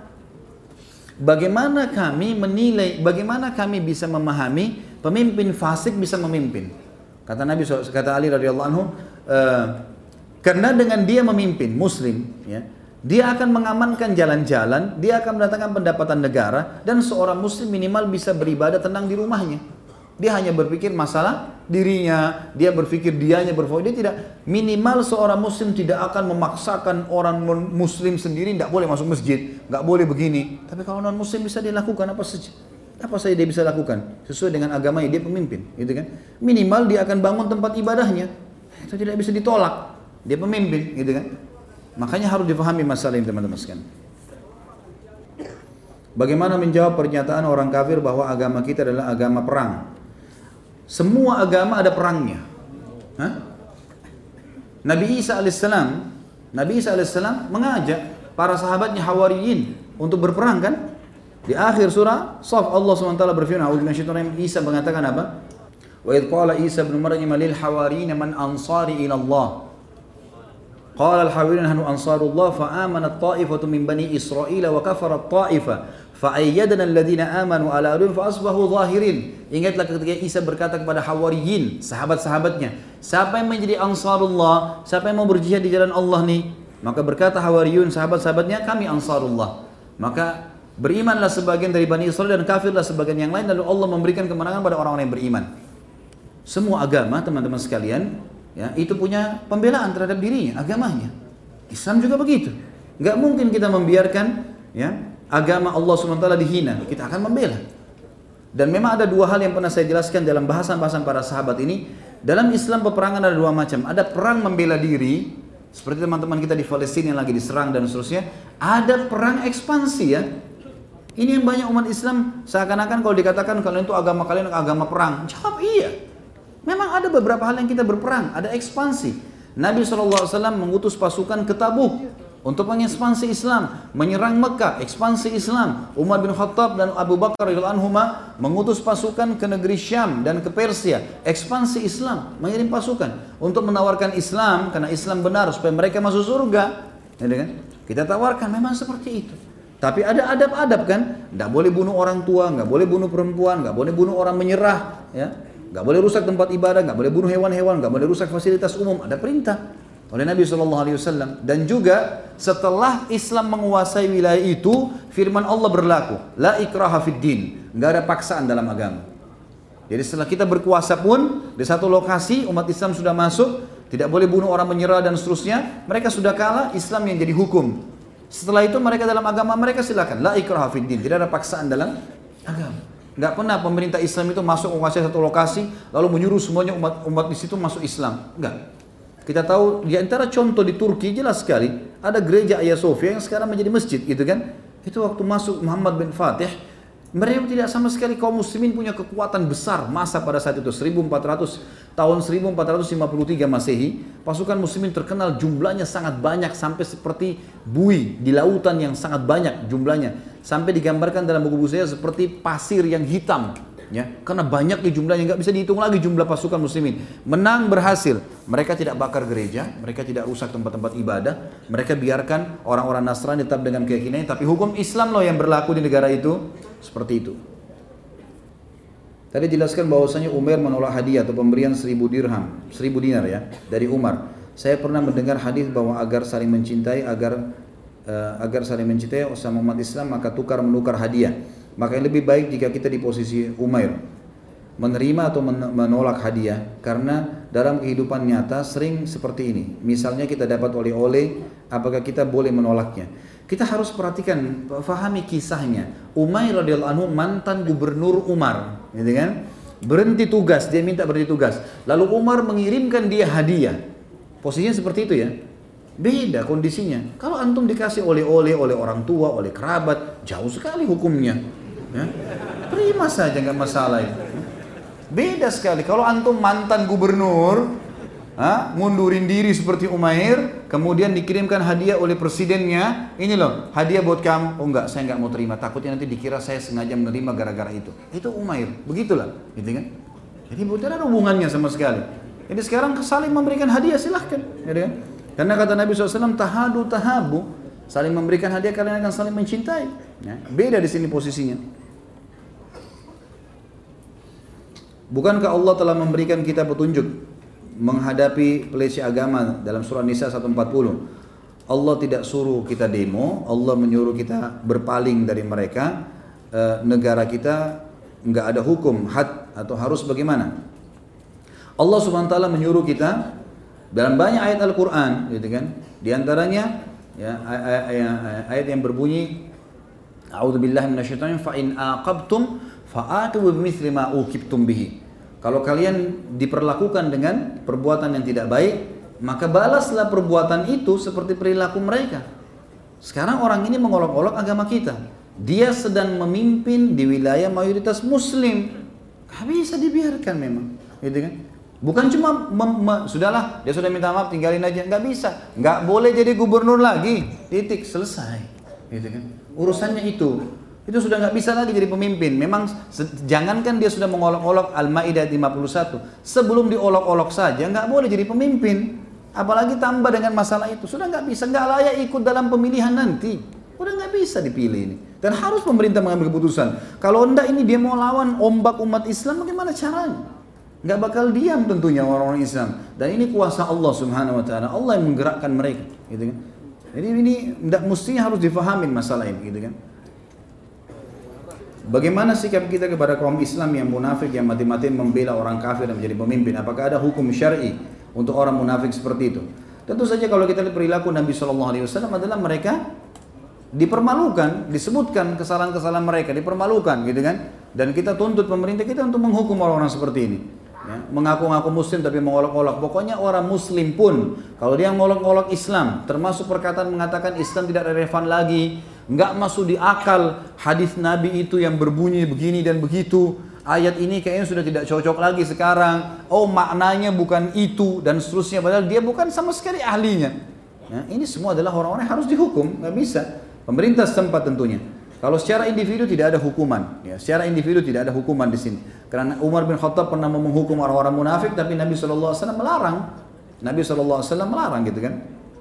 bagaimana kami menilai, bagaimana kami bisa memahami pemimpin fasik bisa memimpin? Kata Nabi, kata Ali radhiyallahu anhu, uh, karena dengan dia memimpin muslim, ya, dia akan mengamankan jalan-jalan, dia akan mendatangkan pendapatan negara, dan seorang muslim minimal bisa beribadah tenang di rumahnya. Dia hanya berpikir masalah dirinya, dia berpikir dianya berfokus. Dia tidak, minimal seorang muslim tidak akan memaksakan orang muslim sendiri tidak boleh masuk masjid, nggak boleh begini. Tapi kalau non muslim bisa dia lakukan apa saja. Apa saja dia bisa lakukan sesuai dengan agamanya, dia pemimpin, gitu kan? Minimal dia akan bangun tempat ibadahnya. Itu tidak bisa ditolak. Dia pemimpin, gitu kan? Makanya harus dipahami masalah ini, teman-teman sekalian. Bagaimana menjawab pernyataan orang kafir bahwa agama kita adalah agama perang? Semua agama ada perangnya. Hah? Nabi Isa alaihissalam, Nabi Isa alaihissalam mengajak para sahabatnya Hawariyin untuk berperang kan? Di akhir surah Shaf Allah subhanahu wa taala berfirman, "A'udzu billahi minasyaitonir rajim." Isa mengatakan apa? Wa idh qala Isa ibn Maryam lil hawariyin man ansari ila Allah. Qala al hawariyun nahnu ansarullah fa amanat ta'ifatu min bani Israil wa kafarat ta'ifa. فَأَيَّدْنَا الَّذِينَ آمَنُوا عَلَى عَدُوِّهِمْ فَأَصْبَحُوا ظَاهِرِينَ. Ingatlah ketika Isa berkata kepada Hawariyin, sahabat-sahabatnya, siapa yang menjadi Ansarullah, siapa yang mau berjihad di jalan Allah nih? Maka berkata Hawariyun, sahabat-sahabatnya, kami Ansarullah. Maka berimanlah sebagian dari Bani Israel dan kafirlah sebagian yang lain, lalu Allah memberikan kemenangan pada orang-orang yang beriman. Semua agama, teman-teman sekalian, ya, itu punya pembelaan terhadap dirinya, agamanya. Islam juga begitu. Gak mungkin kita membiarkan, ya, agama Allah subhanahu wa taala dihina, kita akan membela. Dan memang ada dua hal yang pernah saya jelaskan dalam bahasan-bahasan para sahabat ini. Dalam Islam peperangan ada dua macam. Ada perang membela diri, seperti teman-teman kita di Palestina yang lagi diserang dan seterusnya. Ada perang ekspansi, ya. Ini yang banyak umat Islam seakan-akan kalau dikatakan kalian itu agama kalian agama perang. Jawab iya. Memang ada beberapa hal yang kita berperang, ada ekspansi. Nabi shallallahu alaihi wasallam mengutus pasukan ke Tabuk untuk mengekspansi Islam, menyerang Mekah, ekspansi Islam. Umar bin Khattab dan Abu Bakar radhiyallahu anhuma mengutus pasukan ke negeri Syam dan ke Persia, ekspansi Islam, mengirim pasukan untuk menawarkan Islam karena Islam benar supaya mereka masuk surga. Ya, kan? Kita tawarkan memang seperti itu. Tapi ada adab-adab kan, nggak boleh bunuh orang tua, nggak boleh bunuh perempuan, nggak boleh bunuh orang menyerah, ya, nggak boleh rusak tempat ibadah, nggak boleh bunuh hewan-hewan, nggak boleh rusak fasilitas umum. Ada perintah oleh Nabi shallallahu alaihi wasallam. Dan juga setelah Islam menguasai wilayah itu, firman Allah berlaku, la ikraha fid din, nggak ada paksaan dalam agama. Jadi setelah kita berkuasa pun di satu lokasi umat Islam sudah masuk, tidak boleh bunuh orang menyerah dan seterusnya, mereka sudah kalah, Islam yang jadi hukum. Setelah itu mereka dalam agama mereka silakan, la ikraha fid din, tidak ada paksaan dalam agama. Nggak pernah pemerintah Islam itu masuk menguasai satu lokasi lalu menyuruh semuanya umat umat di situ masuk Islam. Enggak. Kita tahu di antara contoh di Turki jelas sekali ada gereja Hagia Sophia yang sekarang menjadi masjid, gitu kan? Itu waktu masuk Muhammad bin Fatih, mereka tidak sama sekali kaum muslimin punya kekuatan besar masa pada saat itu seribu empat ratus tahun seribu empat ratus lima puluh tiga Masehi, pasukan muslimin terkenal jumlahnya sangat banyak sampai seperti buih di lautan yang sangat banyak jumlahnya, sampai digambarkan dalam buku-buku saya seperti pasir yang hitam. Ya, karena banyak di jumlahnya, nggak bisa dihitung lagi jumlah pasukan muslimin. Menang berhasil, mereka tidak bakar gereja, mereka tidak rusak tempat-tempat ibadah, mereka biarkan orang-orang Nasrani tetap dengan keyakinannya, tapi hukum Islam loh yang berlaku di negara itu. Seperti itu. Tadi jelaskan bahwasanya Umar menolak hadiah atau pemberian seribu dirham, seribu dinar ya dari Umar. Saya pernah mendengar hadis bahwa agar saling mencintai, agar uh, agar saling mencintai sama umat Islam maka tukar menukar hadiah. Maka yang lebih baik jika kita di posisi Umair, menerima atau menolak hadiah, karena dalam kehidupan nyata sering seperti ini. Misalnya kita dapat oleh-oleh, apakah kita boleh menolaknya? Kita harus perhatikan, fahami kisahnya. Umair radhiyallahu anhu mantan gubernur Umar, gitu kan? Berhenti tugas, dia minta berhenti tugas. Lalu Umar mengirimkan dia hadiah. Posisinya seperti itu ya. Beda kondisinya. Kalau antum dikasih oleh-oleh oleh orang tua, oleh kerabat, jauh sekali hukumnya. Ya, terima saja, nggak masalah itu. Beda sekali kalau antum mantan gubernur, ha, ngundurin diri seperti Umair, kemudian dikirimkan hadiah oleh presidennya, ini loh hadiah buat kamu. Oh enggak, saya nggak mau terima, takutnya nanti dikira saya sengaja menerima gara-gara itu. Itu Umair, begitulah, gitu kan? Jadi bukan ada hubungannya sama sekali. Jadi sekarang saling memberikan hadiah silahkan, gitu kan? Karena kata Nabi shallallahu alaihi wasallam, tahadu tahabu, saling memberikan hadiah kalian akan saling mencintai. Ya, beda di sini posisinya. Bukankah Allah telah memberikan kita petunjuk menghadapi pelecehan agama dalam surah Nisa seratus empat puluh? Allah tidak suruh kita demo, Allah menyuruh kita berpaling dari mereka. E, negara kita nggak ada hukum had atau harus bagaimana? Allah Subhanahu wa taala menyuruh kita dalam banyak ayat Al-Qur'an, gitu kan? Di antaranya ya ayat yang berbunyi A'udzubillahi minasyaitonir fa in aqabtum fa'aqibu bimithli ma uqibtum bihi. Kalau kalian diperlakukan dengan perbuatan yang tidak baik, maka balaslah perbuatan itu seperti perilaku mereka. Sekarang orang ini mengolok-olok agama kita. Dia sedang memimpin di wilayah mayoritas muslim. Gak bisa dibiarkan memang, gitu kan? Bukan cuma mem- me- sudahlah, dia sudah minta maaf, tinggalin aja. Nggak bisa, nggak boleh jadi gubernur lagi. Titik, selesai, gitu kan? Urusannya itu, itu sudah nggak bisa lagi jadi pemimpin. Memang se- jangankan dia sudah mengolok-olok Al-Maidah lima puluh satu, sebelum diolok-olok saja nggak boleh jadi pemimpin. Apalagi tambah dengan masalah itu, sudah nggak bisa, nggak layak ikut dalam pemilihan nanti. Udah nggak bisa dipilih ini. Dan harus pemerintah mengambil keputusan. Kalau enggak ini dia mau lawan ombak umat Islam, bagaimana caranya? Nggak bakal diam tentunya orang-orang Islam. Dan ini kuasa Allah Subhanahu wa taala. Allah yang menggerakkan mereka, gitu kan. Jadi ini enggak mestinya harus difahamin masalah ini, gitu kan. Bagaimana sikap kita kepada kaum Islam yang munafik, yang mati-matian membela orang kafir dan menjadi pemimpin? Apakah ada hukum syar'i untuk orang munafik seperti itu? Tentu saja kalau kita lihat perilaku Nabi shallallahu alaihi wasallam adalah mereka dipermalukan, disebutkan kesalahan-kesalahan mereka, dipermalukan, gitu kan. Dan kita tuntut pemerintah kita untuk menghukum orang-orang seperti ini. Ya, mengaku-ngaku muslim tapi mengolok-olok. Pokoknya orang muslim pun kalau dia mengolok-olok Islam, termasuk perkataan mengatakan Islam tidak relevan lagi, nggak masuk di akal hadis Nabi itu yang berbunyi begini dan begitu, ayat ini kayaknya sudah tidak cocok lagi sekarang, oh maknanya bukan itu dan seterusnya, padahal dia bukan sama sekali ahlinya. Ya, ini semua adalah orang-orang yang harus dihukum, nggak bisa. Pemerintah setempat tentunya. Kalau secara individu tidak ada hukuman, ya, secara individu tidak ada hukuman di sini. Karena Umar bin Khattab pernah menghukum orang-orang munafik, tapi Nabi shallallahu alaihi wasallam melarang. Nabi shallallahu alaihi wasallam melarang, gitu kan?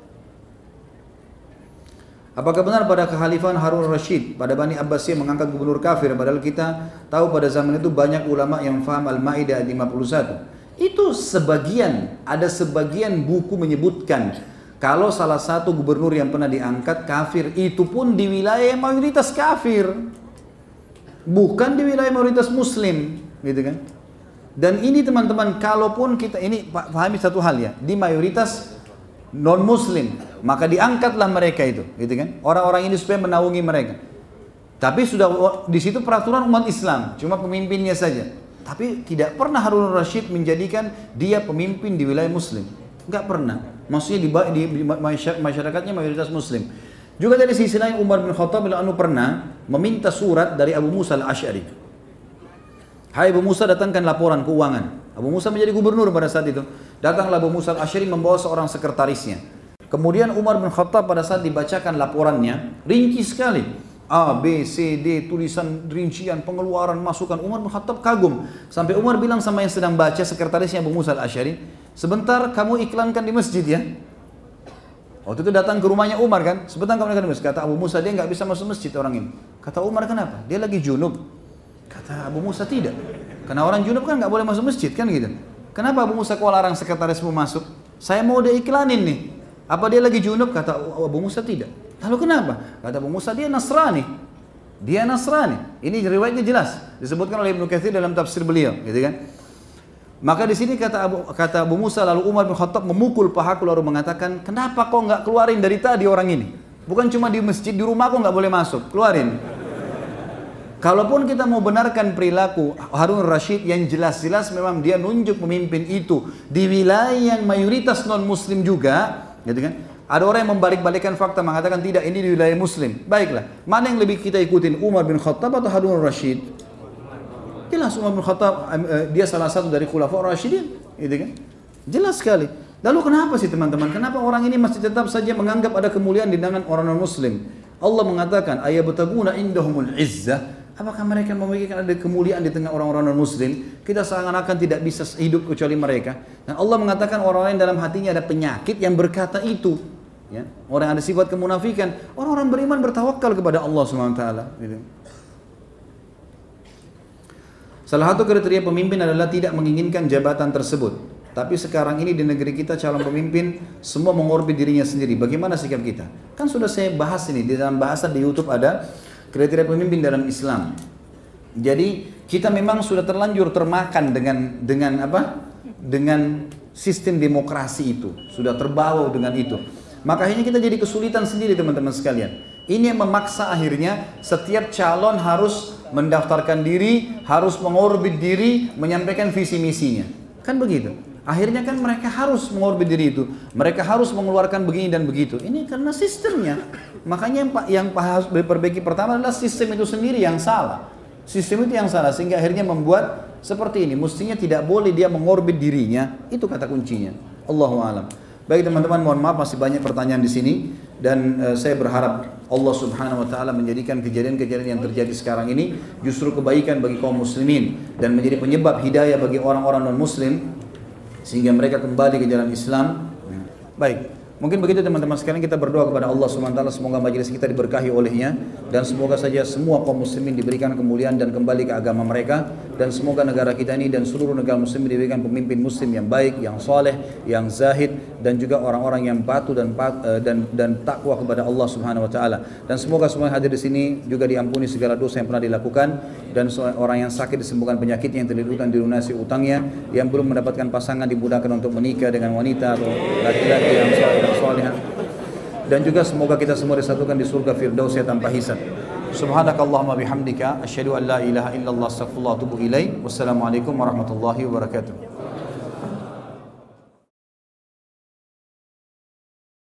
Apakah benar pada kekhalifahan Harun Rashid pada Bani Abbasiyah mengangkat gubernur kafir? Padahal kita tahu pada zaman itu banyak ulama yang faham Al-Maidah lima puluh satu. Itu sebagian, ada sebagian buku menyebutkan kalau salah satu gubernur yang pernah diangkat kafir, itu pun di wilayah mayoritas kafir, bukan di wilayah mayoritas muslim, gitu kan? Dan ini teman-teman, kalaupun kita ini pahami satu hal ya, di mayoritas non muslim, maka diangkatlah mereka itu, gitu kan? Orang-orang ini supaya menaungi mereka. Tapi sudah di situ peraturan umat Islam, cuma pemimpinnya saja. Tapi tidak pernah Harun Rashid menjadikan dia pemimpin di wilayah muslim, nggak pernah. Maksudnya di, di, di masyarakatnya mayoritas muslim. Juga dari sisi lain Umar bin Khattab anu pernah meminta surat dari Abu Musa al-Asy'ari. Hai Abu Musa, datangkan laporan keuangan. Abu Musa menjadi gubernur pada saat itu. Datanglah Abu Musa al-Asy'ari membawa seorang sekretarisnya. Kemudian Umar bin Khattab pada saat dibacakan laporannya, rinci sekali. A, B, C, D, tulisan rincian, pengeluaran, masukan. Umar bin Khattab kagum. Sampai Umar bilang sama yang sedang baca, sekretarisnya Abu Musa al-Asy'ari, sebentar kamu iklankan di masjid ya. Waktu itu datang ke rumahnya Umar kan, sebentar kamu iklankan di masjid. Kata Abu Musa, dia nggak bisa masuk masjid orang ini. Kata Umar, kenapa? Dia lagi junub. Kata Abu Musa, tidak. Karena orang junub kan nggak boleh masuk masjid kan gitu. Kenapa Abu Musa kau larang sekretarismu masuk? Saya mau dia iklanin nih. Apa dia lagi junub? Kata Abu Musa, tidak. Lalu kenapa? Kata Abu Musa, dia Nasrani. Dia Nasrani. Ini riwayatnya jelas, disebutkan oleh Ibnu Katsir dalam tafsir beliau, gitu kan? Maka di sini kata Abu, kata Abu Musa, lalu Umar bin Khattab memukul pahaku lalu mengatakan, kenapa kau nggak keluarin dari tadi orang ini? Bukan cuma di masjid, di rumah kau nggak boleh masuk, keluarin. Kalaupun kita mau benarkan perilaku Harun Rashid yang jelas-jelas memang dia nunjuk pemimpin itu di wilayah yang mayoritas non muslim juga, gitu kan? Ada orang yang membalik-balikan fakta mengatakan tidak, ini di wilayah muslim. Baiklah, mana yang lebih kita ikutin, Umar bin Khattab atau Harun Rashid? Jelas Umar bin Khattab dia salah satu dari khulafa Rasyidin, gitu kan? Jelas sekali. Lalu kenapa sih teman-teman? Kenapa orang ini masih tetap saja menganggap ada kemuliaan di tangan orang non-muslim? Allah mengatakan, ayabtaguna indahumul izzah. Apakah mereka memikirkan ada kemuliaan di tengah orang-orang non-muslim? Kita seakan-akan tidak bisa hidup kecuali mereka. Dan Allah mengatakan orang-orang yang dalam hatinya ada penyakit yang berkata itu. Ya, orang yang ada sifat kemunafikan. Orang-orang beriman bertawakal kepada Allah subhanahu wa taala. Gitu. Salah satu kriteria pemimpin adalah tidak menginginkan jabatan tersebut. Tapi sekarang ini di negeri kita calon pemimpin semua mengorbit dirinya sendiri. Bagaimana sikap kita? Kan sudah saya bahas ini di dalam bahasan di YouTube, ada kriteria pemimpin dalam Islam. Jadi kita memang sudah terlanjur termakan dengan dengan apa? Dengan sistem demokrasi itu, sudah terbawa dengan itu. Maka akhirnya kita jadi kesulitan sendiri teman-teman sekalian. Ini yang memaksa akhirnya setiap calon harus mendaftarkan diri, harus mengorbit diri, menyampaikan visi misinya. Kan begitu. Akhirnya kan mereka harus mengorbit diri itu. Mereka harus mengeluarkan begini dan begitu. Ini karena sistemnya. Makanya yang, yang harus diperbaiki pertama adalah sistem itu sendiri yang salah. Sistem itu yang salah sehingga akhirnya membuat seperti ini. Mestinya tidak boleh dia mengorbit dirinya. Itu kata kuncinya. Allahu a'lam. Baik teman-teman, mohon maaf masih banyak pertanyaan di sini dan uh, saya berharap Allah Subhanahu wa taala menjadikan kejadian-kejadian yang terjadi sekarang ini justru kebaikan bagi kaum muslimin dan menjadi penyebab hidayah bagi orang-orang non-muslim sehingga mereka kembali ke jalan Islam. Baik. Mungkin begitu teman-teman sekalian, kita berdoa kepada Allah subhanahu wa taala semoga majelis kita diberkahi olehnya dan semoga saja semua kaum muslimin diberikan kemuliaan dan kembali ke agama mereka dan semoga negara kita ini dan seluruh negara muslimin diberikan pemimpin muslim yang baik, yang soleh, yang zahid dan juga orang-orang yang patuh dan dan dan takwa kepada Allah subhanahu wa taala. Dan semoga semua yang hadir di sini juga diampuni segala dosa yang pernah dilakukan dan orang yang sakit disembuhkan penyakitnya, yang terlilit dilunasi utangnya, yang belum mendapatkan pasangan dimudahkan untuk menikah dengan wanita atau laki-laki yang soleh salihah, dan juga semoga kita semua disatukan di surga Firdausnya tanpa hisab. Subhanakallahumma bihamdika asyhadu an la ilaha illallah astaghfirullah wa atubu ilaik. Wassalamualaikum warahmatullahi wabarakatuh.